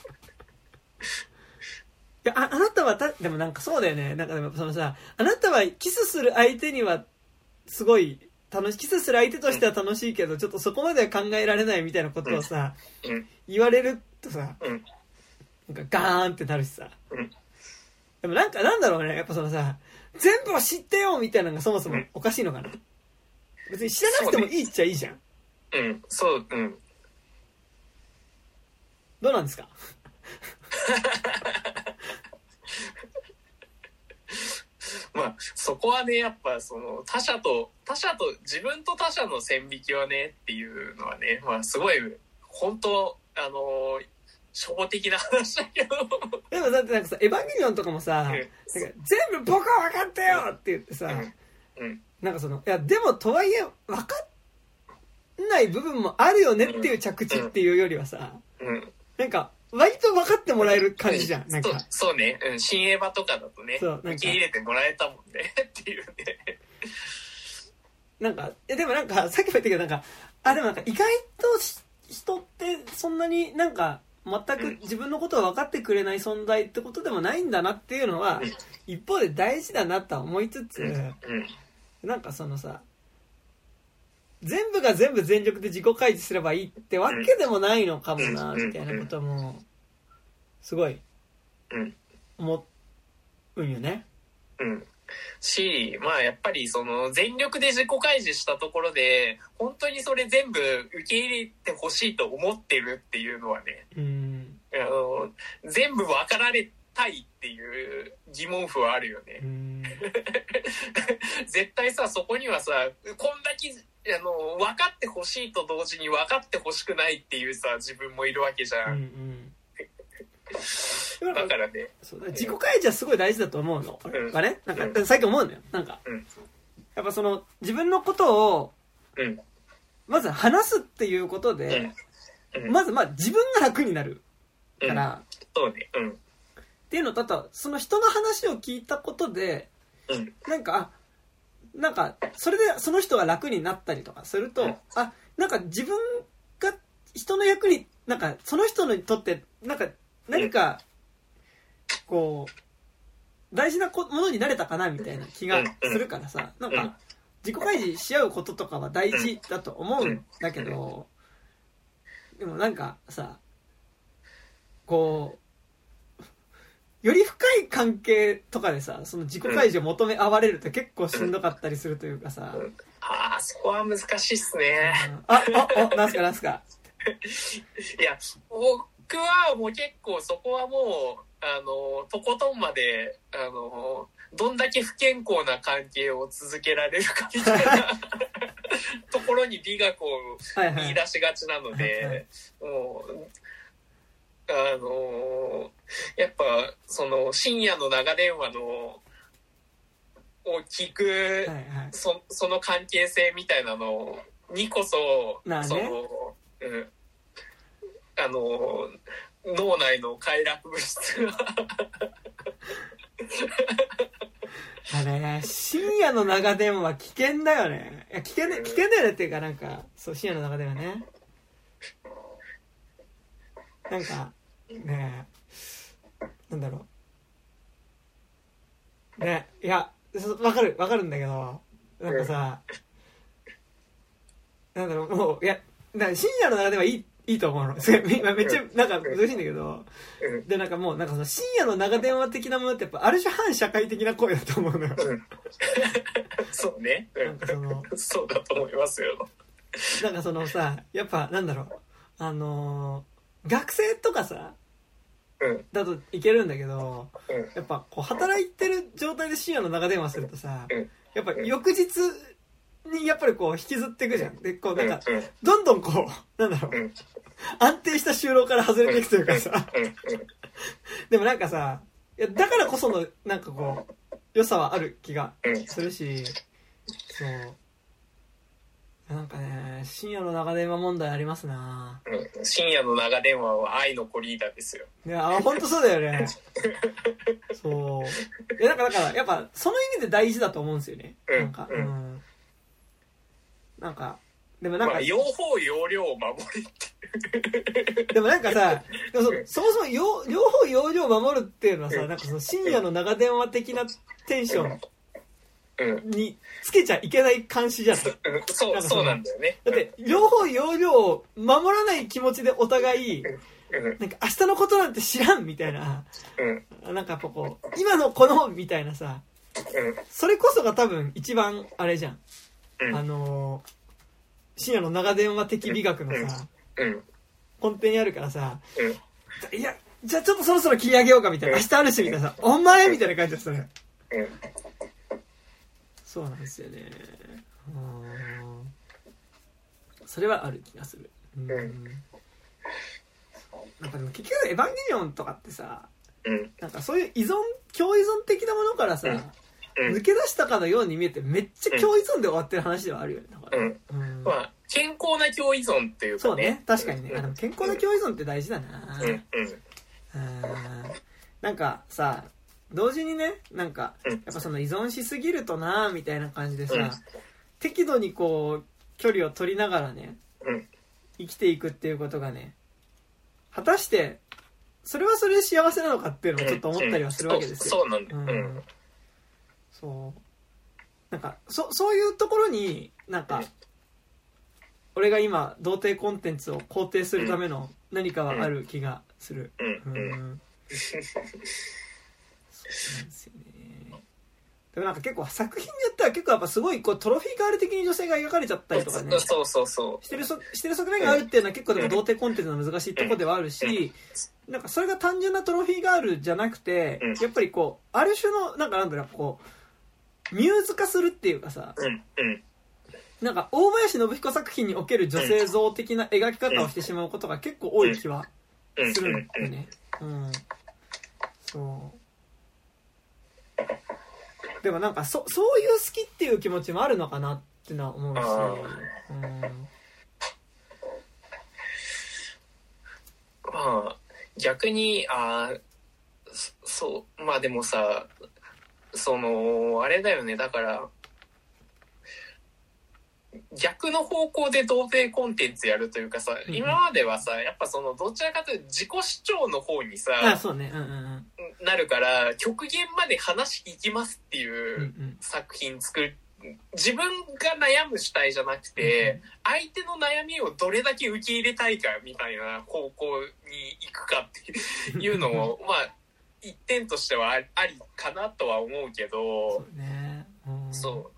いや あ, あなたはたでもなんかそうだよね。なんかでもそのさ、あなたはキスする相手にはすごい楽しい、キスする相手としては楽しいけど、ちょっとそこまでは考えられないみたいなことをさ、うん、言われるとさ、うん、なんかガーンってなるしさ、うん、でもなんかなんだろうね、やっぱそのさ、 全部を知ってよみたいなのがそもそもおかしいのかな。別に知らなくてもいいっちゃいいじゃん。 うん、そう、うん。 どうなんですかまあ、そこはね、やっぱその他者と、他者と、自分と他者の線引きはねっていうのはね、まあすごい、本当あの、初歩的な話だけど。 でもだってなんかさ、エヴァンゲリオンとかもさ、うん、なんか全部僕は分かったよって言ってさ、うんうん、なんかその、いや、でもとはいえ分かんない部分もあるよねっていう着地っていうよりはさ、うんうん、なんか、割と分かってもらえる感じじゃん。なんか。 そう、そうね。うん。新エヴァとかだとね。そう。受け入れてもらえたもんね。っていうね。 なんか、え、でもなんか、さっきも言ったけど、なんか、あ、でもなんか意外と人ってそんなになんか、全く自分のことを分かってくれない存在ってことでもないんだなっていうのは、うん、一方で大事だなとは思いつつ、うん、なんかそのさ、全部が全部全力で自己開示すればいいってわけでもないのかもなみたいなこともすごい思うんよね。 うんし、まあやっぱりその全力で自己開示したところで本当にそれ全部受け入れてほしいと思ってるっていうのはね、うん、あの全部分かられたいっていう疑問符はあるよね。うん絶対さそこにはさこんだけあの分かってほしいと同時に分かってほしくないっていうさ自分もいるわけじゃん、うんうん、だからねそう自己開示はすごい大事だと思うの、うん、がねなんか、うん、最近思うんだよなんか、うん、やっぱその自分のことを、うん、まず話すっていうことで、うんうん、まずまあ自分が楽になるから、うん、 そうね、うん、 っていうのとあとその人の話を聞いたことで、うん、なんかなんかそれでその人が楽になったりとかすると、うん、あなんか自分が人の役になんかその人にとってなんか何かこう大事なものになれたかなみたいな気がするからさなんか自己開示し合うこととかは大事だと思うんだけどでもなんかさこうより深い関係とかでさその自己開示を求め合われると結構しんどかったりするというかさ、うん、 ああそこは難しいっすね、 うん、あああなんすかなんすかいや僕はもう結構そこはもうあのとことんまであのどんだけ不健康な関係を続けられるかみたいなところに美学を見出しがちなので、はいはい、もうあのやっぱその深夜の長電話のを聞く、はいはい、そ, その関係性みたいなのにこそ、ね、その、うん、あの脳内の快楽物質があれ深夜の長電話危険だよね。いや危険だ、危険だよねっていうかなんかそう深夜の長電話ねなんかねえなんだろうねいやわかるわかるんだけどなんかさなんだろうもういや深夜の長電話いいいいと思うのめっちゃなんか難しいんだけどでなんかもうなんかその深夜の長電話的なものってやっぱある種反社会的な声だと思うのよ、うん、 そうねなんかそのそうだと思いますよなんかそのさやっぱなんだろうあのー、学生とかさ、うん、だといけるんだけど、うん、やっぱこう働いてる状態で深夜の長電話するとさ、うん、やっぱ翌日にやっぱりこう引きずっていくじゃん。でこうなんかどんどんこうなんだろう、うん、安定した就労から外れていくというかさでもなんかさいやだからこそのなんかこう良さはある気がするしそうなんかね深夜の長電話問題ありますな、 うん、深夜の長電話は愛の子リーダーですよ。 いや本当そうだよねそういやだからだからやっぱその意味で大事だと思うんですよね、うん、なんか、うん、なんかでもなんか、まあ、 用法用量を守るってでもなんかさでも そ, そもそも用法用量を守るっていうのはさ、うん、なんかその深夜の長電話的なテンションにつけちゃいけない監視じゃん、うん、 そうなんそうなんだよね。 だって用法用量を守らない気持ちでお互い、うん、なんか明日のことなんて知らんみたいな、うん、なんかやっぱこう今のこのみたいなさそれこそが多分一番あれじゃん。 うん、 あのー、深夜の長電話的美学のさ、 うん、 根底にあるからさ、 うん、 いや、じゃあちょっとそろそろ切り上げようかみたいな、明日あるしみたいなさ、お前みたいな感じだったね。 うん、 そうなんですよね。それはある気がする。うん。なんかでも結局エヴァンゲリオンとかってさ、 うん、 なんかそういう依存、共依存的なものからさ、うん、抜け出したかのように見えてめっちゃ共依存で終わってる話ではあるよね。だから、 うんうん、まあ健康な共依存っていうかね。 そうね、確かにね。あの健康な共依存って大事だな。 うんうん、 なんかさ、同時にね、なんかやっぱその依存しすぎるとなみたいな感じでさ、うん、適度にこう距離を取りながらね、 うん、 生きていくっていうことがね、果たしてそれはそれで幸せなのかっていうのもちょっと思ったりはするわけですよ。 うんうん、そう、そうなんだよ。うん、 そうなんかそそういうところになんか、うん、俺が今童貞コンテンツを肯定するための何かはある気がする。 うんうんうんそうなんですよね。でもなんか結構作品によっては結構やっぱすごいこうトロフィーガール的に女性が描かれちゃったりとかね、 そうそうそうしてるそしてる側面があるっていうのは結構でも童貞コンテンツの難しいところではあるし、なんかそれが単純なトロフィーガールじゃなくて、やっぱりこうある種のなんかなんだろうこうミューズ化するっていうかさ、なんか大林信彦作品における女性像的な描き方をしてしまうことが結構多い気はするんだよね。うん。そうでもなんか そ, そういう好きっていう気持ちもあるのかなってのは思うし、うん、 まあ逆にあそうまあでもさそのあれだよね、だから逆の方向で童貞コンテンツやるというかさ、うん、今まではさやっぱそのどちらかというと自己主張の方にさ、 あ、そうね、うんうんうん、 なるから極限まで話いきますっていう作品作る、うんうん、自分が悩む主体じゃなくて、うんうん、相手の悩みをどれだけ受け入れたいかみたいな方向に行くかっていうのもまあ一点としてはありかなとは思うけど、 そうね、うん、 そう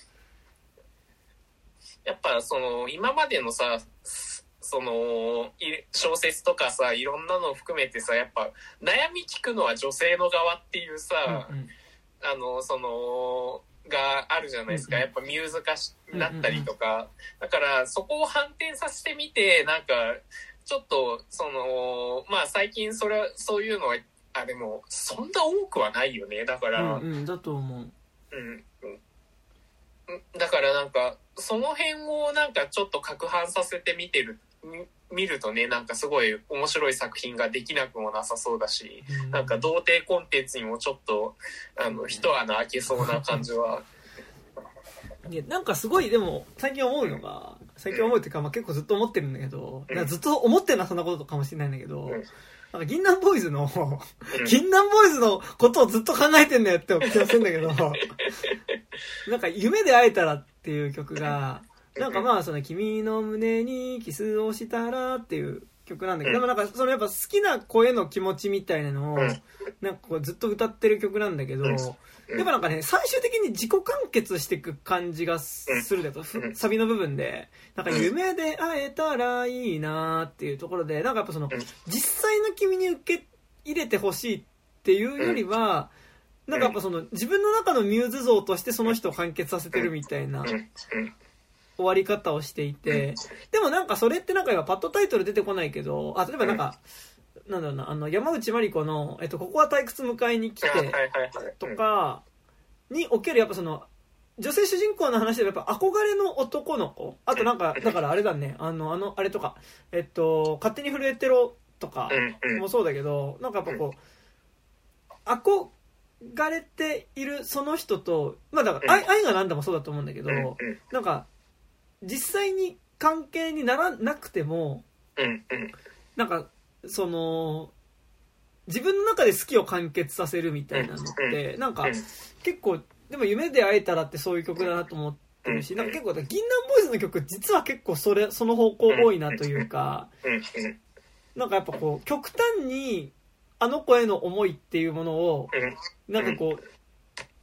やっぱその今までのさその小説とかさいろんなのを含めてさやっぱ悩み聞くのは女性の側っていうさ、うんうん、あのそのがあるじゃないですか、うんうん、やっぱミューズ化になったりとか、うんうんうん、だからそこを反転させてみてなんかちょっとそのまあ最近それそういうのはあでもそんな多くはないよね、だから、 うんうん、だと思う、 うんだからなんかその辺をなんかちょっと攪拌させて見てる見るとねなんかすごい面白い作品ができなくもなさそうだし、うん、なんか童貞コンテンツにもちょっとあの一穴開けそうな感じはいやなんかすごいでも最近思うのが最近思うっていうか、まあ、結構ずっと思ってるんだけど、うん、ずっと思ってるのはそんなことかもしれないんだけど、うん、なんか銀杏ボーイズの、うん、銀杏ボーイズのことをずっと考えてんだよって気がするんだけどなんか夢で会えたらっていう曲がなんかまあその君の胸にキスをしたらっていう曲なんだけど、でもなんかそのやっぱ好きな声の気持ちみたいなのをなんかこうずっと歌ってる曲なんだけど、やっぱなんかね最終的に自己完結していく感じがするだとサビの部分でなんか夢で会えたらいいなっていうところでなんかやっぱその実際の君に受け入れてほしいっていうよりはなんかやっぱその自分の中のミューズ像としてその人を完結させてるみたいな終わり方をしていて、でもなんかそれってなんか今パッとタイトル出てこないけど、あ例えばなんかなんだろうなあの山内まり子のえっとここは退屈迎えに来てとかにおけるやっぱその女性主人公の話でやっぱ憧れの男の子、あとなんかだからあれだねあのあのあれとかえっと勝手に震えてろとかもそうだけど、なんかやっぱこう憧れているその人とまあだから愛、愛がなんだもそうだと思うんだけど、なんか実際に関係にならなくてもなんかその自分の中で好きを完結させるみたいなのってなんか結構でも夢で会えたらってそういう曲だなと思ってるし、なんか結構銀杏ボーイズの曲実は結構それその方向多いなというか、なんかやっぱこう極端にあの子への思いっていうものをなんかこう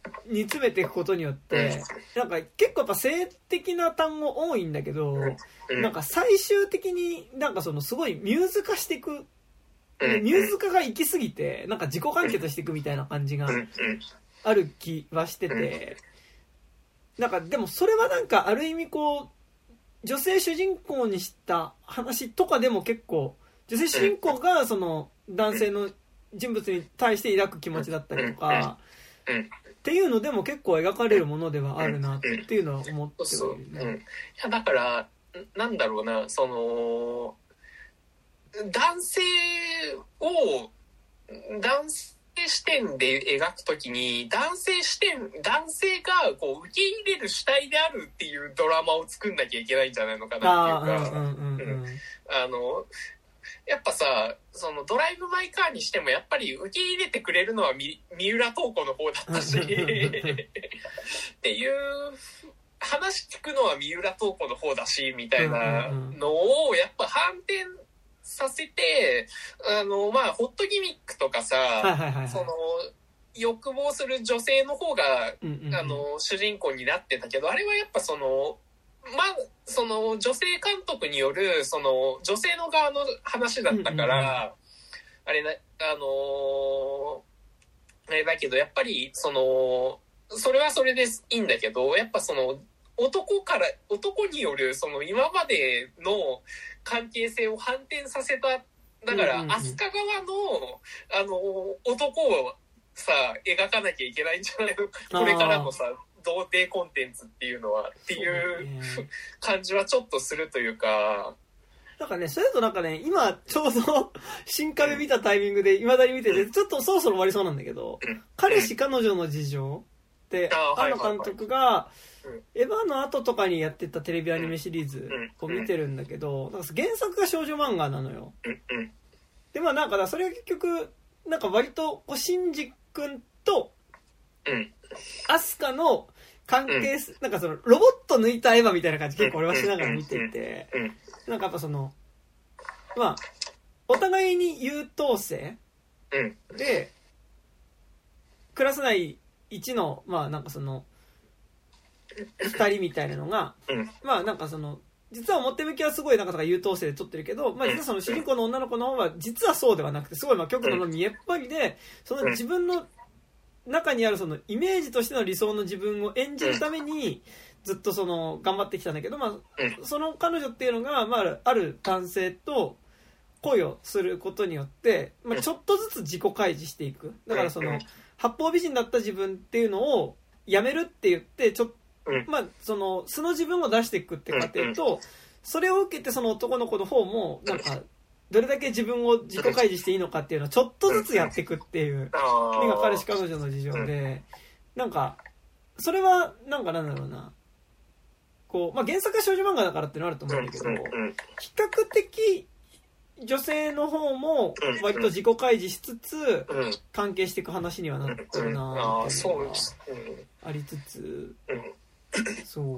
煮詰めていくことによって、なんか結構やっぱ性的な単語多いんだけど、なんか最終的になんかそのすごいミューズ化していく、ミューズ化が行き過ぎて、なんか自己完結していくみたいな感じがある気はしてて、なんかでもそれはなんかある意味こう、女性主人公にした話とかでも結構、女性主人公がその男性の人物に対して抱く気持ちだったりとか、っていうのでも結構描かれるものではあるなっていうのは思ってるね。 うん、いやだからなんだろうな、その男性を男性視点で描くときに男性視点男性がこう受け入れる主体であるっていうドラマを作んなきゃいけないんじゃないのかなっていうか、あのやっぱさ、そのドライブ・マイ・カーにしてもやっぱり受け入れてくれるのは三浦透子の方だったしっていう話聞くのは三浦透子の方だしみたいなのをやっぱ反転させて、あのまあホットギミックとかさ、その欲望する女性の方が、あの主人公になってたけど、あれはやっぱそのまあ、その女性監督によるその女性の側の話だったから、うんうんうん、あれな、あのー、あれだけどやっぱりそのそれはそれでいいんだけど、やっぱその男から男によるその今までの関係性を反転させた、だから飛鳥側のあの男をさ描かなきゃいけないんじゃないのこれからのさ童貞コンテンツっていうのはっていう感じはちょっとするというか、 なんかね、それとなんかね、今ちょうど新壁見たタイミングで未だに見てて、ちょっとそろそろ終わりそうなんだけど、彼氏彼女の事情って庵野監督がエヴァの後とかにやってたテレビアニメシリーズを見てるんだけど、なんか原作が少女漫画なのよ。でまあなんかそれが結局なんか割とこうシンジ君とアスカの関係、うん、なんかそのロボット抜いたエヴァみたいな感じ結構俺はしながら見てて、なんかやっぱそのまあお互いに優等生でクラス内一のまあなんかその二人みたいなのがまあなんかその実は表向きはすごいなんか優等生で撮ってるけど、まあ実はその主人公の女の子の方は実はそうではなくてすごいまあ極度の見えっ張りで、その自分の中にあるそのイメージとしての理想の自分を演じるためにずっとその頑張ってきたんだけど、まあその彼女っていうのがまあある男性と恋をすることによってまあちょっとずつ自己開示していく。だからその八方美人だった自分っていうのをやめるって言ってちょっとまあその素の自分を出していくって過程と、それを受けてその男の子の方もなんかどれだけ自分を自己開示していいのかっていうのをちょっとずつやっていくっていうのが彼氏彼女の事情で、なんかそれはなんかなんだろうな、こうまあ原作は少女漫画だからってのあると思うんだけど、比較的女性の方も割と自己開示しつつ関係していく話にはなってるなっていうのがありつつ、そう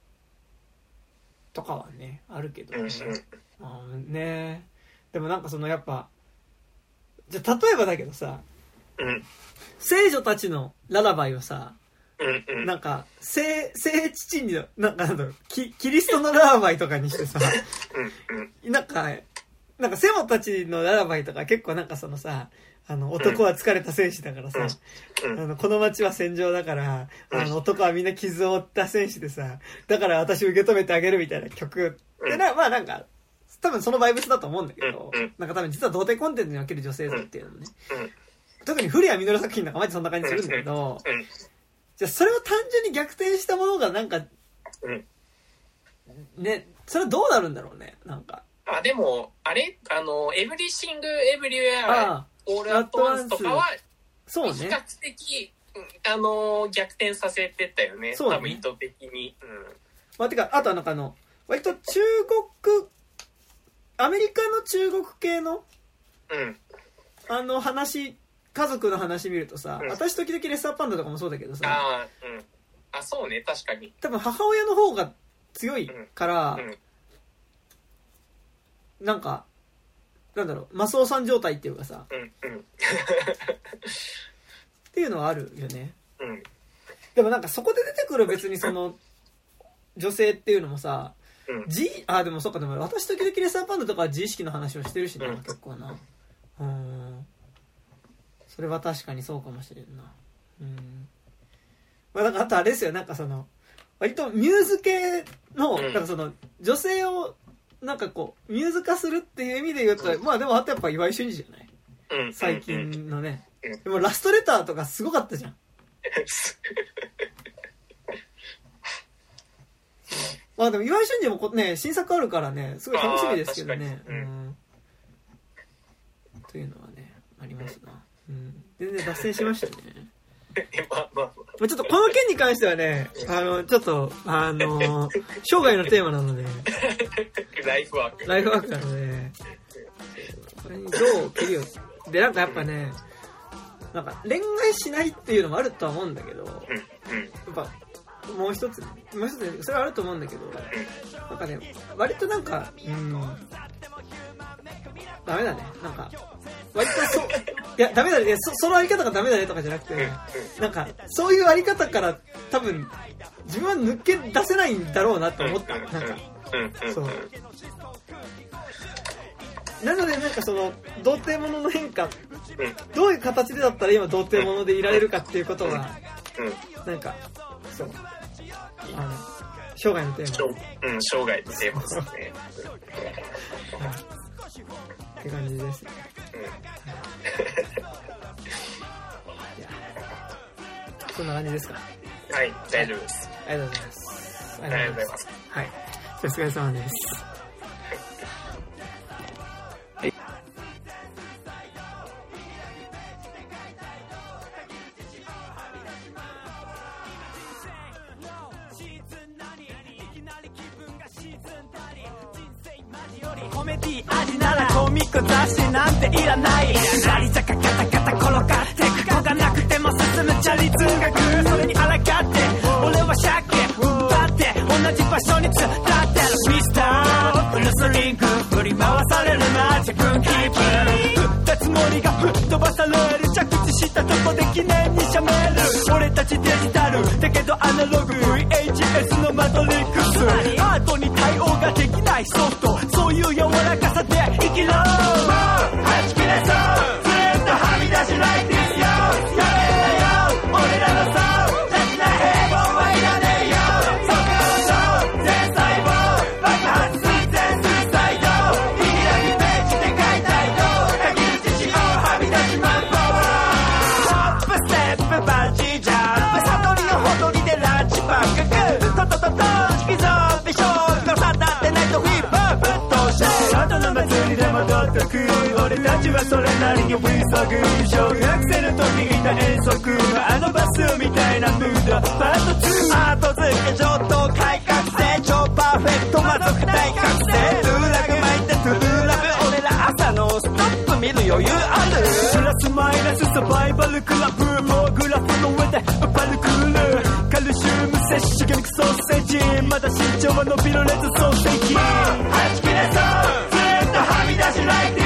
とかはねあるけどね、あね。でもなんかそのやっぱじゃあ例えばだけどさ、聖女たちのララバイをさ、なんか聖聖父になんかなんだろう、キキリストのララバイとかにしてさ、なんかなんかセモたちのララバイとか結構なんかそのさ、あの男は疲れた戦士だからさ、あのこの街は戦場だからあの男はみんな傷を負った戦士でさ、だから私受け止めてあげるみたいな曲でな、まあなんか多分そのバイブスだと思うんだけど、なんか多分実は童貞コンテンツにおける女性像っていうのね、特に古谷実作品なんかマジそんな感じするんだけど、じゃあそれを単純に逆転したものがなんかね、それはどうなるんだろうね。なんかあでもあれあのエブリシングエブリウェアオールアットワンスとかは比較的あの逆転させてたよね。そうね、多分意図的に。うん。 まあてかあとはなんかあの割と中国アメリカの中国系の、 うん、 あの話、家族の話見るとさ、うん、私時々レッサーパンダとかもそうだけどさ、 あ、うん、あそうね確かに多分母親の方が強いから、うんうん、なんかなんだろうマスオさん状態っていうかさ、 うんうん、っていうのはあるよね。 うんでもなんかそこで出てくる別にその女性っていうのもさ、うん、自あでもそっかでも私時々レッサーパンダとかは自意識の話をしてるしな、うん、結構な。うん。それは確かにそうかもしれんな。うん。まあだからあとあれですよ、なんかその割とミューズ系の、うん、なんかその女性をなんかこうミューズ化するっていう意味で言うと、うん、まあでもあとやっぱ岩井俊二じゃない、うん、最近のね、うん、でもラストレターとかすごかったじゃんまあでも岩井俊二もこね新作あるからねすごい楽しみですけどね、うん、というのはねありますな、うん、全然脱線しましたねまあまあまあ、ちょっとこの件に関してはね、あのちょっとあの生涯のテーマなので、 ライフワーク、 ライフワークなので、これにどう切りよでなんかやっぱね、なんか恋愛しないっていうのもあるとは思うんだけど、やっぱもう一つもう一つそれはあると思うんだけど、なんかね割となんかうんダメだねなんか割とそういやダメだね そ, そのあり方がダメだねとかじゃなくてなんかそういうあり方から多分自分は抜け出せないんだろうなと思ったなんかそうなのでなんかその童貞者の変化どういう形でだったら今童貞者でいられるかっていうことはなんかそうあの生涯のテーマうん生涯のテーマですねって感じですね。うん、いやそんな感じですか。 はい、大丈夫です。 ありがとうございます。 ありがとうございます。 はい、お疲れ様です。はい。 コメディ味ならコミック雑誌なんていらないラリ坂カタカタ転がってく子がなくても進むチャリ通学それに抗って俺は鮭だって同じ場所に伝ってるミスターフルスリング振り回されるな自分キープ振ったつもりが吹っ飛ばされる着地したとこで記念にしゃべる俺たちデジタルだけどアナログ ブイエイチエス のマトリックスアートに対応ができないソフトそういう柔らかさで生きろもうはち切れそうずっとはみ出し like this yo やめろよ俺らのソウ切ない平凡はいらねえよそこの全細胞爆発する全スーサイド見開きページで書いたいと限る自信をはみ出しまうトップステップバンジージャンプ悟りをほとりでランチバックトトトト引きゾンビショーがさだってないとフィーバーぶっ通し後の祭りで戻ってくる俺たちはそれなりにウィーソグ小学生の時いた遠足のあのバスみたいなムードパートツーアート付け上等改革成長パーフェクト魔族大覚醒ルーラグ巻いてトゥーラブ俺ら朝のストップ見る余裕あるプラスマイナスサバイバルクラブもうグラフの上でパルクールカルシウム摂取魚肉ソーセージまだ身長は伸びるレッドソーセージもうはち切れそうずっとはみ出し like